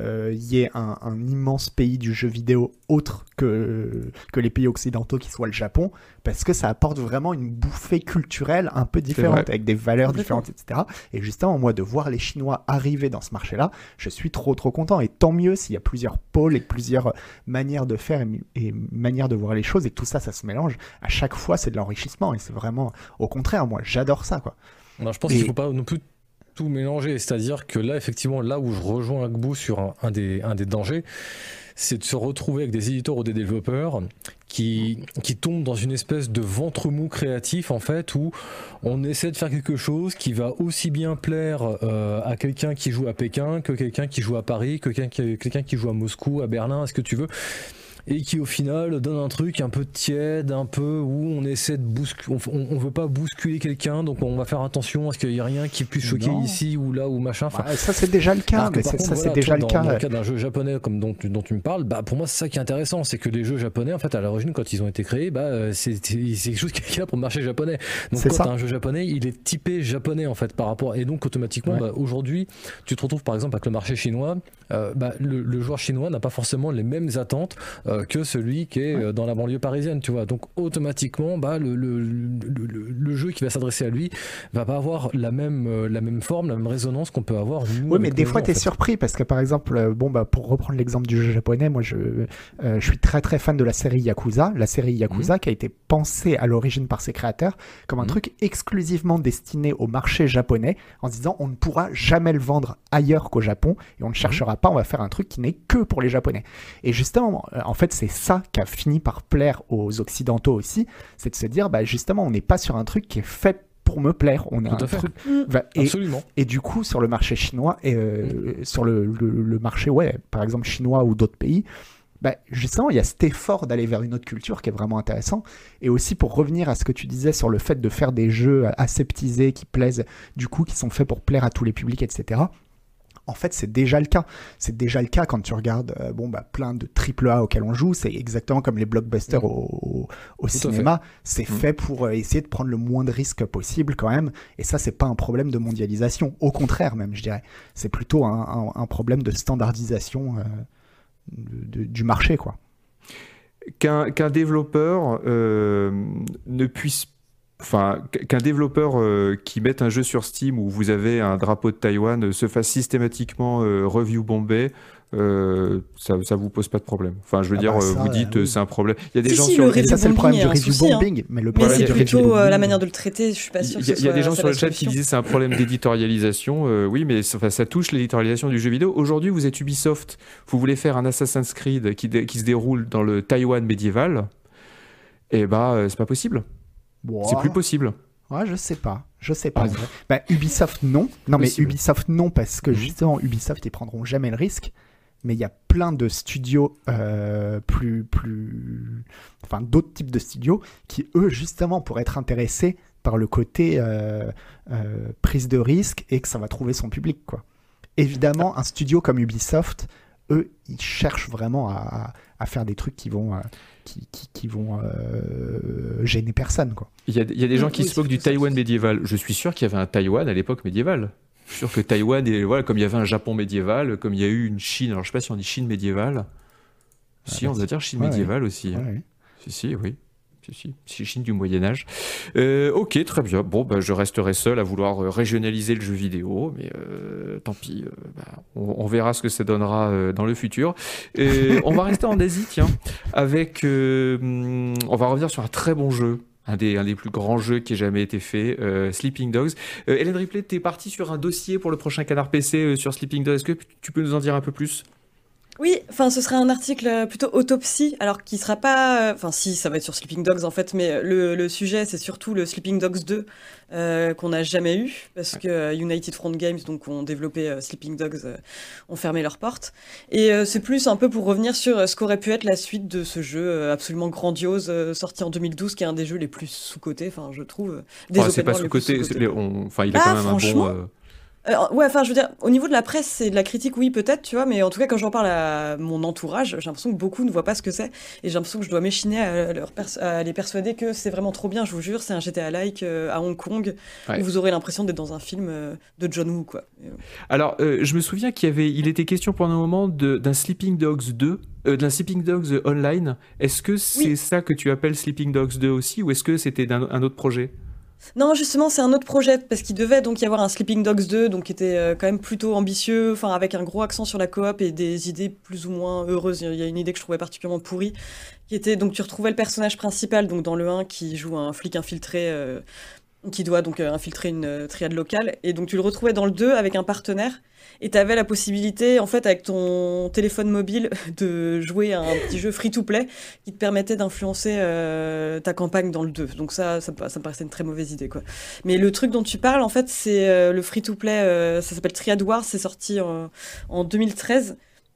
y ait un immense pays du jeu vidéo autre que les pays occidentaux qui soit le Japon, parce que ça apporte vraiment une bouffée culturelle un peu différente, avec des valeurs différentes, etc. Et justement, moi, de voir les Chinois arriver dans ce marché-là, je suis trop content. Et tant mieux s'il y a plusieurs pôles et plusieurs manières de faire et manières de voir les choses, et que tout ça se mélange. À chaque fois, c'est de l'enrichissement, et c'est vraiment, au contraire, moi, j'adore ça, quoi. Alors, je pense qu'il ne faut pas non plus tout mélanger, c'est-à-dire que là, effectivement, là où je rejoins Agbu sur un des dangers, c'est de se retrouver avec des éditeurs ou des développeurs qui tombent dans une espèce de ventre mou créatif, en fait, où on essaie de faire quelque chose qui va aussi bien plaire à quelqu'un qui joue à Pékin que quelqu'un qui joue à Paris, que quelqu'un qui joue à Moscou, à Berlin, ce que tu veux, et qui au final donne un truc un peu tiède, un peu où on essaie de bousculer, on veut pas bousculer quelqu'un, donc on va faire attention à ce qu'il y ait rien qui puisse choquer ici ou là ou machin. Ça c'est déjà le cas, mais c'est déjà le cas. Dans le cas d'un jeu japonais comme dont tu me parles, pour moi c'est ça qui est intéressant, c'est que les jeux japonais en fait à l'origine quand ils ont été créés, c'est quelque chose qui est là pour le marché japonais. Donc quand t'as un jeu japonais, il est typé japonais en fait par rapport, et donc automatiquement aujourd'hui tu te retrouves par exemple avec le marché chinois, le joueur chinois n'a pas forcément les mêmes attentes que celui qui est dans la banlieue parisienne, tu vois. Donc automatiquement, le jeu qui va s'adresser à lui va pas avoir la même forme, la même résonance qu'on peut avoir nous. Oui, mais des fois t'es surpris parce que par exemple, pour reprendre l'exemple du jeu japonais, moi je suis très très fan de la série Yakuza, qui a été pensée à l'origine par ses créateurs comme un truc exclusivement destiné au marché japonais, en se disant on ne pourra jamais le vendre ailleurs qu'au Japon et on ne cherchera pas, on va faire un truc qui n'est que pour les Japonais. Et justement, en fait, c'est ça qui a fini par plaire aux Occidentaux aussi, c'est de se dire, justement, on n'est pas sur un truc qui est fait pour me plaire. On a un truc... Absolument. Et du coup, sur le marché chinois, et sur le marché, par exemple, chinois ou d'autres pays, justement, il y a cet effort d'aller vers une autre culture qui est vraiment intéressant. Et aussi, pour revenir à ce que tu disais sur le fait de faire des jeux aseptisés qui plaisent, du coup, qui sont faits pour plaire à tous les publics, etc., en fait, c'est déjà le cas. C'est déjà le cas quand tu regardes plein de AAA auxquels on joue. C'est exactement comme les blockbusters au cinéma. C'est fait pour essayer de prendre le moins de risques possible quand même. Et ça, c'est pas un problème de mondialisation. Au contraire même, je dirais. C'est plutôt un problème de standardisation du marché, quoi. Qu'un développeur ne puisse qu'un développeur qui mette un jeu sur Steam où vous avez un drapeau de Taïwan se fasse systématiquement review bombé, ça vous pose pas de problème. Enfin, je veux dire, vous dites c'est un problème. Il y a des gens sur ça c'est le problème du review bombing, mais le problème c'est plutôt la manière de le traiter. Je suis pas sûr. Il y a des gens sur le chat qui disaient c'est un problème d'éditorialisation. Oui, mais ça touche l'éditorialisation du jeu vidéo. Aujourd'hui, vous êtes Ubisoft, vous voulez faire un Assassin's Creed qui se déroule dans le Taïwan médiéval, et c'est pas possible. C'est plus possible. Ouais, je sais pas. Ubisoft non. Non, mais Ubisoft non, parce que justement, Ubisoft, ils prendront jamais le risque. Mais il y a plein de studios d'autres types de studios qui, eux, justement, pourraient être intéressés par le côté prise de risque et que ça va trouver son public, quoi. Évidemment, un studio comme Ubisoft, eux, ils cherchent vraiment à faire des trucs qui vont gêner personne, quoi. Il y a des gens qui se moquent du Taïwan médiéval. Je suis sûr qu'il y avait un Taïwan à l'époque médiévale. Je suis sûr que Taïwan, comme il y avait un Japon médiéval, comme il y a eu une Chine, alors je ne sais pas si on dit Chine médiévale. Si, on va dire Chine médiévale aussi. Ouais. Si, oui. Si, Chine du Moyen-Âge. Ok, très bien. Bon, bah, je resterai seul à vouloir régionaliser le jeu vidéo, mais tant pis. On verra ce que ça donnera dans le futur. On va rester en Asie, tiens, avec. On va revenir sur un très bon jeu. Un des plus grands jeux qui ait jamais été fait, Sleeping Dogs. Hélène Ripley, t'es partie sur un dossier pour le prochain Canard PC sur Sleeping Dogs. Est-ce que tu peux nous en dire un peu plus ? Oui, enfin, ce sera un article plutôt autopsie, alors qui sera pas. Enfin, si, ça va être sur Sleeping Dogs en fait, mais le sujet, c'est surtout le Sleeping Dogs 2 qu'on n'a jamais eu, parce que United Front Games, donc, ont développé Sleeping Dogs, ont fermé leurs portes. Et c'est plus un peu pour revenir sur ce qu'aurait pu être la suite de ce jeu absolument grandiose, sorti en 2012, qui est un des jeux les plus sous-cotés, enfin, je trouve. C'est pas sous-coté, enfin, il a quand même un bon. Ouais, enfin, je veux dire, au niveau de la presse et de la critique, oui, peut-être, tu vois, mais en tout cas, quand j'en parle à mon entourage, j'ai l'impression que beaucoup ne voient pas ce que c'est, et j'ai l'impression que je dois m'échiner à les persuader que c'est vraiment trop bien, je vous jure, c'est un GTA-like à Hong Kong, où vous aurez l'impression d'être dans un film de John Woo, quoi. Alors, je me souviens il était question pendant un moment d'un Sleeping Dogs 2, d'un Sleeping Dogs Online. Est-ce que c'est ça que tu appelles Sleeping Dogs 2 aussi, ou est-ce que c'était un autre projet ? Non, justement, c'est un autre projet, parce qu'il devait donc y avoir un Sleeping Dogs 2, donc qui était quand même plutôt ambitieux, enfin avec un gros accent sur la coop et des idées plus ou moins heureuses. Il y a une idée que je trouvais particulièrement pourrie, qui était, donc tu retrouvais le personnage principal, donc dans le 1, qui joue un flic infiltré, qui doit donc infiltrer une triade locale, et donc tu le retrouvais dans le 2 avec un partenaire, et tu avais la possibilité, en fait, avec ton téléphone mobile, de jouer à un petit jeu free-to-play qui te permettait d'influencer ta campagne dans le 2. Donc ça me paraissait une très mauvaise idée, quoi. Mais le truc dont tu parles, en fait, c'est le free-to-play, ça s'appelle Triad Wars, c'est sorti en 2013.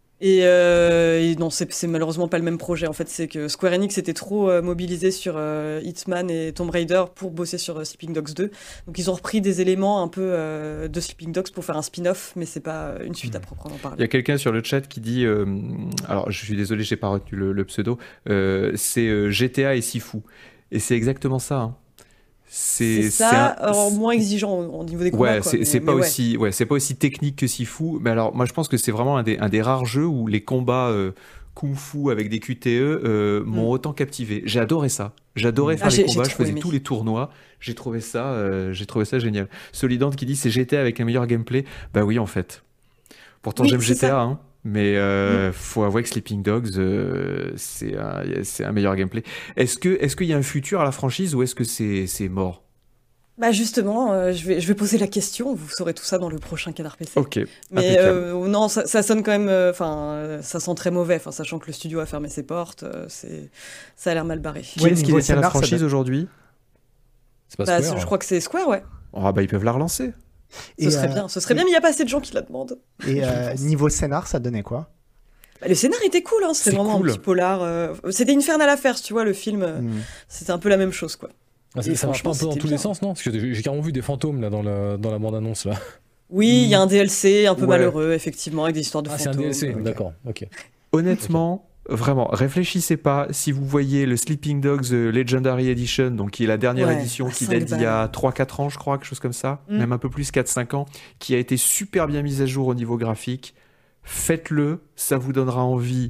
Et non, c'est malheureusement pas le même projet. En fait, c'est que Square Enix était trop mobilisé sur Hitman et Tomb Raider pour bosser sur Sleeping Dogs 2. Donc ils ont repris des éléments un peu de Sleeping Dogs pour faire un spin-off, mais c'est pas une suite à proprement parler. Il y a quelqu'un sur le chat qui dit, alors je suis désolé, j'ai pas retenu le pseudo, c'est GTA et Sifu. Et c'est exactement ça, hein. C'est ça, moins exigeant au niveau des combats. C'est pas aussi technique que Sifu, mais alors moi je pense que c'est vraiment un des rares jeux où les combats kung-fu avec des QTE m'ont autant captivé. J'ai adoré ça. J'adorais faire les combats, je faisais tous les tournois. J'ai trouvé ça génial. Solidante qui dit c'est GTA avec un meilleur gameplay. Bah oui en fait. Pourtant j'aime GTA, hein. Mais faut avouer que Sleeping Dogs, c'est un meilleur gameplay. Est-ce qu'il y a un futur à la franchise ou est-ce que c'est mort ? Bah justement, je vais poser la question. Vous saurez tout ça dans le prochain Canard PC. Ok. Mais non, ça sonne quand même. Ça sent très mauvais. Enfin, sachant que le studio a fermé ses portes, ça a l'air mal barré. Qui est-ce qui détient la franchise aujourd'hui ? C'est pas Square. Je crois que c'est Square, ouais. Ah bah ils peuvent la relancer. Ce serait bien, mais il n'y a pas assez de gens qui la demandent. Et niveau scénar, ça donnait quoi ? Le scénar était cool, hein. C'était vraiment cool. Un petit polar. C'était Infernal Affairs, tu vois, le film. C'était un peu la même chose, quoi. Ça marche pas un peu dans tous les sens, non ? Parce que j'ai carrément vu des fantômes là, dans la bande-annonce. Là. Oui, il y a un DLC un peu malheureux, effectivement, avec des histoires de fantômes. C'est un DLC, d'accord. Ok. Honnêtement, vraiment, réfléchissez pas. Si vous voyez le Sleeping Dogs Legendary Edition, donc qui est la dernière édition qui date d'il y a 3-4 ans, je crois, quelque chose comme ça, même un peu plus, 4-5 ans, qui a été super bien mise à jour au niveau graphique, faites-le, ça vous donnera envie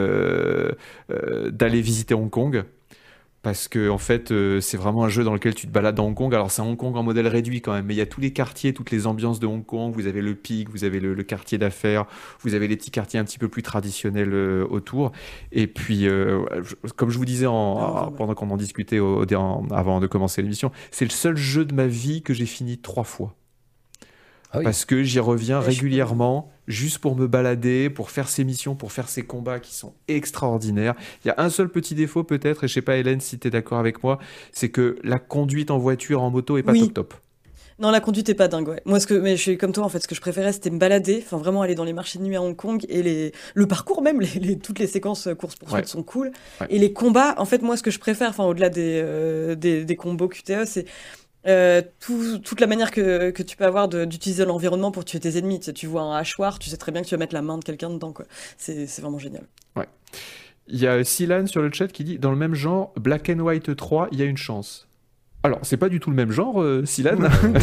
d'aller visiter Hong Kong. Parce que en fait, c'est vraiment un jeu dans lequel tu te balades dans Hong Kong. Alors c'est Hong Kong en modèle réduit quand même, mais il y a tous les quartiers, toutes les ambiances de Hong Kong. Vous avez le Pic, vous avez le quartier d'affaires, vous avez les petits quartiers un petit peu plus traditionnels autour. Et puis, comme je vous disais pendant qu'on en discutait avant de commencer l'émission, c'est le seul jeu de ma vie que j'ai fini 3 fois. Ah oui. Parce que j'y reviens régulièrement, juste pour me balader, pour faire ces missions, pour faire ces combats qui sont extraordinaires. Il y a un seul petit défaut peut-être, et je sais pas Hélène si tu es d'accord avec moi, c'est que la conduite en voiture, en moto est pas top. Non, la conduite est pas dingue, ouais. Moi, mais je suis comme toi, en fait, ce que je préférais, c'était me balader, enfin vraiment aller dans les marchés de nuit à Hong Kong, et le parcours même, toutes les séquences course-poursuite sont cool. Ouais. Et les combats, en fait, moi, ce que je préfère, enfin au-delà des combos QTE, c'est toute la manière que tu peux avoir d'utiliser l'environnement pour tuer tes ennemis. Tu vois un hachoir, tu sais très bien que tu vas mettre la main de quelqu'un dedans, quoi. C'est vraiment génial. Ouais. Il y a Silan sur le chat qui dit dans le même genre, Black and White 3, il y a une chance. Alors, c'est pas du tout le même genre, Silan.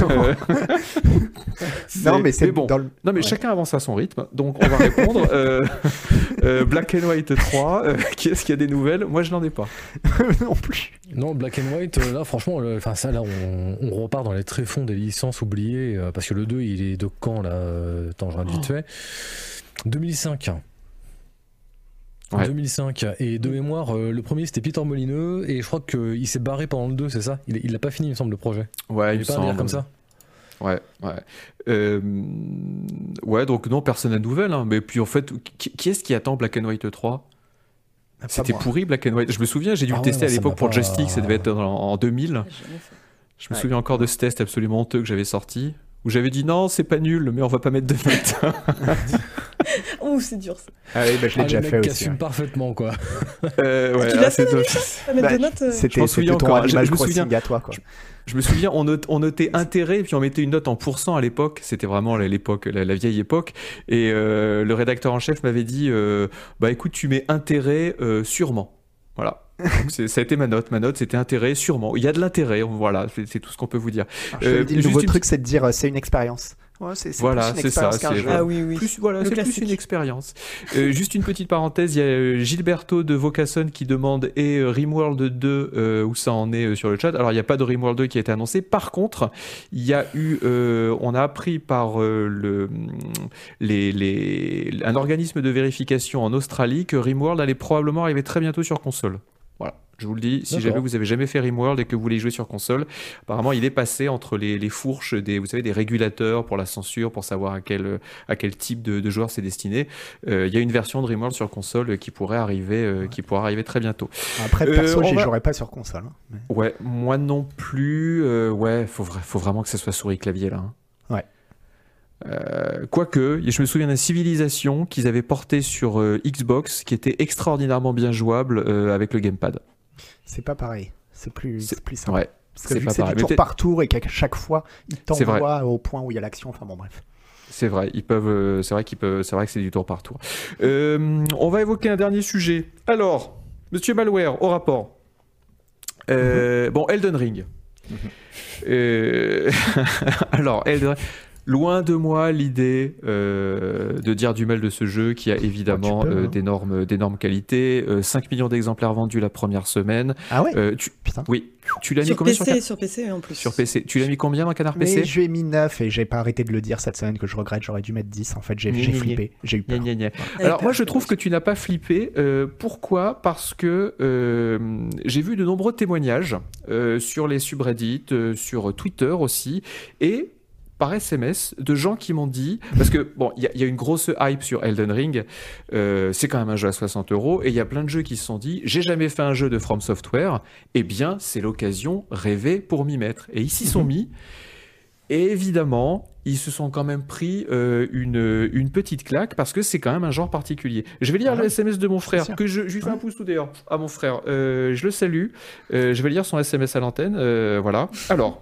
Non, mais c'est bon. dans le... Non, mais chacun avance à son rythme. Donc, on va répondre. Black and White 3, qui est-ce qu'il y a des nouvelles? Moi, je n'en ai pas. non plus. Non, Black and White, là, franchement, ça, là, on repart dans les tréfonds des licences oubliées, parce que le 2, il est de quand, là? Attends, je regarde vite fait. 2005. Ouais. 2005. Et de mémoire, le premier, c'était Peter Molineux, et je crois qu'il s'est barré pendant le 2, c'est ça? Il l'a pas fini, il me semble, le projet. Ouais, Il est pas un délire comme ça? Ouais. Ouais, donc non, personne n'a de nouvelles. Hein. Mais puis en fait, qui est-ce qui attend Black and White 3? C'était pourri Black and White. Je me souviens, j'ai dû le tester à l'époque pour Joystick, ça devait être en 2000. Je me souviens encore de ce test absolument honteux que j'avais sorti, où j'avais dit non, c'est pas nul, mais on va pas mettre de notes. Ouh, c'est dur ça. Ah oui, je l'ai déjà fait aussi. Assume parfaitement, quoi. Ouais, tu l'as fait, pas mettre de notes C'était ton Animal Crossing à toi, quoi. Je me souviens, on notait intérêt, puis on mettait une note en pourcent à l'époque. C'était vraiment l'époque, la vieille époque. Et le rédacteur en chef m'avait dit, bah écoute, tu mets intérêt sûrement. Voilà. Donc ça a été ma note. Ma note, c'était intérêt sûrement. Il y a de l'intérêt, voilà, c'est tout ce qu'on peut vous dire. Alors, je te dis, le nouveau truc, c'est de dire, c'est une expérience. Ouais, c'est voilà, plus une expérience qu'un jeu. Ah oui. Plus, voilà, c'est plus une expérience. Juste une petite parenthèse, il y a Gilberto de Vocasson qui demande et Rimworld 2 où ça en est sur le chat. Alors il n'y a pas de Rimworld 2 qui a été annoncé. Par contre, il y a eu, on a appris par un organisme de vérification en Australie que Rimworld allait probablement arriver très bientôt sur console. Voilà. Je vous le dis, si jamais vous avez jamais fait Rimworld et que vous voulez y jouer sur console, apparemment il est passé entre les fourches des régulateurs pour la censure, pour savoir à quel type de joueur c'est destiné. Il y a une version de Rimworld sur console qui pourrait arriver très bientôt. Après, perso, j'y jouerai pas sur console. Hein, mais... Ouais, moi non plus. Ouais, faut vraiment que ça soit souris clavier là. Hein. Ouais. Quoique, je me souviens d'une Civilization qu'ils avaient porté sur Xbox qui était extraordinairement bien jouable avec le gamepad. C'est pas pareil, c'est plus simple. Ouais, parce que vu que c'est du tour par tour et qu'à chaque fois, ils t'envoient au point où il y a l'action, enfin bon bref. C'est vrai, c'est vrai que c'est du tour par tour. On va évoquer un dernier sujet. Alors, Monsieur Malware, au rapport. Bon, Elden Ring. Alors, Elden Ring... Loin de moi l'idée de dire du mal de ce jeu qui a évidemment d'énormes qualités. 5 millions d'exemplaires vendus la première semaine. Ah ouais Putain. Oui. Tu l'as mis combien sur PC en plus. Sur PC. Tu l'as mis combien dans Canard PC? Je lui ai mis 9 et j'ai pas arrêté de le dire cette semaine que je regrette. J'aurais dû mettre 10. En fait, j'ai flippé. J'ai eu peur. Alors moi je trouve que tu n'as pas flippé. Pourquoi? Parce que j'ai vu de nombreux témoignages sur les subreddits, sur Twitter aussi, et par SMS de gens qui m'ont dit, parce que bon, il y a une grosse hype sur Elden Ring, c'est quand même un jeu à 60€, et il y a plein de jeux qui se sont dit, j'ai jamais fait un jeu de From Software, eh bien c'est l'occasion rêvée pour m'y mettre. Et ils s'y sont mis, et évidemment, ils se sont quand même pris une petite claque, parce que c'est quand même un genre particulier. Je vais lire le SMS de mon frère, que je lui fais un pouce tout d'ailleurs à mon frère, je le salue, je vais lire son SMS à l'antenne, voilà. Alors,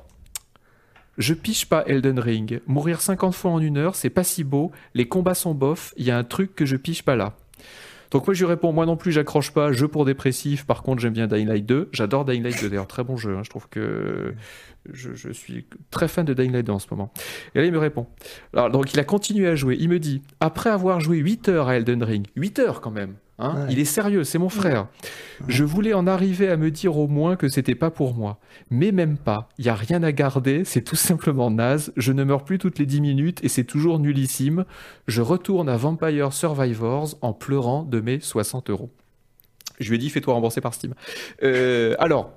je piche pas Elden Ring. Mourir 50 fois en 1 heure, c'est pas si beau. Les combats sont bof. Il y a un truc que je piche pas là. Donc moi je lui réponds, moi non plus j'accroche pas. Jeu pour dépressif. Par contre j'aime bien Dying Light 2. J'adore Dying Light 2 d'ailleurs. Très bon jeu. Hein. Je trouve que je suis très fan de Dying Light 2 en ce moment. Et là il me répond. Alors, donc il a continué à jouer. Il me dit, après avoir joué 8 heures à Elden Ring. 8 heures quand même. Hein, il est sérieux, c'est mon frère. Je voulais en arriver à me dire au moins que c'était pas pour moi. Mais même pas. Il y a rien à garder, c'est tout simplement naze. Je ne meurs plus toutes les 10 minutes et c'est toujours nullissime. Je retourne à Vampire Survivors en pleurant de mes 60€. Je lui ai dit, fais-toi rembourser par Steam. Alors...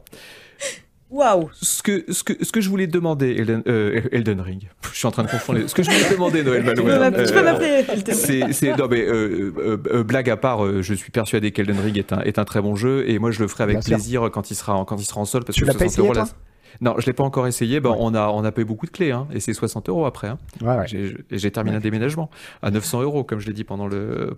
Waouh! Ce que je voulais demander, Elden Ring. Je suis en train de confondre. Ce que je voulais demander, Noël Malouin. Tu peux m'appeler. Non mais blague à part, je suis persuadé qu'Elden Ring est un très bon jeu et moi je le ferai avec plaisir quand il sera en solde parce que 60€. Non, je l'ai pas encore essayé. Ben, on a payé beaucoup de clés, hein, et c'est 60€ après. Hein. Ouais. J'ai terminé un déménagement à 900€, comme je l'ai dit pendant le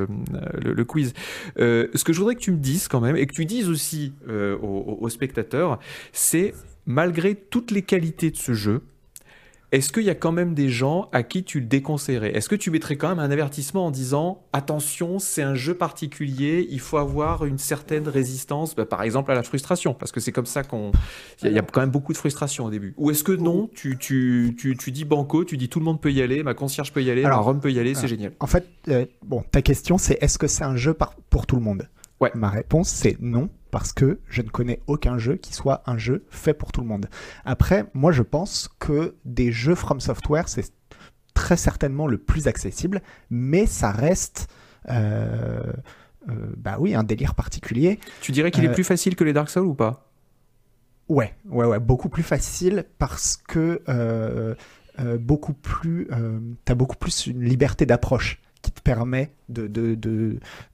quiz. Ce que je voudrais que tu me dises quand même, et que tu dises aussi aux spectateurs, c'est malgré toutes les qualités de ce jeu, est-ce qu'il y a quand même des gens à qui tu le déconseillerais? Est-ce que tu mettrais quand même un avertissement en disant attention, c'est un jeu particulier, il faut avoir une certaine résistance, par exemple à la frustration, parce que c'est comme ça il y a quand même beaucoup de frustration au début. Ou est-ce que non, tu dis banco, tu dis tout le monde peut y aller, ma concierge peut y aller, ma Rome peut y aller, c'est génial. En fait, ta question c'est est-ce que c'est un jeu pour tout le monde? Ouais. Ma réponse c'est non, parce que je ne connais aucun jeu qui soit un jeu fait pour tout le monde. Après, moi je pense que des jeux From Software, c'est très certainement le plus accessible, mais ça reste un délire particulier. Tu dirais qu'il est plus facile que les Dark Souls ou pas? Ouais, beaucoup plus facile parce que t'as beaucoup plus une liberté d'approche qui te permet de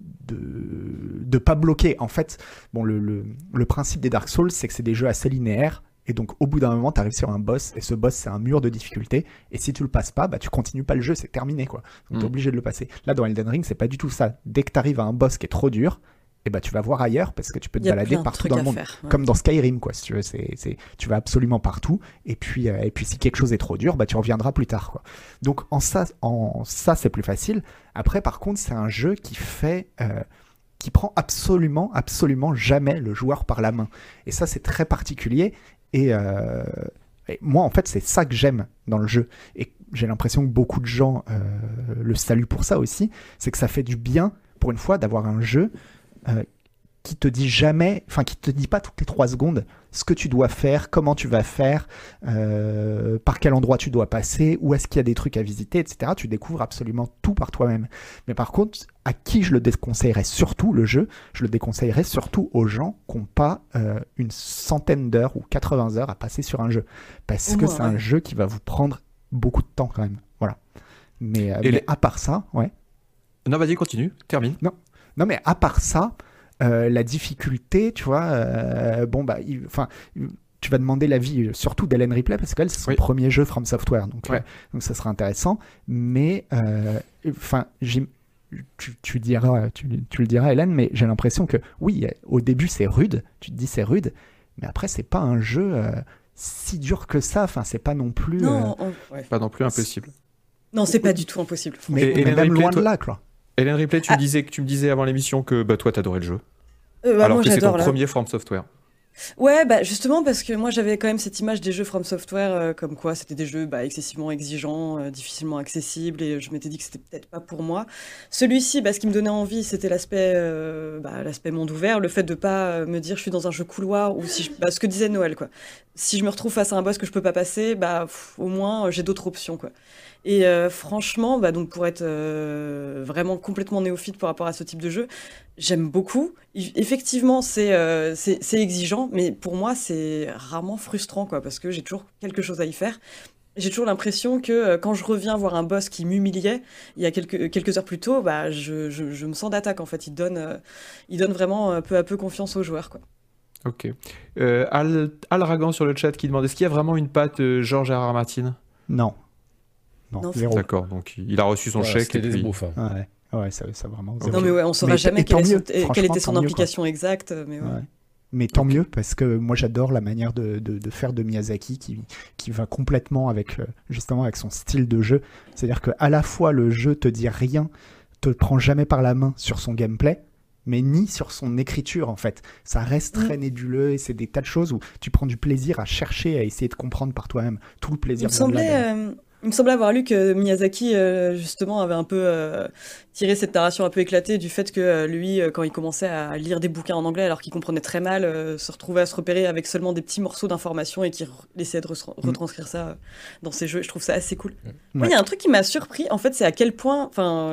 pas bloquer. En fait, le principe des Dark Souls, c'est que c'est des jeux assez linéaires, et donc au bout d'un moment, tu arrives sur un boss, et ce boss, c'est un mur de difficulté, et si tu le passes pas, tu continues pas le jeu, c'est terminé, quoi. Donc t'es obligé de le passer. Là, dans Elden Ring, c'est pas du tout ça. Dès que tu arrives à un boss qui est trop dur, tu vas voir ailleurs parce que tu peux te balader partout dans le monde, comme dans Skyrim, quoi. Si tu veux, tu vas absolument partout. Et puis si quelque chose est trop dur, tu reviendras plus tard, quoi. Donc en ça, c'est plus facile. Après, par contre, c'est un jeu qui prend absolument jamais le joueur par la main. Et ça, c'est très particulier. Et moi, en fait, c'est ça que j'aime dans le jeu. Et j'ai l'impression que beaucoup de gens le saluent pour ça aussi. C'est que ça fait du bien, pour une fois, d'avoir un jeu qui te dit jamais, enfin qui te dit pas toutes les 3 secondes ce que tu dois faire, comment tu vas faire, par quel endroit tu dois passer, où est-ce qu'il y a des trucs à visiter, etc. Tu découvres absolument tout par toi-même. Mais par contre, à qui je le déconseillerais surtout, le jeu, je le déconseillerais surtout aux gens qui n'ont pas une centaine d'heures ou 80 heures à passer sur un jeu. Parce que c'est un jeu qui va vous prendre beaucoup de temps quand même. Voilà. Mais à part ça, ouais. Non, vas-y, continue, termine. Non, mais à part ça, la difficulté, tu vois, tu vas demander l'avis surtout d'Hélène Ripley parce qu'elle, c'est son premier jeu From Software, donc ça sera intéressant. Mais tu le diras, Hélène, mais j'ai l'impression que oui, au début c'est rude, tu te dis c'est rude, mais après c'est pas un jeu si dur que ça. Enfin, c'est pas non plus. Pas non plus impossible. Non, c'est pas du tout impossible. Mais même loin de là, quoi. Hélène Ripley, tu me disais avant l'émission que toi t'adorais le jeu. Alors que c'est ton premier From Software. Ouais, justement parce que moi j'avais quand même cette image des jeux From Software comme quoi c'était des jeux excessivement exigeants, difficilement accessibles, et je m'étais dit que c'était peut-être pas pour moi. Celui-ci, ce qui me donnait envie, c'était l'aspect monde ouvert, le fait de pas me dire je suis dans un jeu couloir, ou si ce que disait Noël, quoi. Si je me retrouve face à un boss que je peux pas passer, au moins j'ai d'autres options, quoi. Et franchement, donc pour être vraiment complètement néophyte par rapport à ce type de jeu, j'aime beaucoup. Effectivement, c'est exigeant, mais pour moi, c'est rarement frustrant, quoi, parce que j'ai toujours quelque chose à y faire. J'ai toujours l'impression que quand je reviens voir un boss qui m'humiliait il y a quelques heures plus tôt, je me sens d'attaque, en fait. Il donne vraiment peu à peu confiance aux joueurs, quoi. Ok. Al Ragan sur le chat qui demande est-ce qu'il y a vraiment une patte George R.R. Martin? Non, d'accord, donc il a reçu son chèque. C'était des bouffes. Ouais, ça vraiment. Non, mais on saura jamais quelle était son implication exacte. Mais tant mieux, parce que moi j'adore la manière de faire de Miyazaki qui va complètement avec justement avec son style de jeu. C'est-à-dire qu'à la fois le jeu te dit rien, te prend jamais par la main sur son gameplay, mais ni sur son écriture, en fait. Ça reste très nébuleux, et c'est des tas de choses où tu prends du plaisir à chercher, à essayer de comprendre par toi-même. Tout le plaisir. Il me semblait avoir lu que Miyazaki, justement, avait un peu tiré cette narration un peu éclatée du fait que lui, quand il commençait à lire des bouquins en anglais alors qu'il comprenait très mal, se retrouvait à se repérer avec seulement des petits morceaux d'informations et qu'il essayait de retranscrire ça dans ses jeux. Je trouve ça assez cool. Moi, il y a un truc qui m'a surpris, en fait, c'est à quel point...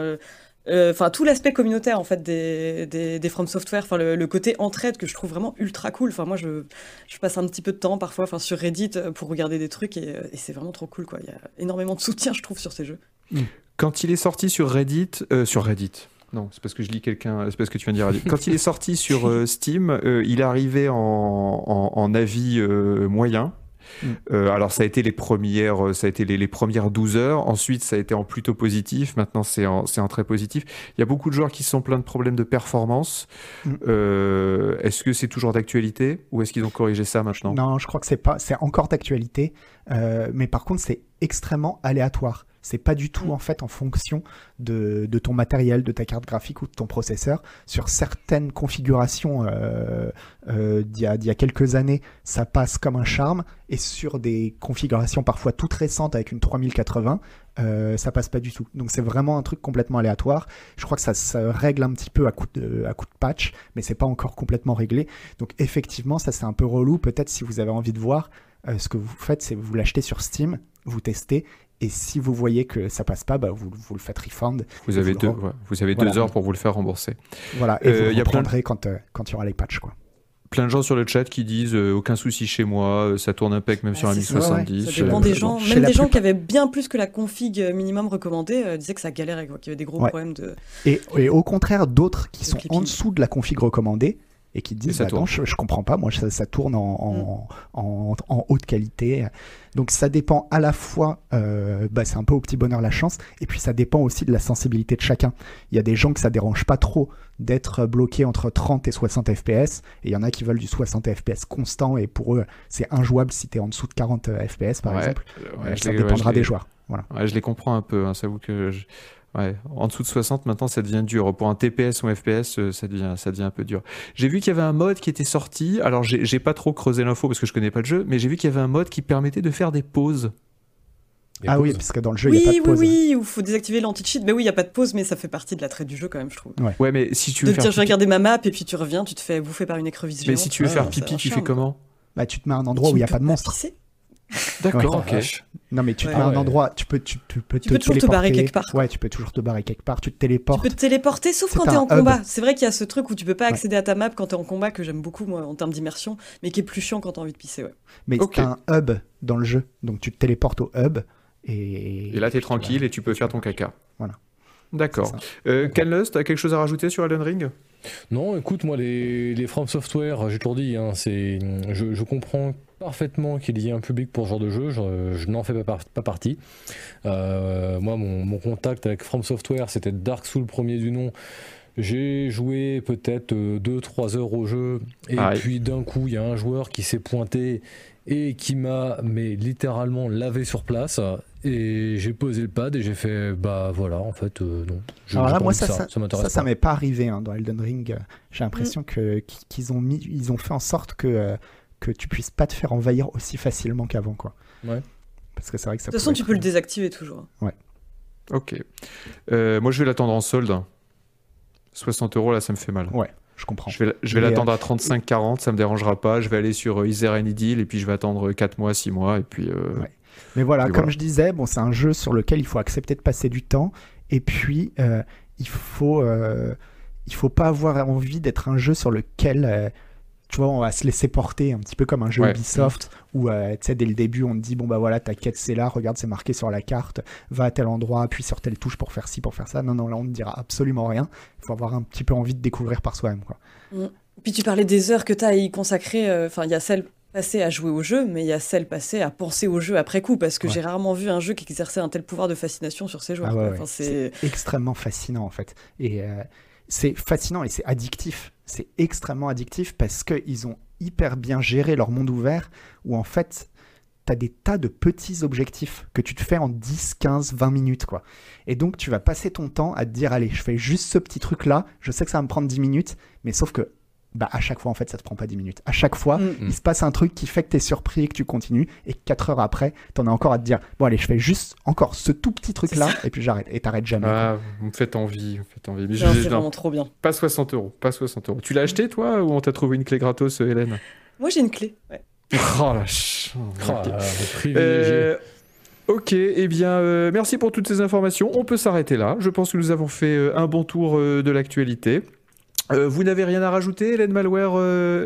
tout l'aspect communautaire en fait des From Software, le côté entraide que je trouve vraiment ultra cool. Moi je passe un petit peu de temps parfois sur Reddit pour regarder des trucs et c'est vraiment trop cool, quoi. Il y a énormément de soutien, je trouve, sur ces jeux. Quand il est sorti sur Reddit, non, c'est parce que je lis c'est parce que tu viens de dire Reddit. Quand il est sorti sur Steam, il est arrivé en avis moyen. Alors ça a été les premières 12 heures, ensuite ça a été en plutôt positif, maintenant c'est en très positif. Il y a beaucoup de joueurs qui se sont plaints de problèmes de performance. Est-ce que c'est toujours d'actualité ou est-ce qu'ils ont corrigé ça maintenant? Non, je crois que c'est encore d'actualité, mais par contre c'est extrêmement aléatoire. C'est pas du tout en fait en fonction de ton matériel, de ta carte graphique ou de ton processeur. Sur certaines configurations d'il y a quelques années, ça passe comme un charme, et sur des configurations parfois toutes récentes avec une 3080, ça passe pas du tout. Donc c'est vraiment un truc complètement aléatoire. Je crois que ça se règle un petit peu à coup de patch, mais c'est pas encore complètement réglé. Donc effectivement, ça c'est un peu relou. Peut-être si vous avez envie de voir, ce que vous faites, c'est vous l'achetez sur Steam, vous testez. Et si vous voyez que ça passe pas, vous le faites refund. Vous avez 2 heures pour vous le faire rembourser. Voilà, et vous le reprendrez quand il y aura les patchs, quoi. Plein de gens sur le chat qui disent aucun souci chez moi, ça tourne impec même sur un 1070. Ça dépend des gens. Même des gens qui avaient bien plus que la config minimum recommandée disaient que ça galérait, quoi, qu'il y avait des gros problèmes de. Et au contraire, d'autres qui sont en dessous de la config recommandée et qui disent non, je comprends pas, moi ça tourne en haute qualité. Donc ça dépend à la fois, c'est un peu au petit bonheur la chance, et puis ça dépend aussi de la sensibilité de chacun. Il y a des gens que ça dérange pas trop d'être bloqué entre 30 et 60 fps, et il y en a qui veulent du 60 fps constant, et pour eux c'est injouable si t'es en dessous de 40 fps par exemple. Ça dépendra des joueurs. Voilà. Ouais, je les comprends un peu, hein, ça avoue que... en dessous de 60, maintenant, ça devient dur. Pour un TPS ou un FPS, ça devient un peu dur. J'ai vu qu'il y avait un mode qui était sorti. Alors, j'ai pas trop creusé l'info parce que je connais pas le jeu, mais j'ai vu qu'il y avait un mode qui permettait de faire des pauses. Oui, parce que dans le jeu, il n'y a pas de pause. Oui, il faut désactiver l'anti-cheat. Mais oui, il n'y a pas de pause, mais ça fait partie de l'attrait du jeu quand même, je trouve. Ouais, mais si tu veux je vais regarder ma map et puis tu reviens, tu te fais bouffer par une écrevisse géante. Mais si tu veux faire pipi, tu fais comment? Tu te mets à un endroit où il n'y a pas de monstre. D'accord, ok. Non, mais tu te mets à un endroit, tu peux toujours te barrer quelque part. Ouais, tu peux toujours te barrer quelque part, tu te téléportes. Tu peux te téléporter sauf quand t'es en combat. C'est vrai qu'il y a ce truc où tu peux pas accéder à ta map quand t'es en combat, que j'aime beaucoup moi en termes d'immersion, mais qui est plus chiant quand t'as envie de pisser, ouais. Mais t'as un hub dans le jeu, donc tu te téléportes au hub et là t'es tranquille et tu peux faire ton caca. Voilà. D'accord. Canlust, t'as quelque chose à rajouter sur Elden Ring? Non, écoute, moi les From Software, j'ai toujours dit, hein, je comprends parfaitement qu'il y ait un public pour ce genre de jeu, je n'en fais pas partie. Moi, mon contact avec From Software, c'était Dark Souls premier du nom. J'ai joué peut-être 2-3 heures au jeu, et puis d'un coup, il y a un joueur qui s'est pointé et qui m'a littéralement lavé sur place, et j'ai posé le pad et j'ai fait voilà, en fait non. Alors là, moi ça m'intéresse pas. Ça m'est pas arrivé dans Elden Ring. J'ai l'impression qu'ils ont fait en sorte que tu puisses pas te faire envahir aussi facilement qu'avant, quoi. Ouais. Parce que c'est vrai que ça. De toute façon, tu peux le désactiver toujours. Ouais. Ok. Moi, je vais l'attendre en solde. 60 € là, ça me fait mal. Ouais. Je comprends. Je vais l'attendre à 35-40, ça me dérangera pas. Je vais aller sur Is There Any Deal et puis je vais attendre 4 mois, 6 mois et puis. Ouais. Mais voilà, comme je disais, c'est un jeu sur lequel il faut accepter de passer du temps, et puis il faut pas avoir envie d'être un jeu sur lequel tu vois, on va se laisser porter un petit peu comme un jeu Ubisoft où tu sais, dès le début on te dit voilà, ta quête c'est là, regarde, c'est marqué sur la carte, va à tel endroit, appuie sur telle touche pour faire ci, pour faire ça. Non, là on ne dira absolument rien. Il faut avoir un petit peu envie de découvrir par soi-même, quoi. Puis tu parlais des heures que tu as à y consacrer, il y a celles passées à jouer au jeu, mais il y a celles passées à penser au jeu après coup, parce que j'ai rarement vu un jeu qui exerçait un tel pouvoir de fascination sur ses joueurs. C'est extrêmement fascinant en fait, et c'est fascinant et c'est addictif. C'est extrêmement addictif parce qu'ils ont hyper bien géré leur monde ouvert, où en fait t'as des tas de petits objectifs que tu te fais en 10, 15, 20 minutes, quoi. Et donc tu vas passer ton temps à te dire allez, je fais juste ce petit truc là, je sais que ça va me prendre 10 minutes, mais sauf que à chaque fois en fait ça te prend pas 10 minutes. À chaque fois il se passe un truc qui fait que t'es surpris et que tu continues, et 4 heures après t'en as encore à te dire bon allez, je fais juste encore ce tout petit truc là et puis j'arrête, et t'arrêtes jamais. Vous me faites envie. Mais c'est vraiment trop bien. Pas 60 €. Tu l'as acheté toi ou on t'a trouvé une clé gratos, Hélène? Moi j'ai une clé. Ouais. Oh la chance. Privilégié. Ok, eh bien merci pour toutes ces informations. On peut s'arrêter là. Je pense que nous avons fait un bon tour de l'actualité. Vous n'avez rien à rajouter, Hélène Malware,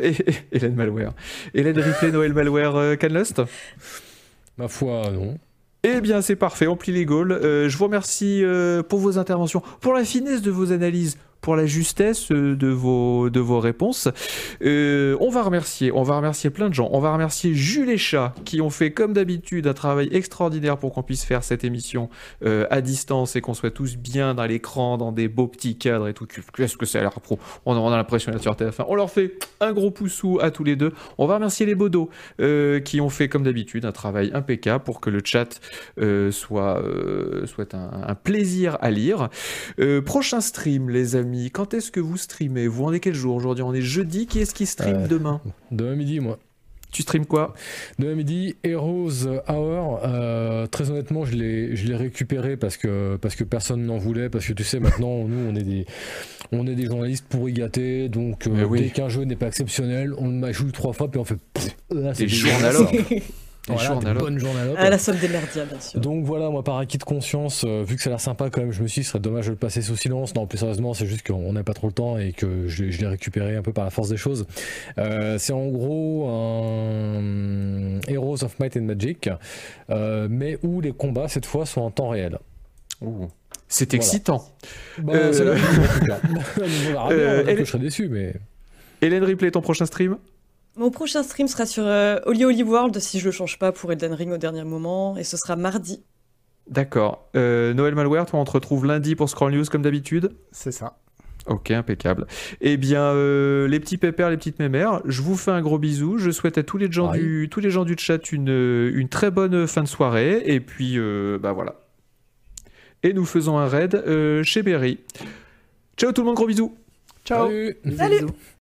Hélène Ripley, Noël Malware, Canlust? Ma foi, non. Eh bien, c'est parfait, on plie les gaules. Je vous remercie pour vos interventions, pour la finesse de vos analyses, la justesse de vos réponses. On va remercier plein de gens. On va remercier Jules et Chat qui ont fait comme d'habitude un travail extraordinaire pour qu'on puisse faire cette émission à distance et qu'on soit tous bien dans l'écran, dans des beaux petits cadres et tout. Qu'est-ce que ça a l'air pro. On a l'impression d'être sur TF1. On leur fait un gros poussou à tous les deux. On va remercier les Bodos qui ont fait comme d'habitude un travail impeccable pour que le chat soit un plaisir à lire. Prochain stream, les amis. Quand est-ce que vous streamez? Vous en êtes quel jour aujourd'hui? On est jeudi. Qui est-ce qui stream demain? Demain midi, moi. Tu streams quoi? Demain midi, Heroes Hour. Très honnêtement, je l'ai récupéré parce que personne n'en voulait. Parce que tu sais, maintenant, nous, on est des journalistes pourri gâtés. Donc, dès qu'un jeu n'est pas exceptionnel, on le joue 3 fois, puis on fait. Des journalogues. Des bonnes journalogues. À la solde des merdias, bien sûr. Donc voilà, moi par acquis de conscience, vu que ça a l'air sympa quand même, je me suis dit ce serait dommage de le passer sous silence. Non, plus sérieusement, c'est juste qu'on n'a pas trop le temps et que je l'ai récupéré un peu par la force des choses. C'est en gros un Heroes of Might and Magic, mais où les combats cette fois sont en temps réel. Ouh. C'est excitant. C'est la vie, en tout cas. On verra bien, je serais déçu, mais... Hélène Ripley, ton prochain stream? Mon prochain stream sera sur Holy Holy World, si je le change pas pour Elden Ring au dernier moment, et ce sera mardi. D'accord. Noël Malware, toi, on te retrouve lundi pour Scroll News comme d'habitude? C'est ça. Ok, impeccable. Eh bien, les petits pépères, les petites mémères, je vous fais un gros bisou. Je souhaite à tous les gens du chat une très bonne fin de soirée. Et puis, voilà. Et nous faisons un raid chez Berry. Ciao tout le monde, gros bisous. Ciao. Salut. Salut.